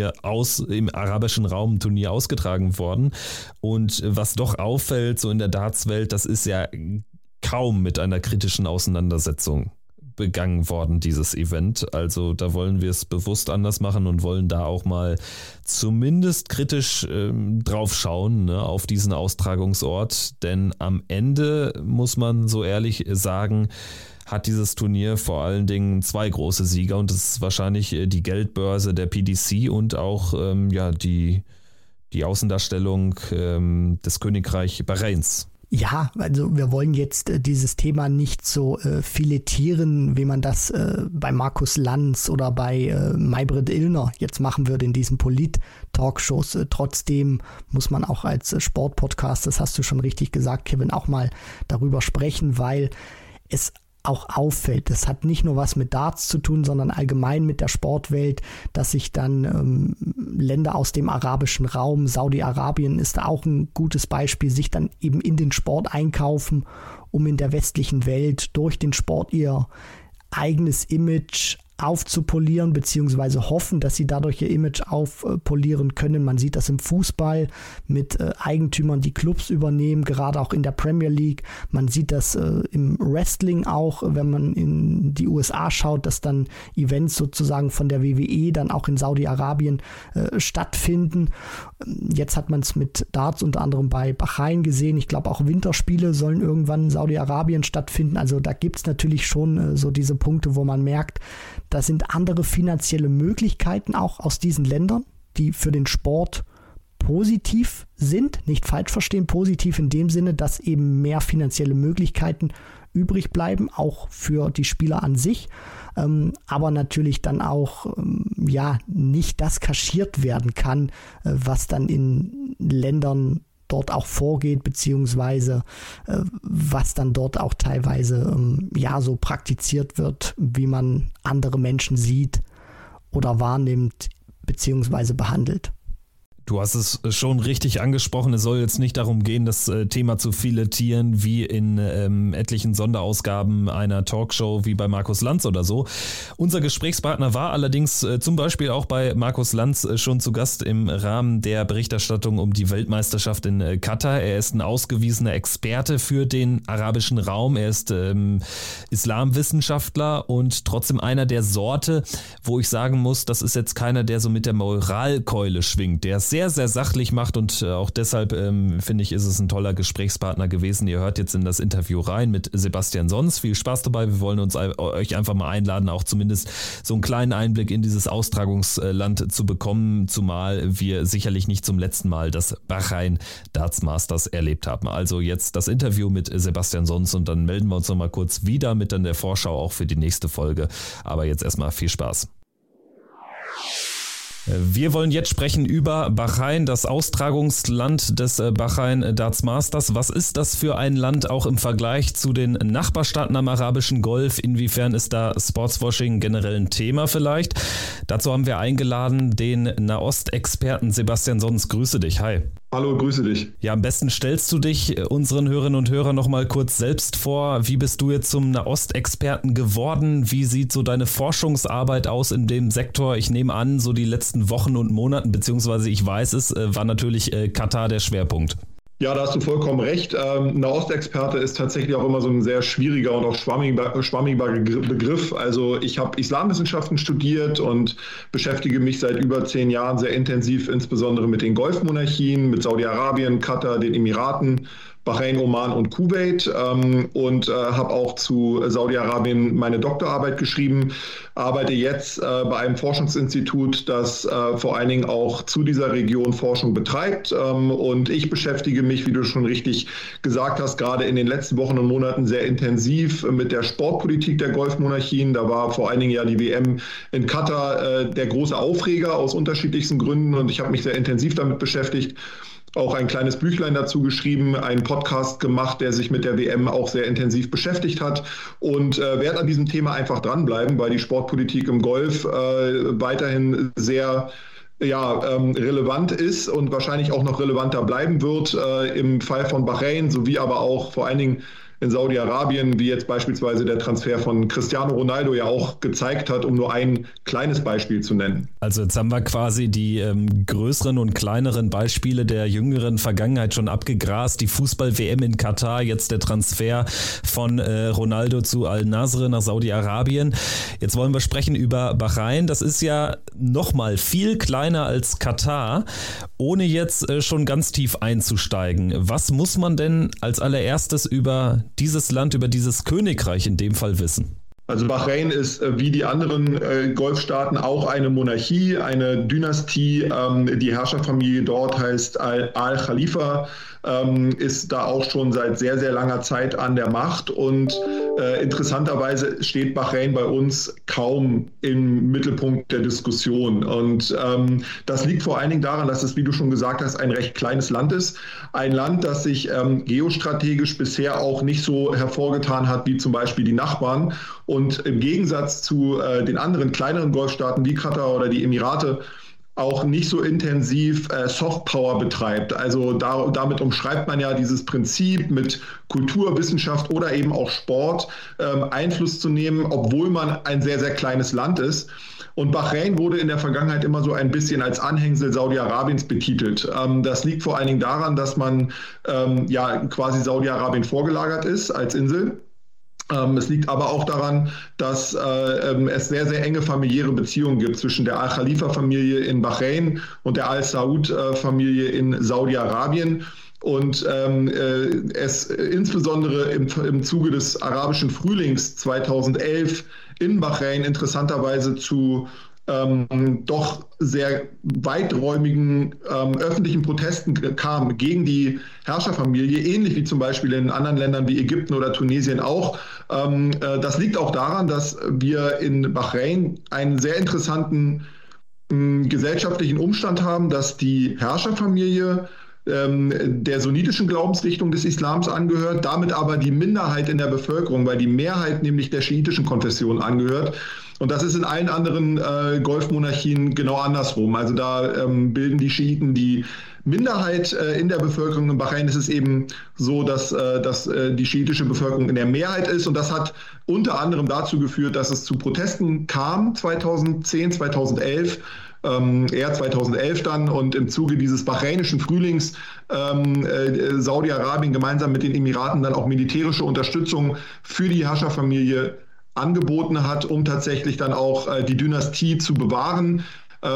im arabischen Raum ein Turnier ausgetragen worden. Und was doch auffällt, so in der Dartswelt, das ist ja kaum mit einer kritischen Auseinandersetzung begangen worden, dieses Event. Also da wollen wir es bewusst anders machen und wollen da auch mal zumindest kritisch drauf schauen, ne, auf diesen Austragungsort. Denn am Ende, muss man so ehrlich sagen, hat dieses Turnier vor allen Dingen zwei große Sieger und das ist wahrscheinlich die Geldbörse der PDC und auch die Außendarstellung des Königreich Bahrains. Ja, also wir wollen jetzt dieses Thema nicht so filetieren, wie man das bei Markus Lanz oder bei Maybrit Illner jetzt machen würde in diesen Polit-Talkshows. Trotzdem muss man auch als Sportpodcast, das hast du schon richtig gesagt, Kevin, auch mal darüber sprechen, weil es auch auffällt. Das hat nicht nur was mit Darts zu tun, sondern allgemein mit der Sportwelt, dass sich dann Länder aus dem arabischen Raum, Saudi-Arabien ist da auch ein gutes Beispiel, sich dann eben in den Sport einkaufen, um in der westlichen Welt durch den Sport ihr eigenes Image aufzupolieren, beziehungsweise hoffen, dass sie dadurch ihr Image aufpolieren können. Man sieht das im Fußball mit Eigentümern, die Clubs übernehmen, gerade auch in der Premier League. Man sieht das im Wrestling auch, wenn man in die USA schaut, dass dann Events sozusagen von der WWE dann auch in Saudi-Arabien stattfinden. Jetzt hat man es mit Darts unter anderem bei Bahrain gesehen. Ich glaube, auch Winterspiele sollen irgendwann in Saudi-Arabien stattfinden. Also da gibt es natürlich schon so diese Punkte, wo man merkt, da sind andere finanzielle Möglichkeiten auch aus diesen Ländern, die für den Sport positiv sind. Nicht falsch verstehen, positiv in dem Sinne, dass eben mehr finanzielle Möglichkeiten übrig bleiben, auch für die Spieler an sich. Aber natürlich dann auch nicht das kaschiert werden kann, was dann in Ländern dort auch vorgeht, beziehungsweise was dann dort auch teilweise so praktiziert wird, wie man andere Menschen sieht oder wahrnimmt, beziehungsweise behandelt. Du hast es schon richtig angesprochen, es soll jetzt nicht darum gehen, das Thema zu filetieren wie in etlichen Sonderausgaben einer Talkshow wie bei Markus Lanz oder so. Unser Gesprächspartner war allerdings zum Beispiel auch bei Markus Lanz schon zu Gast im Rahmen der Berichterstattung um die Weltmeisterschaft in Katar. Er ist ein ausgewiesener Experte für den arabischen Raum, er ist Islamwissenschaftler und trotzdem einer der Sorte, wo ich sagen muss, das ist jetzt keiner, der so mit der Moralkeule schwingt, der ist sehr, sehr sachlich macht und auch deshalb finde ich, ist es ein toller Gesprächspartner gewesen. Ihr hört jetzt in das Interview rein mit Sebastian Sons. Viel Spaß dabei. Wir wollen euch einfach mal einladen, auch zumindest so einen kleinen Einblick in dieses Austragungsland zu bekommen, zumal wir sicherlich nicht zum letzten Mal das Bahrain Darts Masters erlebt haben. Also jetzt das Interview mit Sebastian Sons und dann melden wir uns nochmal kurz wieder mit dann der Vorschau auch für die nächste Folge. Aber jetzt erstmal viel Spaß. Wir wollen jetzt sprechen über Bahrain, das Austragungsland des Bahrain Darts Masters. Was ist das für ein Land auch im Vergleich zu den Nachbarstaaten am arabischen Golf? Inwiefern ist da Sportswashing generell ein Thema vielleicht? Dazu haben wir eingeladen den Nahost-Experten Sebastian Sons. Grüße dich, hi. Hallo, grüße dich. Ja, am besten stellst du dich unseren Hörerinnen und Hörern noch mal kurz selbst vor. Wie bist du jetzt zum Nahost-Experten geworden? Wie sieht so deine Forschungsarbeit aus in dem Sektor? Ich nehme an, so die letzten Wochen und Monaten, beziehungsweise ich weiß es, war natürlich Katar der Schwerpunkt. Ja, da hast du vollkommen recht. Nahost-Experte ist tatsächlich auch immer so ein sehr schwieriger und auch schwammiger Begriff. Also ich habe Islamwissenschaften studiert und beschäftige mich seit über 10 Jahren sehr intensiv, insbesondere mit den Golfmonarchien, mit Saudi-Arabien, Katar, den Emiraten, Bahrain, Oman und Kuwait und habe auch zu Saudi-Arabien meine Doktorarbeit geschrieben, arbeite jetzt bei einem Forschungsinstitut, das vor allen Dingen auch zu dieser Region Forschung betreibt und ich beschäftige mich, wie du schon richtig gesagt hast, gerade in den letzten Wochen und Monaten sehr intensiv mit der Sportpolitik der Golfmonarchien. Da war vor allen Dingen ja die WM in Katar der große Aufreger aus unterschiedlichsten Gründen und ich habe mich sehr intensiv damit beschäftigt. Auch ein kleines Büchlein dazu geschrieben, einen Podcast gemacht, der sich mit der WM auch sehr intensiv beschäftigt hat und werde an diesem Thema einfach dranbleiben, weil die Sportpolitik im Golf weiterhin sehr relevant ist und wahrscheinlich auch noch relevanter bleiben wird im Fall von Bahrain, sowie aber auch vor allen Dingen in Saudi-Arabien, wie jetzt beispielsweise der Transfer von Cristiano Ronaldo ja auch gezeigt hat, um nur ein kleines Beispiel zu nennen. Also jetzt haben wir quasi die größeren und kleineren Beispiele der jüngeren Vergangenheit schon abgegrast. Die Fußball-WM in Katar, jetzt der Transfer von Ronaldo zu Al-Nasr nach Saudi-Arabien. Jetzt wollen wir sprechen über Bahrain. Das ist ja nochmal viel kleiner als Katar, ohne jetzt schon ganz tief einzusteigen. Was muss man denn als allererstes über dieses Land, über dieses Königreich in dem Fall wissen? Also Bahrain ist wie die anderen Golfstaaten auch eine Monarchie, eine Dynastie. Die Herrscherfamilie dort heißt Al-Khalifa, ist da auch schon seit sehr, sehr langer Zeit an der Macht und interessanterweise steht Bahrain bei uns kaum im Mittelpunkt der Diskussion. Und das liegt vor allen Dingen daran, dass es, wie du schon gesagt hast, ein recht kleines Land ist. Ein Land, das sich geostrategisch bisher auch nicht so hervorgetan hat wie zum Beispiel die Nachbarn. Und im Gegensatz zu den anderen kleineren Golfstaaten wie Katar oder die Emirate auch nicht so intensiv Softpower betreibt. Also damit umschreibt man ja dieses Prinzip, mit Kultur, Wissenschaft oder eben auch Sport Einfluss zu nehmen, obwohl man ein sehr, sehr kleines Land ist. Und Bahrain wurde in der Vergangenheit immer so ein bisschen als Anhängsel Saudi-Arabiens betitelt. Das liegt vor allen Dingen daran, dass man quasi Saudi-Arabien vorgelagert ist als Insel. Es liegt aber auch daran, dass es sehr, sehr enge familiäre Beziehungen gibt zwischen der Al-Khalifa-Familie in Bahrain und der Al-Saud-Familie in Saudi-Arabien. Und es insbesondere im Zuge des arabischen Frühlings 2011 in Bahrain interessanterweise zu doch sehr weiträumigen öffentlichen Protesten kam gegen die Herrscherfamilie, ähnlich wie zum Beispiel in anderen Ländern wie Ägypten oder Tunesien auch. Das liegt auch daran, dass wir in Bahrain einen sehr interessanten gesellschaftlichen Umstand haben, dass die Herrscherfamilie der sunnitischen Glaubensrichtung des Islams angehört, damit aber die Minderheit in der Bevölkerung, weil die Mehrheit nämlich der schiitischen Konfession angehört. Und das ist in allen anderen Golfmonarchien genau andersrum. Also da bilden die Schiiten die Minderheit in der Bevölkerung. In Bahrain ist es eben so, dass die schiitische Bevölkerung in der Mehrheit ist. Und das hat unter anderem dazu geführt, dass es zu Protesten kam 2010, 2011. Eher 2011 dann, und im Zuge dieses bahrainischen Frühlings Saudi-Arabien gemeinsam mit den Emiraten dann auch militärische Unterstützung für die Herrscherfamilie angeboten hat, um tatsächlich dann auch die Dynastie zu bewahren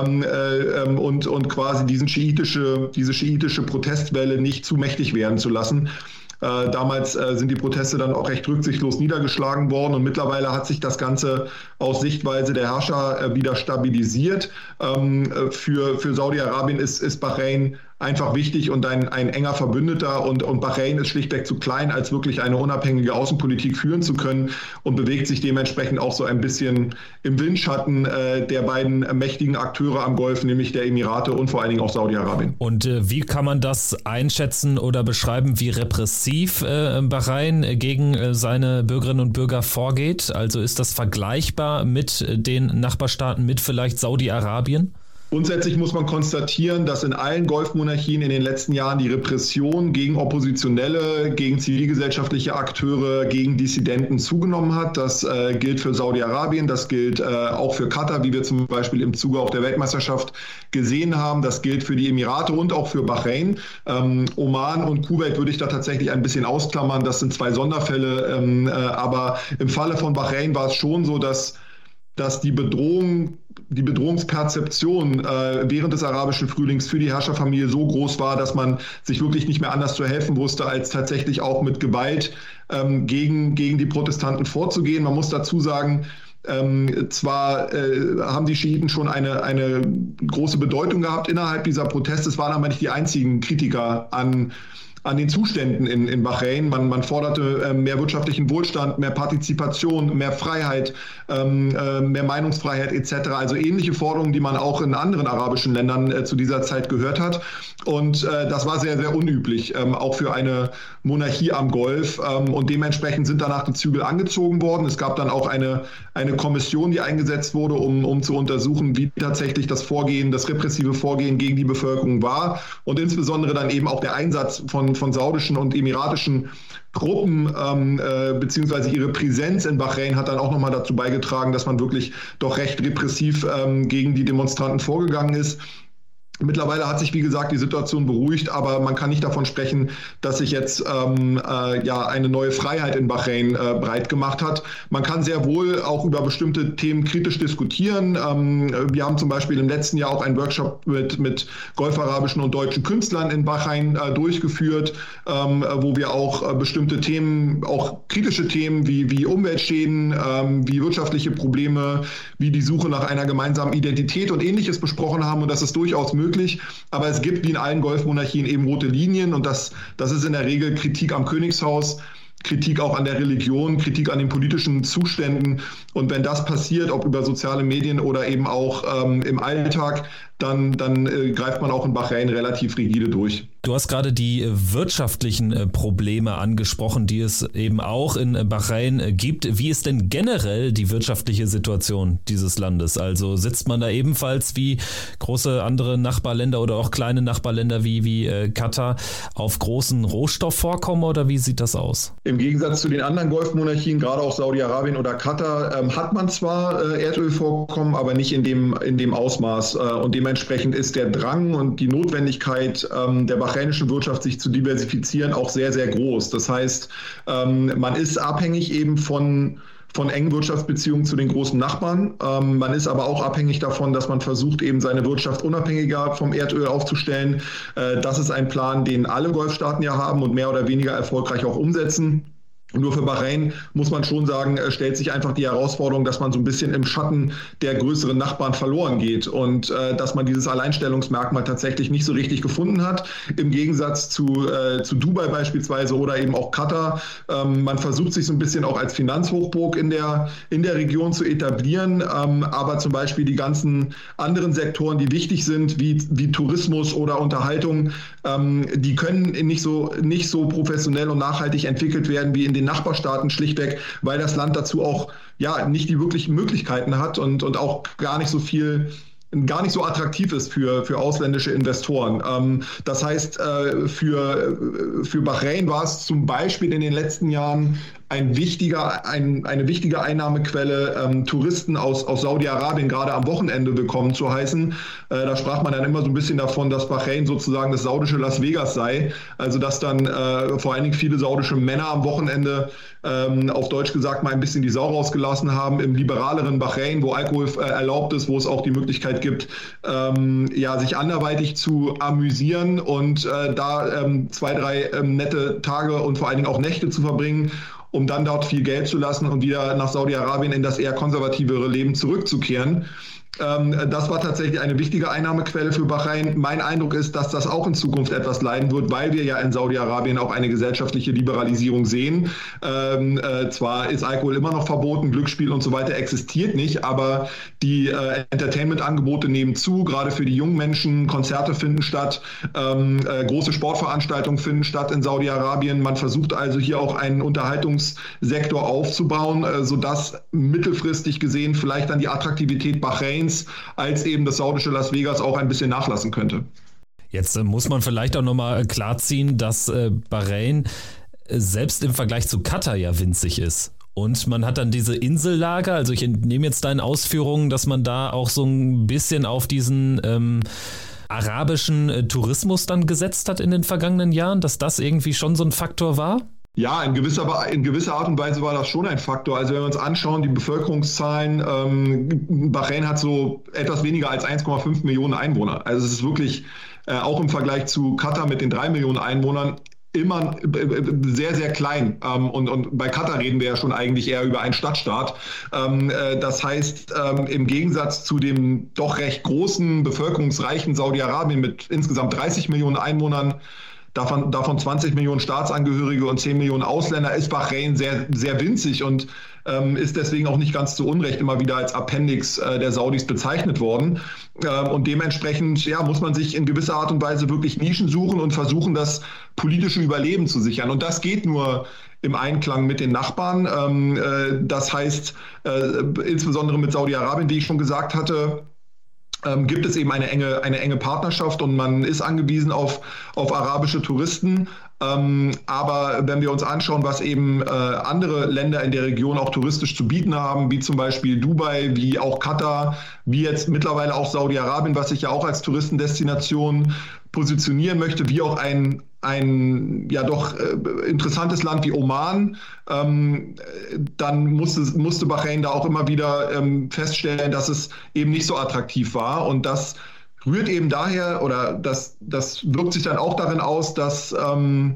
und quasi diese schiitische Protestwelle nicht zu mächtig werden zu lassen. Damals sind die Proteste dann auch recht rücksichtslos niedergeschlagen worden und mittlerweile hat sich das Ganze aus Sichtweise der Herrscher wieder stabilisiert. Für Saudi-Arabien ist Bahrain einfach wichtig und ein enger Verbündeter und Bahrain ist schlichtweg zu klein, als wirklich eine unabhängige Außenpolitik führen zu können und bewegt sich dementsprechend auch so ein bisschen im Windschatten der beiden mächtigen Akteure am Golf, nämlich der Emirate und vor allen Dingen auch Saudi-Arabien. Und wie kann man das einschätzen oder beschreiben, wie repressiv Bahrain gegen seine Bürgerinnen und Bürger vorgeht? Also ist das vergleichbar mit den Nachbarstaaten, mit vielleicht Saudi-Arabien? Grundsätzlich muss man konstatieren, dass in allen Golfmonarchien in den letzten Jahren die Repression gegen Oppositionelle, gegen zivilgesellschaftliche Akteure, gegen Dissidenten zugenommen hat. Das gilt für Saudi-Arabien, das gilt auch für Katar, wie wir zum Beispiel im Zuge auch der Weltmeisterschaft gesehen haben. Das gilt für die Emirate und auch für Bahrain. Oman und Kuwait würde ich da tatsächlich ein bisschen ausklammern. Das sind 2 Sonderfälle. Aber im Falle von Bahrain war es schon so, dass die Bedrohungsperzeption während des arabischen Frühlings für die Herrscherfamilie so groß war, dass man sich wirklich nicht mehr anders zu helfen wusste, als tatsächlich auch mit Gewalt gegen die Protestanten vorzugehen. Man muss dazu sagen, zwar haben die Schiiten schon eine große Bedeutung gehabt innerhalb dieser Proteste, es waren aber nicht die einzigen Kritiker an den Zuständen in Bahrain. Man forderte mehr wirtschaftlichen Wohlstand, mehr Partizipation, mehr Freiheit, mehr Meinungsfreiheit etc. Also ähnliche Forderungen, die man auch in anderen arabischen Ländern zu dieser Zeit gehört hat. Und das war sehr, sehr unüblich, auch für eine Monarchie am Golf. Und dementsprechend sind danach die Zügel angezogen worden. Es gab dann auch eine Kommission, die eingesetzt wurde, um zu untersuchen, wie tatsächlich das repressive Vorgehen gegen die Bevölkerung war. Und insbesondere dann eben auch der Einsatz von saudischen und emiratischen Truppen beziehungsweise ihre Präsenz in Bahrain hat dann auch nochmal dazu beigetragen, dass man wirklich doch recht repressiv gegen die Demonstranten vorgegangen ist. Mittlerweile hat sich, wie gesagt, die Situation beruhigt, aber man kann nicht davon sprechen, dass sich jetzt eine neue Freiheit in Bahrain breit gemacht hat. Man kann sehr wohl auch über bestimmte Themen kritisch diskutieren. Wir haben zum Beispiel im letzten Jahr auch einen Workshop mit golfarabischen und deutschen Künstlern in Bahrain durchgeführt, wo wir auch bestimmte Themen, auch kritische Themen wie Umweltschäden, wie wirtschaftliche Probleme, wie die Suche nach einer gemeinsamen Identität und Ähnliches besprochen haben. Und das ist durchaus möglich. Aber es gibt wie in allen Golfmonarchien eben rote Linien und das ist in der Regel Kritik am Königshaus, Kritik auch an der Religion, Kritik an den politischen Zuständen. Und wenn das passiert, ob über soziale Medien oder eben auch im Alltag, dann greift man auch in Bahrain relativ rigide durch. Du hast gerade die wirtschaftlichen Probleme angesprochen, die es eben auch in Bahrain gibt. Wie ist denn generell die wirtschaftliche Situation dieses Landes? Also sitzt man da ebenfalls wie große andere Nachbarländer oder auch kleine Nachbarländer wie Katar auf großen Rohstoffvorkommen oder wie sieht das aus? Im Gegensatz zu den anderen Golfmonarchien, gerade auch Saudi-Arabien oder Katar, hat man zwar Erdölvorkommen, aber nicht in dem Ausmaß. Und dementsprechend ist der Drang und die Notwendigkeit der bahrainischen Wirtschaft, sich zu diversifizieren, auch sehr, sehr groß. Das heißt, man ist abhängig eben von engen Wirtschaftsbeziehungen zu den großen Nachbarn. Man ist aber auch abhängig davon, dass man versucht, eben seine Wirtschaft unabhängiger vom Erdöl aufzustellen. Das ist ein Plan, den alle Golfstaaten ja haben und mehr oder weniger erfolgreich auch umsetzen. Nur für Bahrain muss man schon sagen, stellt sich einfach die Herausforderung, dass man so ein bisschen im Schatten der größeren Nachbarn verloren geht und dass man dieses Alleinstellungsmerkmal tatsächlich nicht so richtig gefunden hat. Im Gegensatz zu Dubai beispielsweise oder eben auch Katar. Man versucht sich so ein bisschen auch als Finanzhochburg in der Region zu etablieren, aber zum Beispiel die ganzen anderen Sektoren, die wichtig sind, wie Tourismus oder Unterhaltung, die können nicht so professionell und nachhaltig entwickelt werden wie in den Nachbarstaaten, schlichtweg, weil das Land dazu auch nicht die wirklichen Möglichkeiten hat und auch gar nicht so attraktiv ist für ausländische Investoren. Das heißt, für Bahrain war es zum Beispiel in den letzten Jahren eine wichtige Einnahmequelle, Touristen aus Saudi-Arabien gerade am Wochenende willkommen zu heißen. Da sprach man dann immer so ein bisschen davon, dass Bahrain sozusagen das saudische Las Vegas sei. Also dass dann vor allen Dingen viele saudische Männer am Wochenende auf Deutsch gesagt mal ein bisschen die Sau rausgelassen haben im liberaleren Bahrain, wo Alkohol erlaubt ist, wo es auch die Möglichkeit gibt, sich anderweitig zu amüsieren und da 2-3 nette Tage und vor allen Dingen auch Nächte zu verbringen, um dann dort viel Geld zu lassen und wieder nach Saudi-Arabien in das eher konservativere Leben zurückzukehren. Das war tatsächlich eine wichtige Einnahmequelle für Bahrain. Mein Eindruck ist, dass das auch in Zukunft etwas leiden wird, weil wir ja in Saudi-Arabien auch eine gesellschaftliche Liberalisierung sehen. Zwar ist Alkohol immer noch verboten, Glücksspiel und so weiter existiert nicht, aber die Entertainment-Angebote nehmen zu, gerade für die jungen Menschen. Konzerte finden statt, große Sportveranstaltungen finden statt in Saudi-Arabien. Man versucht also hier auch einen Unterhaltungssektor aufzubauen, sodass mittelfristig gesehen vielleicht dann die Attraktivität Bahrains als eben das saudische Las Vegas auch ein bisschen nachlassen könnte. Jetzt muss man vielleicht auch nochmal klarziehen, dass Bahrain selbst im Vergleich zu Katar ja winzig ist. Und man hat dann diese Insellage, also ich entnehme jetzt deinen Ausführungen, dass man da auch so ein bisschen auf diesen arabischen Tourismus dann gesetzt hat in den vergangenen Jahren, dass das irgendwie schon so ein Faktor war? Ja, in gewisser Art und Weise war das schon ein Faktor. Also wenn wir uns anschauen, die Bevölkerungszahlen, Bahrain hat so etwas weniger als 1,5 Millionen Einwohner. Also es ist wirklich auch im Vergleich zu Katar mit den 3 Millionen Einwohnern immer sehr, sehr klein. Und bei Katar reden wir ja schon eigentlich eher über einen Stadtstaat. Das heißt, im Gegensatz zu dem doch recht großen, bevölkerungsreichen Saudi-Arabien mit insgesamt 30 Millionen Einwohnern, davon 20 Millionen Staatsangehörige und 10 Millionen Ausländer, ist Bahrain sehr, sehr winzig und ist deswegen auch nicht ganz zu Unrecht immer wieder als Appendix der Saudis bezeichnet worden. Und dementsprechend muss man sich in gewisser Art und Weise wirklich Nischen suchen und versuchen, das politische Überleben zu sichern. Und das geht nur im Einklang mit den Nachbarn. Das heißt, insbesondere mit Saudi-Arabien, wie ich schon gesagt hatte, gibt es eben eine enge Partnerschaft und man ist angewiesen auf arabische Touristen. Aber wenn wir uns anschauen, was eben andere Länder in der Region auch touristisch zu bieten haben, wie zum Beispiel Dubai, wie auch Katar, wie jetzt mittlerweile auch Saudi-Arabien, was sich ja auch als Touristendestination positionieren möchte, wie auch ein doch interessantes Land wie Oman, dann musste Bahrain da auch immer wieder feststellen, dass es eben nicht so attraktiv war. Und das rührt eben daher, oder das wirkt sich dann auch darin aus, dass man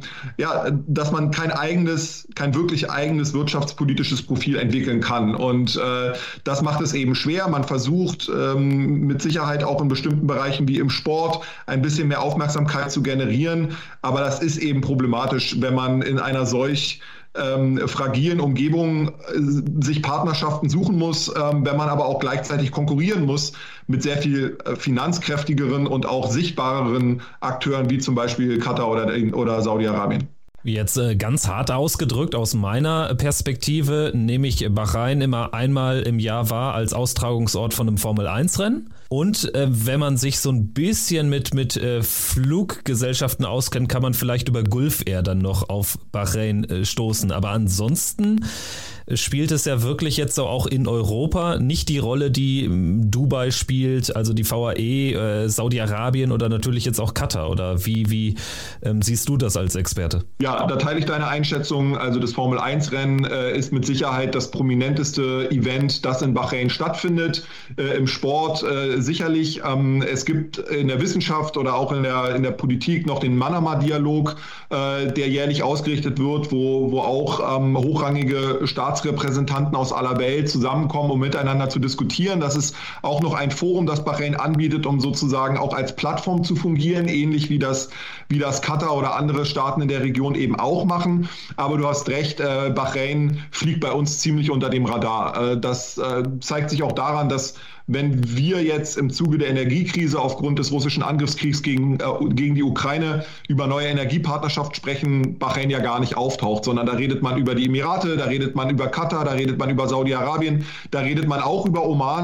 kein wirklich eigenes wirtschaftspolitisches Profil entwickeln kann. Und das macht es eben schwer. Man versucht mit Sicherheit auch in bestimmten Bereichen wie im Sport ein bisschen mehr Aufmerksamkeit zu generieren. Aber das ist eben problematisch, wenn man in einer solch fragilen Umgebung sich Partnerschaften suchen muss, wenn man aber auch gleichzeitig konkurrieren muss mit sehr viel finanzkräftigeren und auch sichtbareren Akteuren wie zum Beispiel Katar oder Saudi-Arabien. Jetzt ganz hart ausgedrückt aus meiner Perspektive nehme ich Bahrain immer einmal im Jahr wahr als Austragungsort von einem Formel-1-Rennen. Und wenn man sich so ein bisschen mit Fluggesellschaften auskennt, kann man vielleicht über Gulf Air dann noch auf Bahrain stoßen. Aber ansonsten spielt es ja wirklich jetzt so auch in Europa nicht die Rolle, die Dubai spielt, also die VAE, Saudi-Arabien oder natürlich jetzt auch Katar. Oder wie siehst du das als Experte? Ja, da teile ich deine Einschätzung. Also das Formel-1-Rennen ist mit Sicherheit das prominenteste Event, das in Bahrain stattfindet. Im Sport sicherlich. Es gibt in der Wissenschaft oder auch in der Politik noch den Manama-Dialog, der jährlich ausgerichtet wird, wo auch hochrangige Staatsrepräsentanten aus aller Welt zusammenkommen, um miteinander zu diskutieren. Das ist auch noch ein Forum, das Bahrain anbietet, um sozusagen auch als Plattform zu fungieren, ähnlich wie das Katar oder andere Staaten in der Region eben auch machen. Aber du hast recht, Bahrain fliegt bei uns ziemlich unter dem Radar. Das zeigt sich auch daran, dass wenn wir jetzt im Zuge der Energiekrise aufgrund des russischen Angriffskriegs gegen die Ukraine über neue Energiepartnerschaft sprechen, Bahrain ja gar nicht auftaucht, sondern da redet man über die Emirate, da redet man über Katar, da redet man über Saudi-Arabien, da redet man auch über Oman,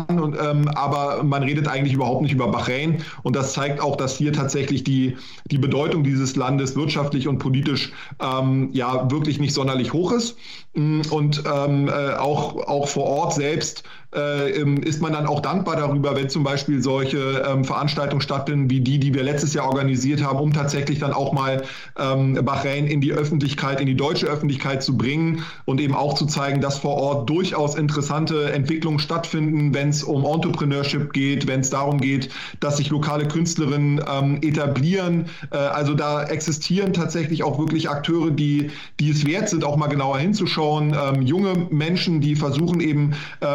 aber man redet eigentlich überhaupt nicht über Bahrain. Und das zeigt auch, dass hier tatsächlich die Bedeutung dieses Landes wirtschaftlich und politisch wirklich nicht sonderlich hoch ist. Und auch vor Ort selbst ist man dann auch dankbar darüber, wenn zum Beispiel solche Veranstaltungen stattfinden, wie die wir letztes Jahr organisiert haben, um tatsächlich dann auch mal Bahrain in die Öffentlichkeit, in die deutsche Öffentlichkeit zu bringen und eben auch zu zeigen, dass vor Ort durchaus interessante Entwicklungen stattfinden, wenn es um Entrepreneurship geht, wenn es darum geht, dass sich lokale Künstlerinnen etablieren. Also da existieren tatsächlich auch wirklich Akteure, die es wert sind, auch mal genauer hinzuschauen. Junge Menschen, die versuchen eben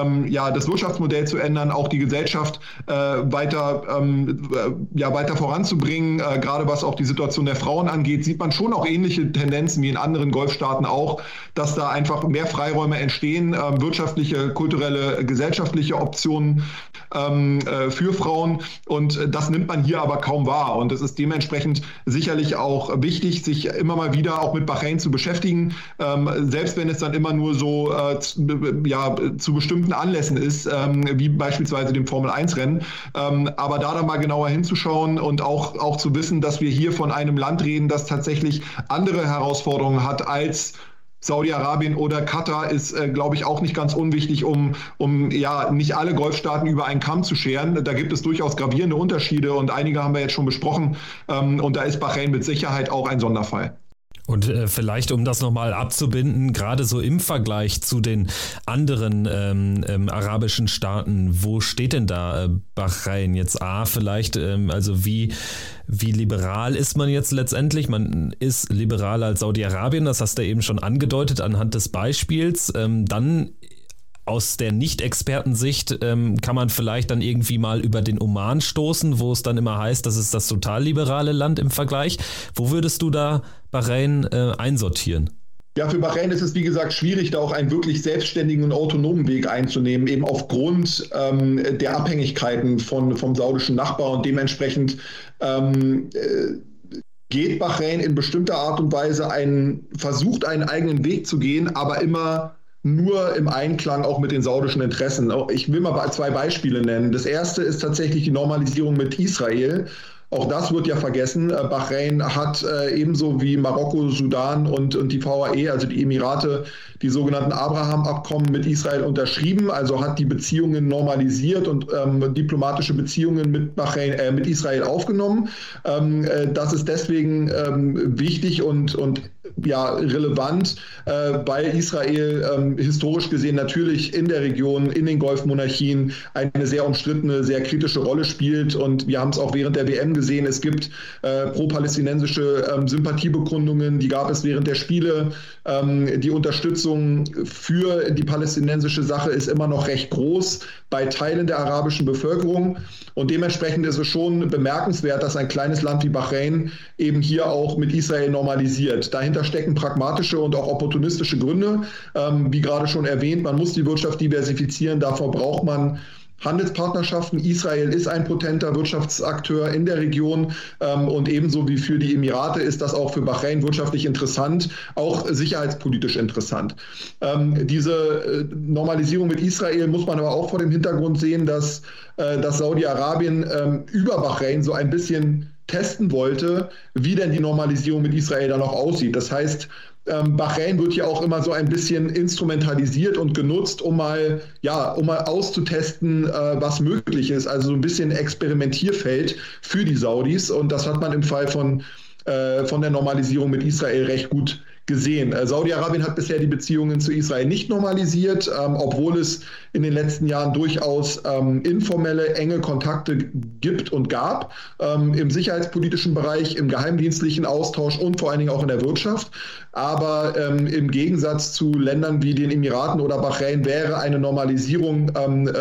das Wirtschaftsmodell zu ändern, auch die Gesellschaft weiter voranzubringen. Gerade was auch die Situation der Frauen angeht, sieht man schon auch ähnliche Tendenzen wie in anderen Golfstaaten auch, dass da einfach mehr Freiräume entstehen, wirtschaftliche, kulturelle, gesellschaftliche Optionen für Frauen. Und das nimmt man hier aber kaum wahr. Und es ist dementsprechend sicherlich auch wichtig, sich immer mal wieder auch mit Bahrain zu beschäftigen, selbst wenn es dann immer nur so zu bestimmten Anlässen ist, wie beispielsweise dem Formel-1-Rennen. Aber da dann mal genauer hinzuschauen und auch zu wissen, dass wir hier von einem Land reden, das tatsächlich andere Herausforderungen hat als Saudi-Arabien oder Katar, ist, glaube ich, auch nicht ganz unwichtig, um nicht alle Golfstaaten über einen Kamm zu scheren. Da gibt es durchaus gravierende Unterschiede und einige haben wir jetzt schon besprochen. Und da ist Bahrain mit Sicherheit auch ein Sonderfall. Und vielleicht, um das nochmal abzubinden, gerade so im Vergleich zu den anderen arabischen Staaten, wo steht denn da Bahrain jetzt? Vielleicht, also wie liberal ist man jetzt letztendlich? Man ist liberaler als Saudi-Arabien, das hast du eben schon angedeutet anhand des Beispiels. Dann aus der Nicht-Experten-Sicht kann man vielleicht dann irgendwie mal über den Oman stoßen, wo es dann immer heißt, das ist das total liberale Land im Vergleich. Wo würdest du da Bahrain einsortieren? Ja, für Bahrain ist es, wie gesagt, schwierig, da auch einen wirklich selbstständigen und autonomen Weg einzunehmen, eben aufgrund der Abhängigkeiten vom saudischen Nachbar, und dementsprechend geht Bahrain in bestimmter Art und Weise versucht einen eigenen Weg zu gehen, aber immer nur im Einklang auch mit den saudischen Interessen. Ich will mal 2 Beispiele nennen. Das erste ist tatsächlich die Normalisierung mit Israel. Auch das wird ja vergessen. Bahrain hat ebenso wie Marokko, Sudan und die VAE, also die Emirate, die sogenannten Abraham-Abkommen mit Israel unterschrieben, also hat die Beziehungen normalisiert und diplomatische Beziehungen mit Israel aufgenommen. Das ist deswegen wichtig und relevant, weil Israel historisch gesehen natürlich in der Region, in den Golfmonarchien eine sehr umstrittene, sehr kritische Rolle spielt, und wir haben es auch während der WM gesehen. Es gibt pro-palästinensische Sympathiebekundungen, die gab es während der Spiele. Die Unterstützung für die palästinensische Sache ist immer noch recht groß bei Teilen der arabischen Bevölkerung, und dementsprechend ist es schon bemerkenswert, dass ein kleines Land wie Bahrain eben hier auch mit Israel normalisiert. Dahinter stecken pragmatische und auch opportunistische Gründe. Wie gerade schon erwähnt, man muss die Wirtschaft diversifizieren, davor braucht man Handelspartnerschaften. Israel ist ein potenter Wirtschaftsakteur in der Region, und ebenso wie für die Emirate ist das auch für Bahrain wirtschaftlich interessant, auch sicherheitspolitisch interessant. Diese Normalisierung mit Israel muss man aber auch vor dem Hintergrund sehen, dass Saudi-Arabien über Bahrain so ein bisschen testen wollte, wie denn die Normalisierung mit Israel dann auch aussieht. Das heißt, Bahrain wird ja auch immer so ein bisschen instrumentalisiert und genutzt, um mal auszutesten, was möglich ist. Also so ein bisschen Experimentierfeld für die Saudis. Und das hat man im Fall von der Normalisierung mit Israel recht gut gesehen. Saudi-Arabien hat bisher die Beziehungen zu Israel nicht normalisiert, obwohl es in den letzten Jahren durchaus informelle, enge Kontakte gibt und gab, im sicherheitspolitischen Bereich, im geheimdienstlichen Austausch und vor allen Dingen auch in der Wirtschaft. Aber im Gegensatz zu Ländern wie den Emiraten oder Bahrain wäre eine Normalisierung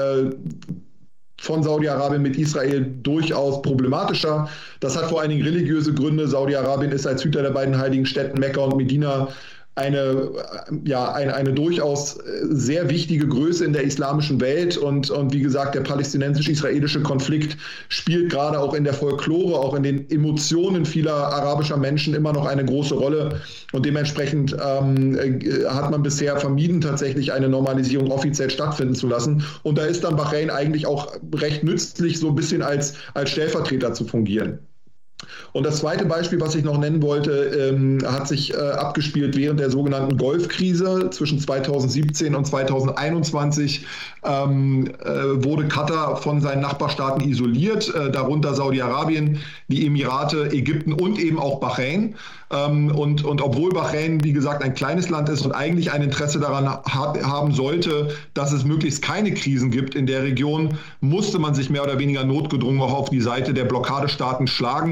von Saudi-Arabien mit Israel durchaus problematischer. Das hat vor allen Dingen religiöse Gründe. Saudi-Arabien ist als Hüter der beiden heiligen Städten Mekka und Medina eine durchaus sehr wichtige Größe in der islamischen Welt, und wie gesagt, der palästinensisch-israelische Konflikt spielt gerade auch in der Folklore, auch in den Emotionen vieler arabischer Menschen immer noch eine große Rolle, und dementsprechend hat man bisher vermieden, tatsächlich eine Normalisierung offiziell stattfinden zu lassen, und da ist dann Bahrain eigentlich auch recht nützlich, so ein bisschen als Stellvertreter zu fungieren. Und das zweite Beispiel, was ich noch nennen wollte, hat sich abgespielt während der sogenannten Golfkrise zwischen 2017 und 2021. Wurde Katar von seinen Nachbarstaaten isoliert, darunter Saudi-Arabien, die Emirate, Ägypten und eben auch Bahrain. Und obwohl Bahrain, wie gesagt, ein kleines Land ist und eigentlich ein Interesse daran haben sollte, dass es möglichst keine Krisen gibt in der Region, musste man sich mehr oder weniger notgedrungen auch auf die Seite der Blockadestaaten schlagen.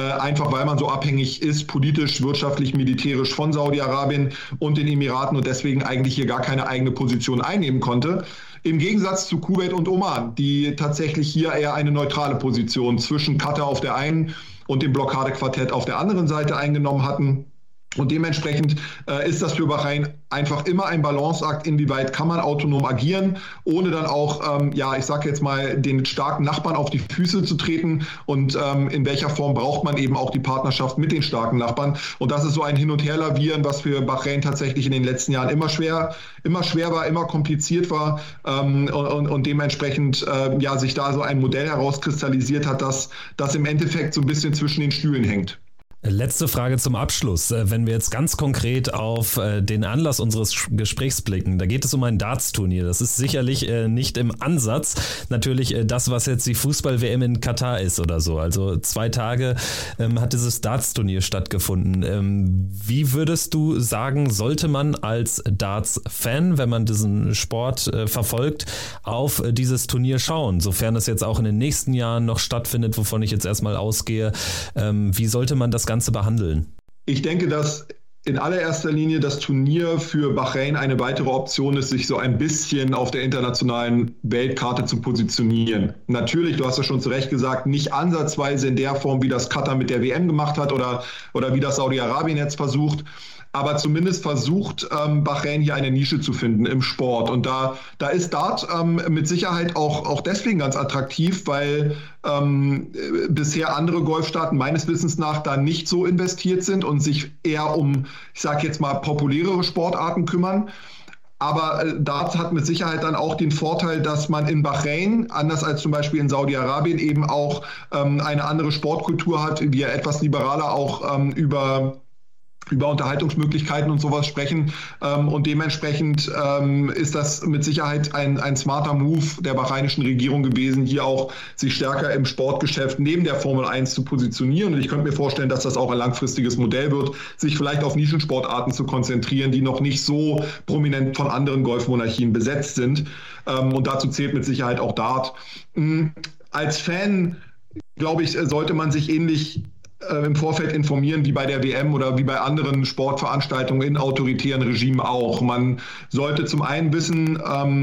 einfach weil man so abhängig ist, politisch, wirtschaftlich, militärisch von Saudi-Arabien und den Emiraten und deswegen eigentlich hier gar keine eigene Position einnehmen konnte. Im Gegensatz zu Kuwait und Oman, die tatsächlich hier eher eine neutrale Position zwischen Katar auf der einen und dem Blockadequartett auf der anderen Seite eingenommen hatten. Und dementsprechend ist das für Bahrain einfach immer ein Balanceakt, inwieweit kann man autonom agieren, ohne dann auch, ich sage jetzt mal, den starken Nachbarn auf die Füße zu treten und in welcher Form braucht man eben auch die Partnerschaft mit den starken Nachbarn. Und das ist so ein Hin- und Herlavieren, was für Bahrain tatsächlich in den letzten Jahren immer schwer war, immer kompliziert war und dementsprechend sich da so ein Modell herauskristallisiert hat, das im Endeffekt so ein bisschen zwischen den Stühlen hängt. Letzte Frage zum Abschluss. Wenn wir jetzt ganz konkret auf den Anlass unseres Gesprächs blicken, da geht es um ein Darts-Turnier. Das ist sicherlich nicht im Ansatz natürlich das, was jetzt die Fußball-WM in Katar ist oder so. Also 2 Tage hat dieses Darts-Turnier stattgefunden. Wie würdest du sagen, sollte man als Darts-Fan, wenn man diesen Sport verfolgt, auf dieses Turnier schauen? Sofern es jetzt auch in den nächsten Jahren noch stattfindet, wovon ich jetzt erstmal ausgehe. Wie sollte man das Ganze behandeln? Ich denke, dass in allererster Linie das Turnier für Bahrain eine weitere Option ist, sich so ein bisschen auf der internationalen Weltkarte zu positionieren. Natürlich, du hast ja schon zu Recht gesagt, nicht ansatzweise in der Form, wie das Katar mit der WM gemacht hat oder wie das Saudi-Arabien jetzt versucht. Aber zumindest versucht Bahrain hier eine Nische zu finden im Sport. Und da ist Dart mit Sicherheit auch deswegen ganz attraktiv, weil bisher andere Golfstaaten meines Wissens nach da nicht so investiert sind und sich eher um, ich sage jetzt mal, populärere Sportarten kümmern. Aber Darts hat mit Sicherheit dann auch den Vorteil, dass man in Bahrain, anders als zum Beispiel in Saudi-Arabien, eben auch eine andere Sportkultur hat, die ja etwas liberaler auch über Unterhaltungsmöglichkeiten und sowas sprechen. Und dementsprechend ist das mit Sicherheit ein smarter Move der bahrainischen Regierung gewesen, hier auch sich stärker im Sportgeschäft neben der Formel 1 zu positionieren. Und ich könnte mir vorstellen, dass das auch ein langfristiges Modell wird, sich vielleicht auf Nischensportarten zu konzentrieren, die noch nicht so prominent von anderen Golfmonarchien besetzt sind. Und dazu zählt mit Sicherheit auch Dart. Als Fan, glaube ich, sollte man sich ähnlich im Vorfeld informieren, wie bei der WM oder wie bei anderen Sportveranstaltungen in autoritären Regimen auch. Man sollte zum einen wissen,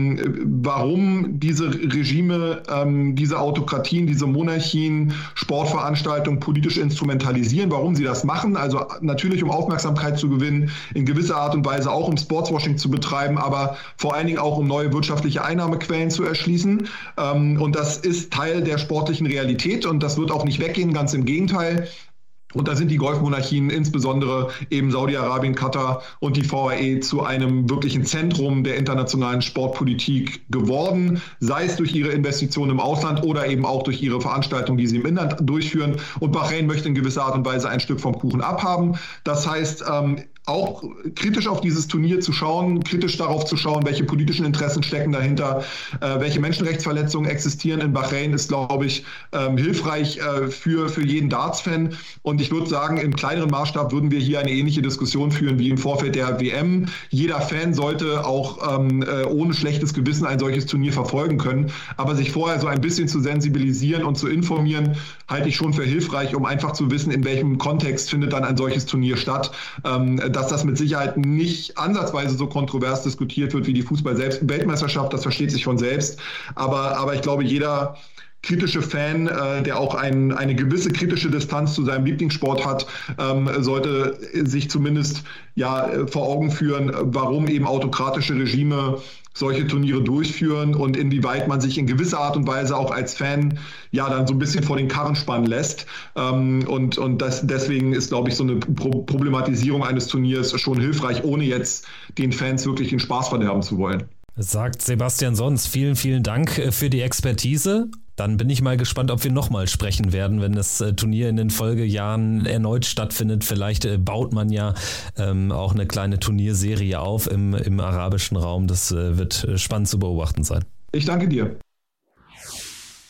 warum diese Regime, diese Autokratien, diese Monarchien Sportveranstaltungen politisch instrumentalisieren, warum sie das machen. Also natürlich, um Aufmerksamkeit zu gewinnen, in gewisser Art und Weise auch um Sportswashing zu betreiben, aber vor allen Dingen auch um neue wirtschaftliche Einnahmequellen zu erschließen. Und das ist Teil der sportlichen Realität und das wird auch nicht weggehen, ganz im Gegenteil. Und da sind die Golfmonarchien, insbesondere eben Saudi-Arabien, Katar und die VAE, zu einem wirklichen Zentrum der internationalen Sportpolitik geworden, sei es durch ihre Investitionen im Ausland oder eben auch durch ihre Veranstaltungen, die sie im Inland durchführen. Und Bahrain möchte in gewisser Art und Weise ein Stück vom Kuchen abhaben. Das heißt, auch kritisch auf dieses Turnier zu schauen, kritisch darauf zu schauen, welche politischen Interessen stecken dahinter, welche Menschenrechtsverletzungen existieren in Bahrain, ist, glaube ich, hilfreich für jeden Darts-Fan. Und ich würde sagen, im kleineren Maßstab würden wir hier eine ähnliche Diskussion führen wie im Vorfeld der WM. Jeder Fan sollte auch ohne schlechtes Gewissen ein solches Turnier verfolgen können. Aber sich vorher so ein bisschen zu sensibilisieren und zu informieren, halte ich schon für hilfreich, um einfach zu wissen, in welchem Kontext findet dann ein solches Turnier statt. Dass das mit Sicherheit nicht ansatzweise so kontrovers diskutiert wird wie die Fußball-Weltmeisterschaft, das versteht sich von selbst. Aber ich glaube, jeder kritische Fan, der auch eine gewisse kritische Distanz zu seinem Lieblingssport hat, sollte sich zumindest vor Augen führen, warum eben autokratische Regime solche Turniere durchführen und inwieweit man sich in gewisser Art und Weise auch als Fan dann so ein bisschen vor den Karren spannen lässt. Und deswegen ist, glaube ich, so eine Problematisierung eines Turniers schon hilfreich, ohne jetzt den Fans wirklich den Spaß verderben zu wollen. Sagt Sebastian Sons. Vielen, vielen Dank für die Expertise. Dann bin ich mal gespannt, ob wir nochmal sprechen werden, wenn das Turnier in den Folgejahren erneut stattfindet. Vielleicht baut man ja auch eine kleine Turnierserie auf im arabischen Raum. Das wird spannend zu beobachten sein. Ich danke dir.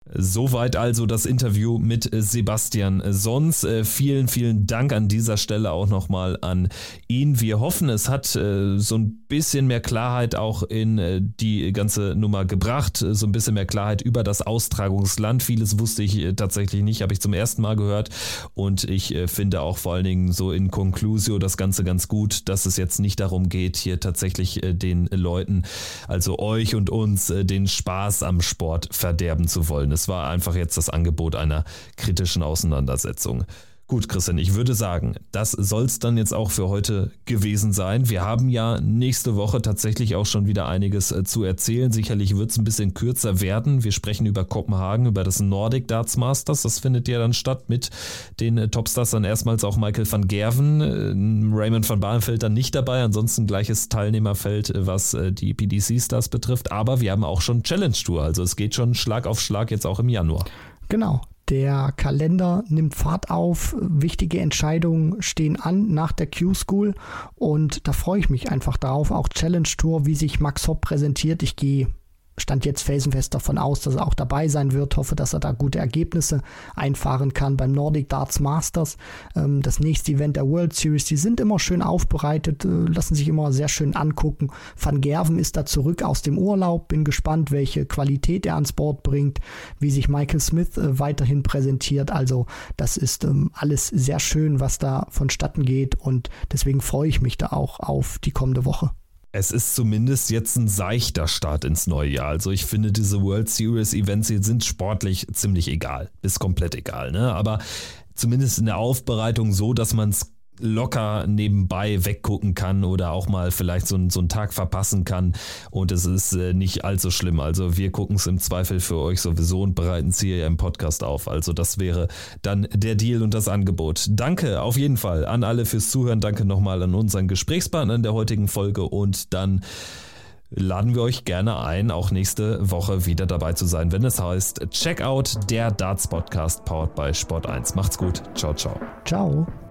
Soweit also das Interview mit Sebastian Sons. Vielen, vielen Dank an dieser Stelle auch nochmal an ihn. Wir hoffen, es hat so ein bisschen mehr Klarheit auch in die ganze Nummer gebracht, so ein bisschen mehr Klarheit über das Austragungsland. Vieles wusste ich tatsächlich nicht, habe ich zum ersten Mal gehört und ich finde auch vor allen Dingen so in Conclusio das Ganze ganz gut, dass es jetzt nicht darum geht, hier tatsächlich den Leuten, also euch und uns, den Spaß am Sport verderben zu wollen. Es war einfach jetzt das Angebot einer kritischen Auseinandersetzung. Gut, Christian, ich würde sagen, das soll es dann jetzt auch für heute gewesen sein. Wir haben ja nächste Woche tatsächlich auch schon wieder einiges zu erzählen. Sicherlich wird es ein bisschen kürzer werden. Wir sprechen über Kopenhagen, über das Nordic Darts Masters. Das findet ja dann statt mit den Topstars, dann erstmals auch Michael van Gerwen. Raymond van Barneveld dann nicht dabei. Ansonsten gleiches Teilnehmerfeld, was die PDC Stars betrifft. Aber wir haben auch schon Challenge Tour. Also es geht schon Schlag auf Schlag jetzt auch im Januar. Genau. Der Kalender nimmt Fahrt auf, wichtige Entscheidungen stehen an nach der Q-School und da freue ich mich einfach drauf. Auch Challenge Tour, wie sich Max Hopp präsentiert. Ich stand jetzt felsenfest davon aus, dass er auch dabei sein wird. Hoffe, dass er da gute Ergebnisse einfahren kann beim Nordic Darts Masters. Das nächste Event der World Series, die sind immer schön aufbereitet, lassen sich immer sehr schön angucken. Van Gerwen ist da zurück aus dem Urlaub. Bin gespannt, welche Qualität er ans Board bringt, wie sich Michael Smith weiterhin präsentiert. Also das ist alles sehr schön, was da vonstatten geht und deswegen freue ich mich da auch auf die kommende Woche. Es ist zumindest jetzt ein seichter Start ins neue Jahr. Also ich finde, diese World Series Events hier sind sportlich ziemlich egal. Ist komplett egal, ne? Aber zumindest in der Aufbereitung so, dass man es locker nebenbei weggucken kann oder auch mal vielleicht so einen Tag verpassen kann und es ist nicht allzu schlimm. Also wir gucken es im Zweifel für euch sowieso und bereiten es hier ja im Podcast auf. Also das wäre dann der Deal und das Angebot. Danke auf jeden Fall an alle fürs Zuhören. Danke nochmal an unseren Gesprächspartner in der heutigen Folge und dann laden wir euch gerne ein, auch nächste Woche wieder dabei zu sein, wenn es heißt Checkout, der Darts Podcast powered by Sport1. Macht's gut. Ciao, ciao. Ciao.